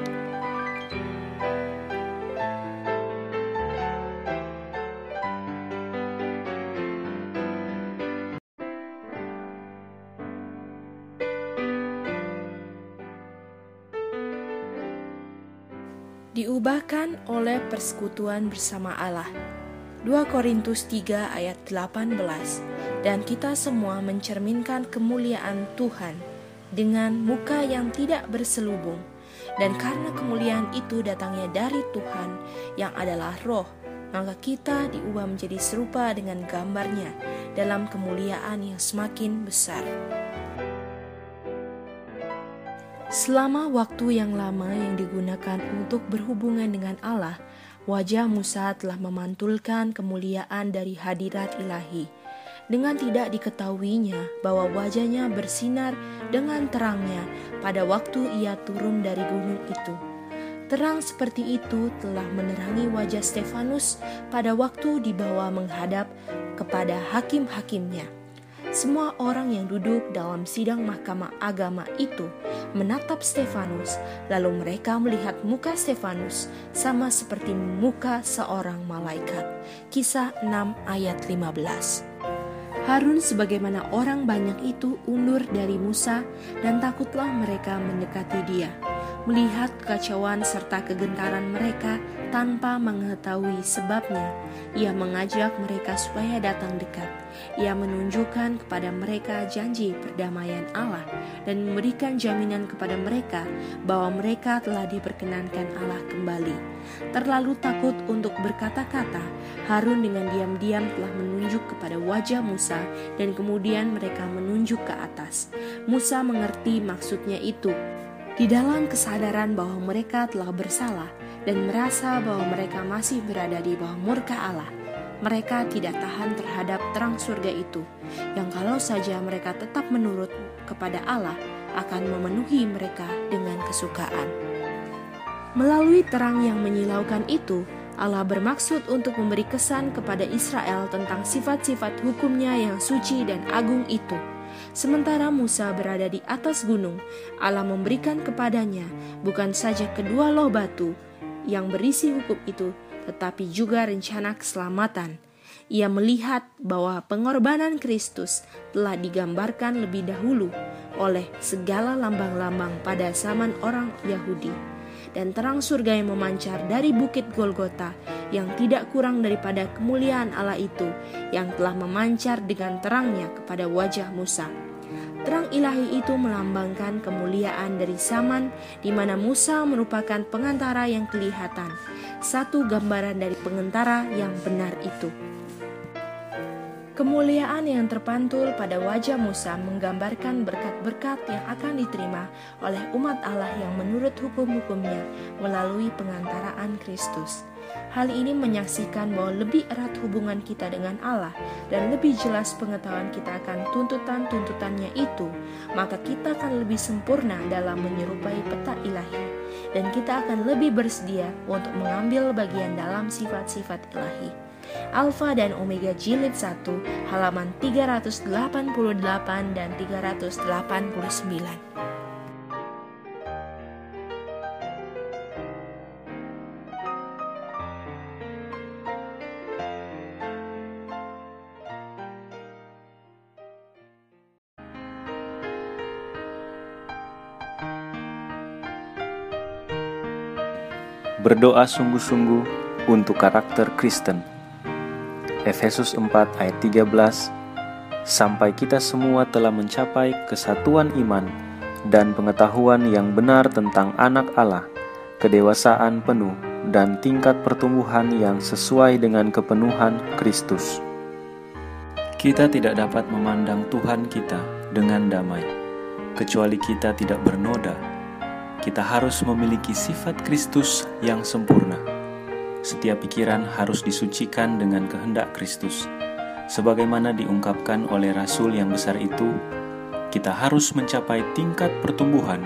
Diubahkan oleh persekutuan bersama Allah. 2 Korintus 3 ayat 18. Dan kita semua mencerminkan kemuliaan Tuhan dengan muka yang tidak berselubung. Dan karena kemuliaan itu datangnya dari Tuhan yang adalah Roh, maka kita diubah menjadi serupa dengan gambarnya dalam kemuliaan yang semakin besar. Selama waktu yang lama yang digunakan untuk berhubungan dengan Allah, wajah Musa telah memantulkan kemuliaan dari hadirat ilahi. Dengan tidak diketahuinya bahwa wajahnya bersinar dengan terangnya pada waktu ia turun dari gunung itu. Terang seperti itu telah menerangi wajah Stefanus pada waktu dibawa menghadap kepada hakim-hakimnya. Semua orang yang duduk dalam sidang mahkamah agama itu menatap Stefanus, lalu mereka melihat muka Stefanus sama seperti muka seorang malaikat. Kisah 6 ayat 15. Harun sebagaimana orang banyak itu undur dari Musa, dan takutlah mereka mendekati dia. Melihat kekacauan serta kegentaran mereka tanpa mengetahui sebabnya, ia mengajak mereka supaya datang dekat. Ia menunjukkan kepada mereka janji perdamaian Allah dan memberikan jaminan kepada mereka bahwa mereka telah diperkenankan Allah kembali. Terlalu takut untuk berkata-kata, Harun dengan diam-diam telah menunjuk kepada wajah Musa dan kemudian mereka menunjuk ke atas. Musa mengerti maksudnya itu. Di dalam kesadaran bahwa mereka telah bersalah dan merasa bahwa mereka masih berada di bawah murka Allah, mereka tidak tahan terhadap terang surga itu, yang kalau saja mereka tetap menurut kepada Allah, akan memenuhi mereka dengan kesukaan. Melalui terang yang menyilaukan itu, Allah bermaksud untuk memberi kesan kepada Israel tentang sifat-sifat hukumnya yang suci dan agung itu. Sementara Musa berada di atas gunung, Allah memberikan kepadanya bukan saja kedua loh batu yang berisi hukum itu, tetapi juga rencana keselamatan. Ia melihat bahwa pengorbanan Kristus telah digambarkan lebih dahulu oleh segala lambang-lambang pada zaman orang Yahudi. Dan terang surga yang memancar dari bukit Golgota yang tidak kurang daripada kemuliaan Allah itu yang telah memancar dengan terangnya kepada wajah Musa. Terang ilahi itu melambangkan kemuliaan dari zaman di mana Musa merupakan pengantara yang kelihatan, satu gambaran dari pengantara yang benar itu. Kemuliaan yang terpantul pada wajah Musa menggambarkan berkat-berkat yang akan diterima oleh umat Allah yang menurut hukum-hukumnya melalui pengantaraan Kristus. Hal ini menyaksikan bahwa lebih erat hubungan kita dengan Allah dan lebih jelas pengetahuan kita akan tuntutan-tuntutannya itu, maka kita akan lebih sempurna dalam menyerupai peta ilahi, dan kita akan lebih bersedia untuk mengambil bagian dalam sifat-sifat ilahi. Alfa dan Omega Jilid 1 halaman 388 dan 389. Berdoa sungguh-sungguh untuk karakter Kristen. Efesus 4 ayat 13, sampai kita semua telah mencapai kesatuan iman dan pengetahuan yang benar tentang anak Allah, kedewasaan penuh dan tingkat pertumbuhan yang sesuai dengan kepenuhan Kristus. Kita tidak dapat memandang Tuhan kita dengan damai, kecuali kita tidak bernoda. Kita harus memiliki sifat Kristus yang sempurna. Setiap pikiran harus disucikan dengan kehendak Kristus. Sebagaimana diungkapkan oleh Rasul yang besar itu, kita harus mencapai tingkat pertumbuhan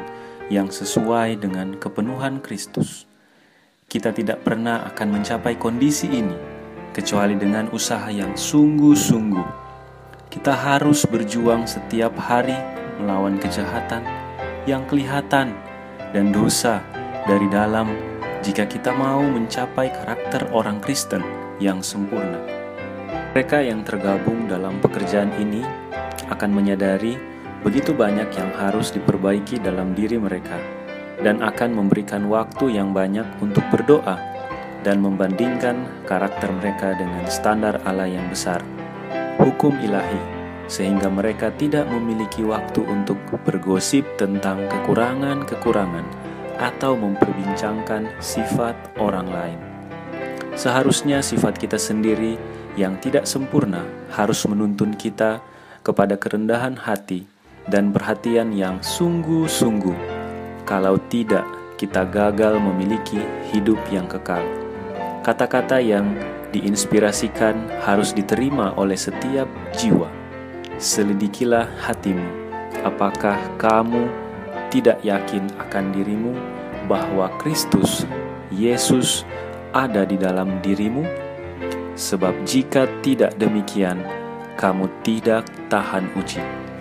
yang sesuai dengan kepenuhan Kristus. Kita tidak pernah akan mencapai kondisi ini kecuali dengan usaha yang sungguh-sungguh. Kita harus berjuang setiap hari melawan kejahatan yang kelihatan dan dosa dari dalam jika kita mau mencapai karakter orang Kristen yang sempurna. Mereka yang tergabung dalam pekerjaan ini akan menyadari begitu banyak yang harus diperbaiki dalam diri mereka dan akan memberikan waktu yang banyak untuk berdoa dan membandingkan karakter mereka dengan standar Allah yang besar, hukum ilahi, sehingga mereka tidak memiliki waktu untuk bergosip tentang kekurangan-kekurangan atau memperbincangkan sifat orang lain. Seharusnya sifat kita sendiri yang tidak sempurna harus menuntun kita kepada kerendahan hati dan perhatian yang sungguh-sungguh. Kalau tidak, kita gagal memiliki hidup yang kekal. Kata-kata yang diinspirasikan harus diterima oleh setiap jiwa. Selidikilah hatimu. Apakah kamu tidak yakin akan dirimu bahwa Kristus, Yesus, ada di dalam dirimu? Sebab jika tidak demikian, kamu tidak tahan uji.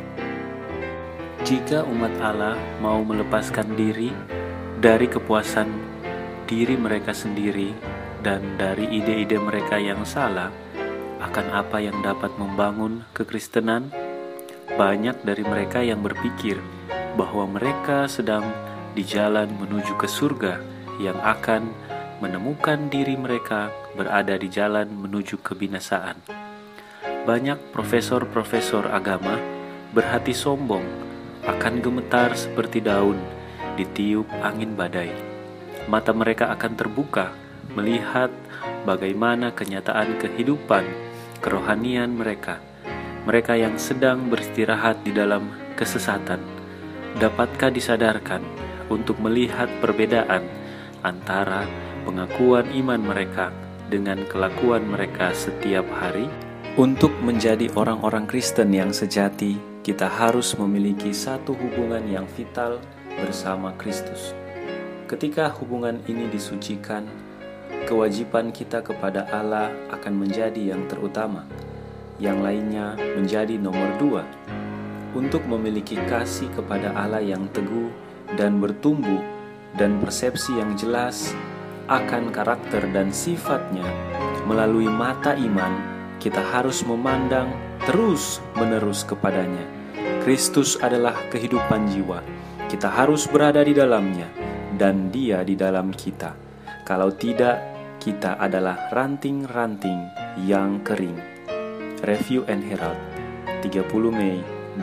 Jika umat Allah mau melepaskan diri dari kepuasan diri mereka sendiri dan dari ide-ide mereka yang salah akan apa yang dapat membangun kekristenan, banyak dari mereka yang berpikir bahwa mereka sedang di jalan menuju ke surga yang akan menemukan diri mereka berada di jalan menuju kebinasaan. Banyak profesor-profesor agama berhati sombong akan gemetar seperti daun ditiup angin badai. Mata mereka akan terbuka melihat bagaimana kenyataan kehidupan kerohanian mereka. Mereka yang sedang beristirahat di dalam kesesatan, dapatkah disadarkan untuk melihat perbedaan antara pengakuan iman mereka dengan kelakuan mereka setiap hari? Untuk menjadi orang-orang Kristen yang sejati, kita harus memiliki satu hubungan yang vital bersama Kristus. Ketika hubungan ini disucikan, kewajiban kita kepada Allah akan menjadi yang terutama. Yang lainnya menjadi nomor 2. Untuk memiliki kasih kepada Allah yang teguh dan bertumbuh dan persepsi yang jelas akan karakter dan sifatnya melalui mata iman, kita harus memandang terus-menerus kepadanya. Kristus adalah kehidupan jiwa. Kita harus berada di dalamnya dan Dia di dalam kita. Kalau tidak, kita adalah ranting-ranting yang kering. Review and Herald, 30 Mei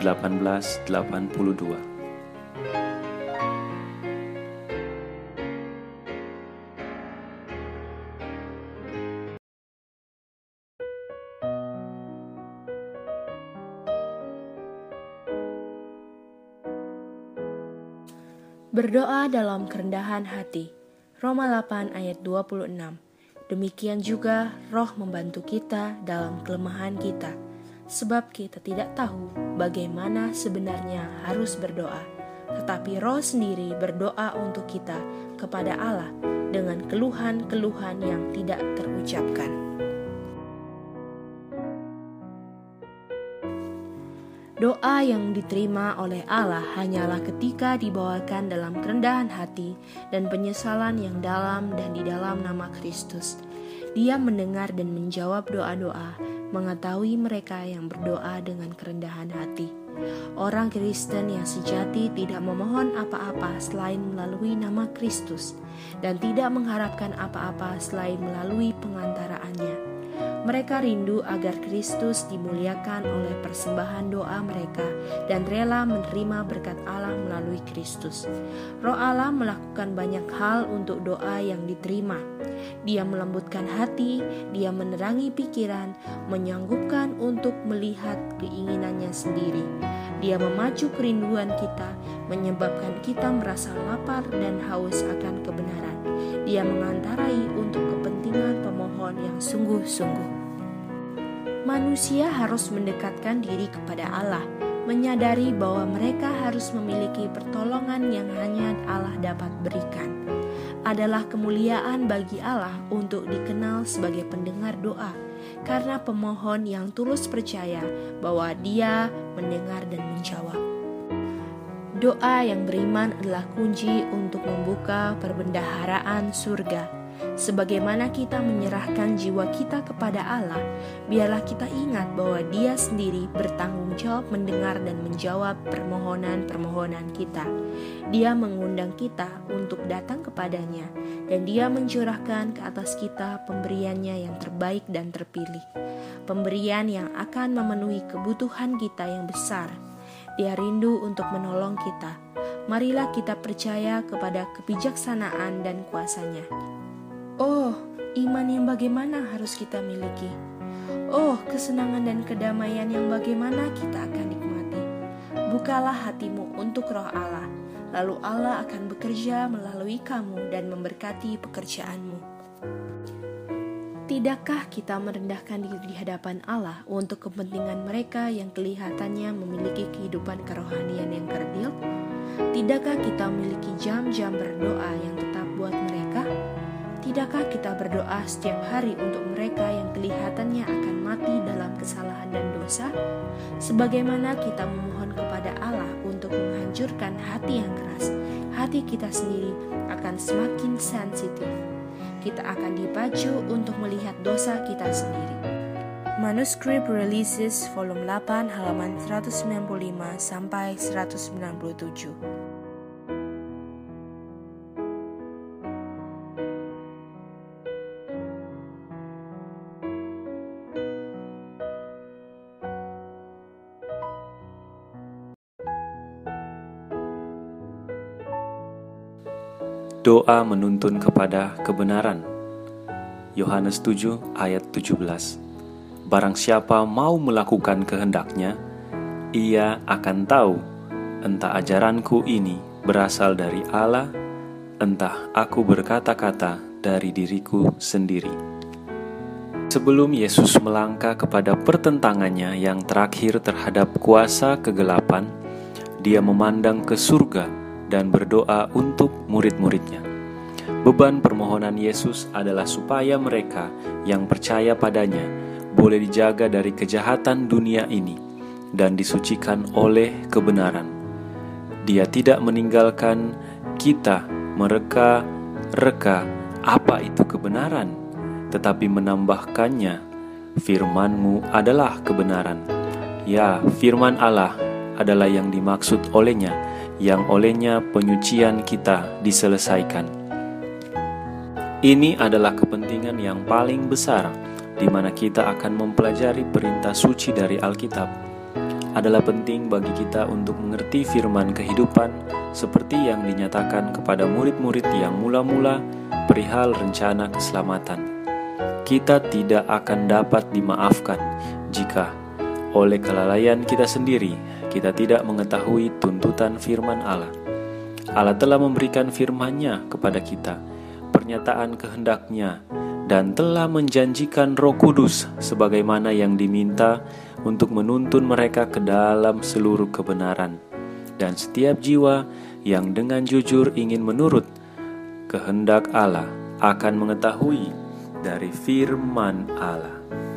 1882. Berdoa dalam kerendahan hati. Roma 8 ayat 26. Demikian juga Roh membantu kita dalam kelemahan kita, sebab kita tidak tahu bagaimana sebenarnya harus berdoa. Tetapi Roh sendiri berdoa untuk kita kepada Allah dengan keluhan-keluhan yang tidak terucapkan. Doa yang diterima oleh Allah hanyalah ketika dibawakan dalam kerendahan hati dan penyesalan yang dalam dan di dalam nama Kristus. Dia mendengar dan menjawab doa-doa, mengetahui mereka yang berdoa dengan kerendahan hati. Orang Kristen yang sejati tidak memohon apa-apa selain melalui nama Kristus dan tidak mengharapkan apa-apa selain melalui pengantaraannya. Mereka rindu agar Kristus dimuliakan oleh persembahan doa mereka dan rela menerima berkat Allah melalui Kristus. Roh Allah melakukan banyak hal untuk doa yang diterima. Dia melembutkan hati, Dia menerangi pikiran, menyanggupkan untuk melihat keinginannya sendiri. Dia memacu kerinduan kita, menyebabkan kita merasa lapar dan haus akan kebenaran. Dia mengantarai untuk kepentingan pemohon yang sungguh-sungguh. Manusia harus mendekatkan diri kepada Allah menyadari bahwa mereka harus memiliki pertolongan yang hanya Allah dapat berikan. Adalah kemuliaan bagi Allah untuk dikenal sebagai pendengar doa, karena pemohon yang tulus percaya bahwa Dia mendengar dan menjawab. Doa yang beriman adalah kunci untuk membuka perbendaharaan surga. Sebagaimana kita menyerahkan jiwa kita kepada Allah, biarlah kita ingat bahwa Dia sendiri bertanggung jawab mendengar dan menjawab permohonan-permohonan kita. Dia mengundang kita untuk datang kepadanya, dan Dia mencurahkan ke atas kita pemberiannya yang terbaik dan terpilih. Pemberian yang akan memenuhi kebutuhan kita yang besar. Dia rindu untuk menolong kita. Marilah kita percaya kepada kebijaksanaan dan kuasa-Nya. Oh, iman yang bagaimana harus kita miliki? Oh, kesenangan dan kedamaian yang bagaimana kita akan nikmati? Bukalah hatimu untuk Roh Allah, lalu Allah akan bekerja melalui kamu dan memberkati pekerjaanmu. Tidakkah kita merendahkan diri di hadapan Allah untuk kepentingan mereka yang kelihatannya memiliki kehidupan kerohanian yang kerdil? Tidakkah kita memiliki jam-jam berdoa yang tetap buat mereka? Tidakkah kita berdoa setiap hari untuk mereka yang kelihatannya akan mati dalam kesalahan dan dosa? Sebagaimana kita memohon kepada Allah untuk menghancurkan hati yang keras, hati kita sendiri akan semakin sensitif. Kita akan dipacu untuk melihat dosa kita sendiri. Manuskrip Releases volume 8 halaman 195 sampai 197. Doa menuntun kepada kebenaran. Yohanes 7 ayat 17. Barang siapa mau melakukan kehendak-Nya, ia akan tahu entah ajaranku ini berasal dari Allah, entah aku berkata-kata dari diriku sendiri. Sebelum Yesus melangkah kepada pertentangannya yang terakhir terhadap kuasa kegelapan, Dia memandang ke surga dan berdoa untuk murid-muridnya. Beban permohonan Yesus adalah supaya mereka yang percaya padanya boleh dijaga dari kejahatan dunia ini dan disucikan oleh kebenaran. Dia tidak meninggalkan kita mereka-reka apa itu kebenaran, tetapi menambahkannya, firman-Mu adalah kebenaran. Ya, firman Allah adalah yang dimaksud olehnya, yang olehnya penyucian kita diselesaikan. Ini adalah kepentingan yang paling besar, di mana kita akan mempelajari perintah suci dari Alkitab. Adalah penting bagi kita untuk mengerti firman kehidupan seperti yang dinyatakan kepada murid-murid yang mula-mula perihal rencana keselamatan. Kita tidak akan dapat dimaafkan jika oleh kelalaian kita sendiri kita tidak mengetahui tuntutan firman Allah. Allah telah memberikan firman-Nya kepada kita, pernyataan kehendak-Nya, dan telah menjanjikan Roh Kudus sebagaimana yang diminta untuk menuntun mereka ke dalam seluruh kebenaran. Dan setiap jiwa yang dengan jujur ingin menurut kehendak Allah akan mengetahui dari firman Allah.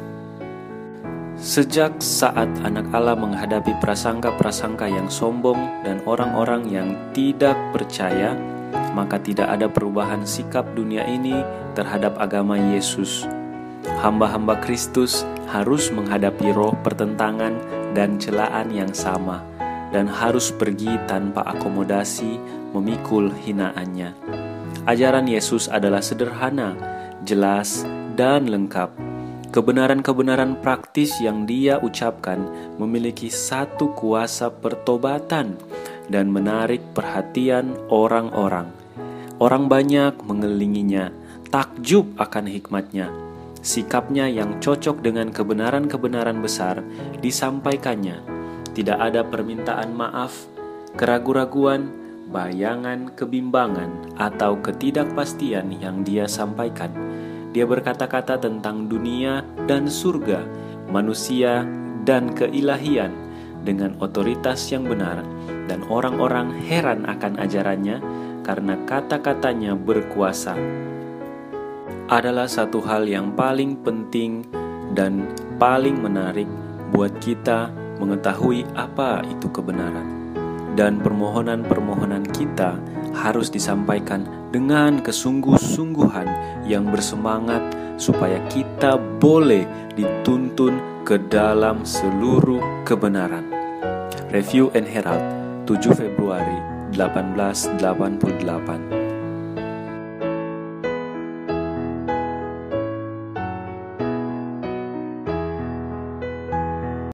Sejak saat anak Allah menghadapi prasangka-prasangka yang sombong dan orang-orang yang tidak percaya, maka tidak ada perubahan sikap dunia ini terhadap agama Yesus. Hamba-hamba Kristus harus menghadapi roh pertentangan dan celaan yang sama, dan harus pergi tanpa akomodasi memikul hinaannya. Ajaran Yesus adalah sederhana, jelas, dan lengkap. Kebenaran-kebenaran praktis yang Dia ucapkan memiliki satu kuasa pertobatan dan menarik perhatian orang-orang. Orang banyak mengelilinginya, takjub akan hikmat-Nya. Sikapnya yang cocok dengan kebenaran-kebenaran besar disampaikannya. Tidak ada permintaan maaf, keraguan-raguan, bayangan, kebimbangan, atau ketidakpastian yang Dia sampaikan. Dia berkata-kata tentang dunia dan surga, manusia dan keilahian, dengan otoritas yang benar, dan orang-orang heran akan ajarannya karena kata-katanya berkuasa. Adalah satu hal yang paling penting dan paling menarik buat kita mengetahui apa itu kebenaran. Dan permohonan-permohonan kita harus disampaikan dengan kesungguh-sungguhan yang bersemangat supaya kita boleh dituntun ke dalam seluruh kebenaran. Review and Herald, 7 Februari 1888.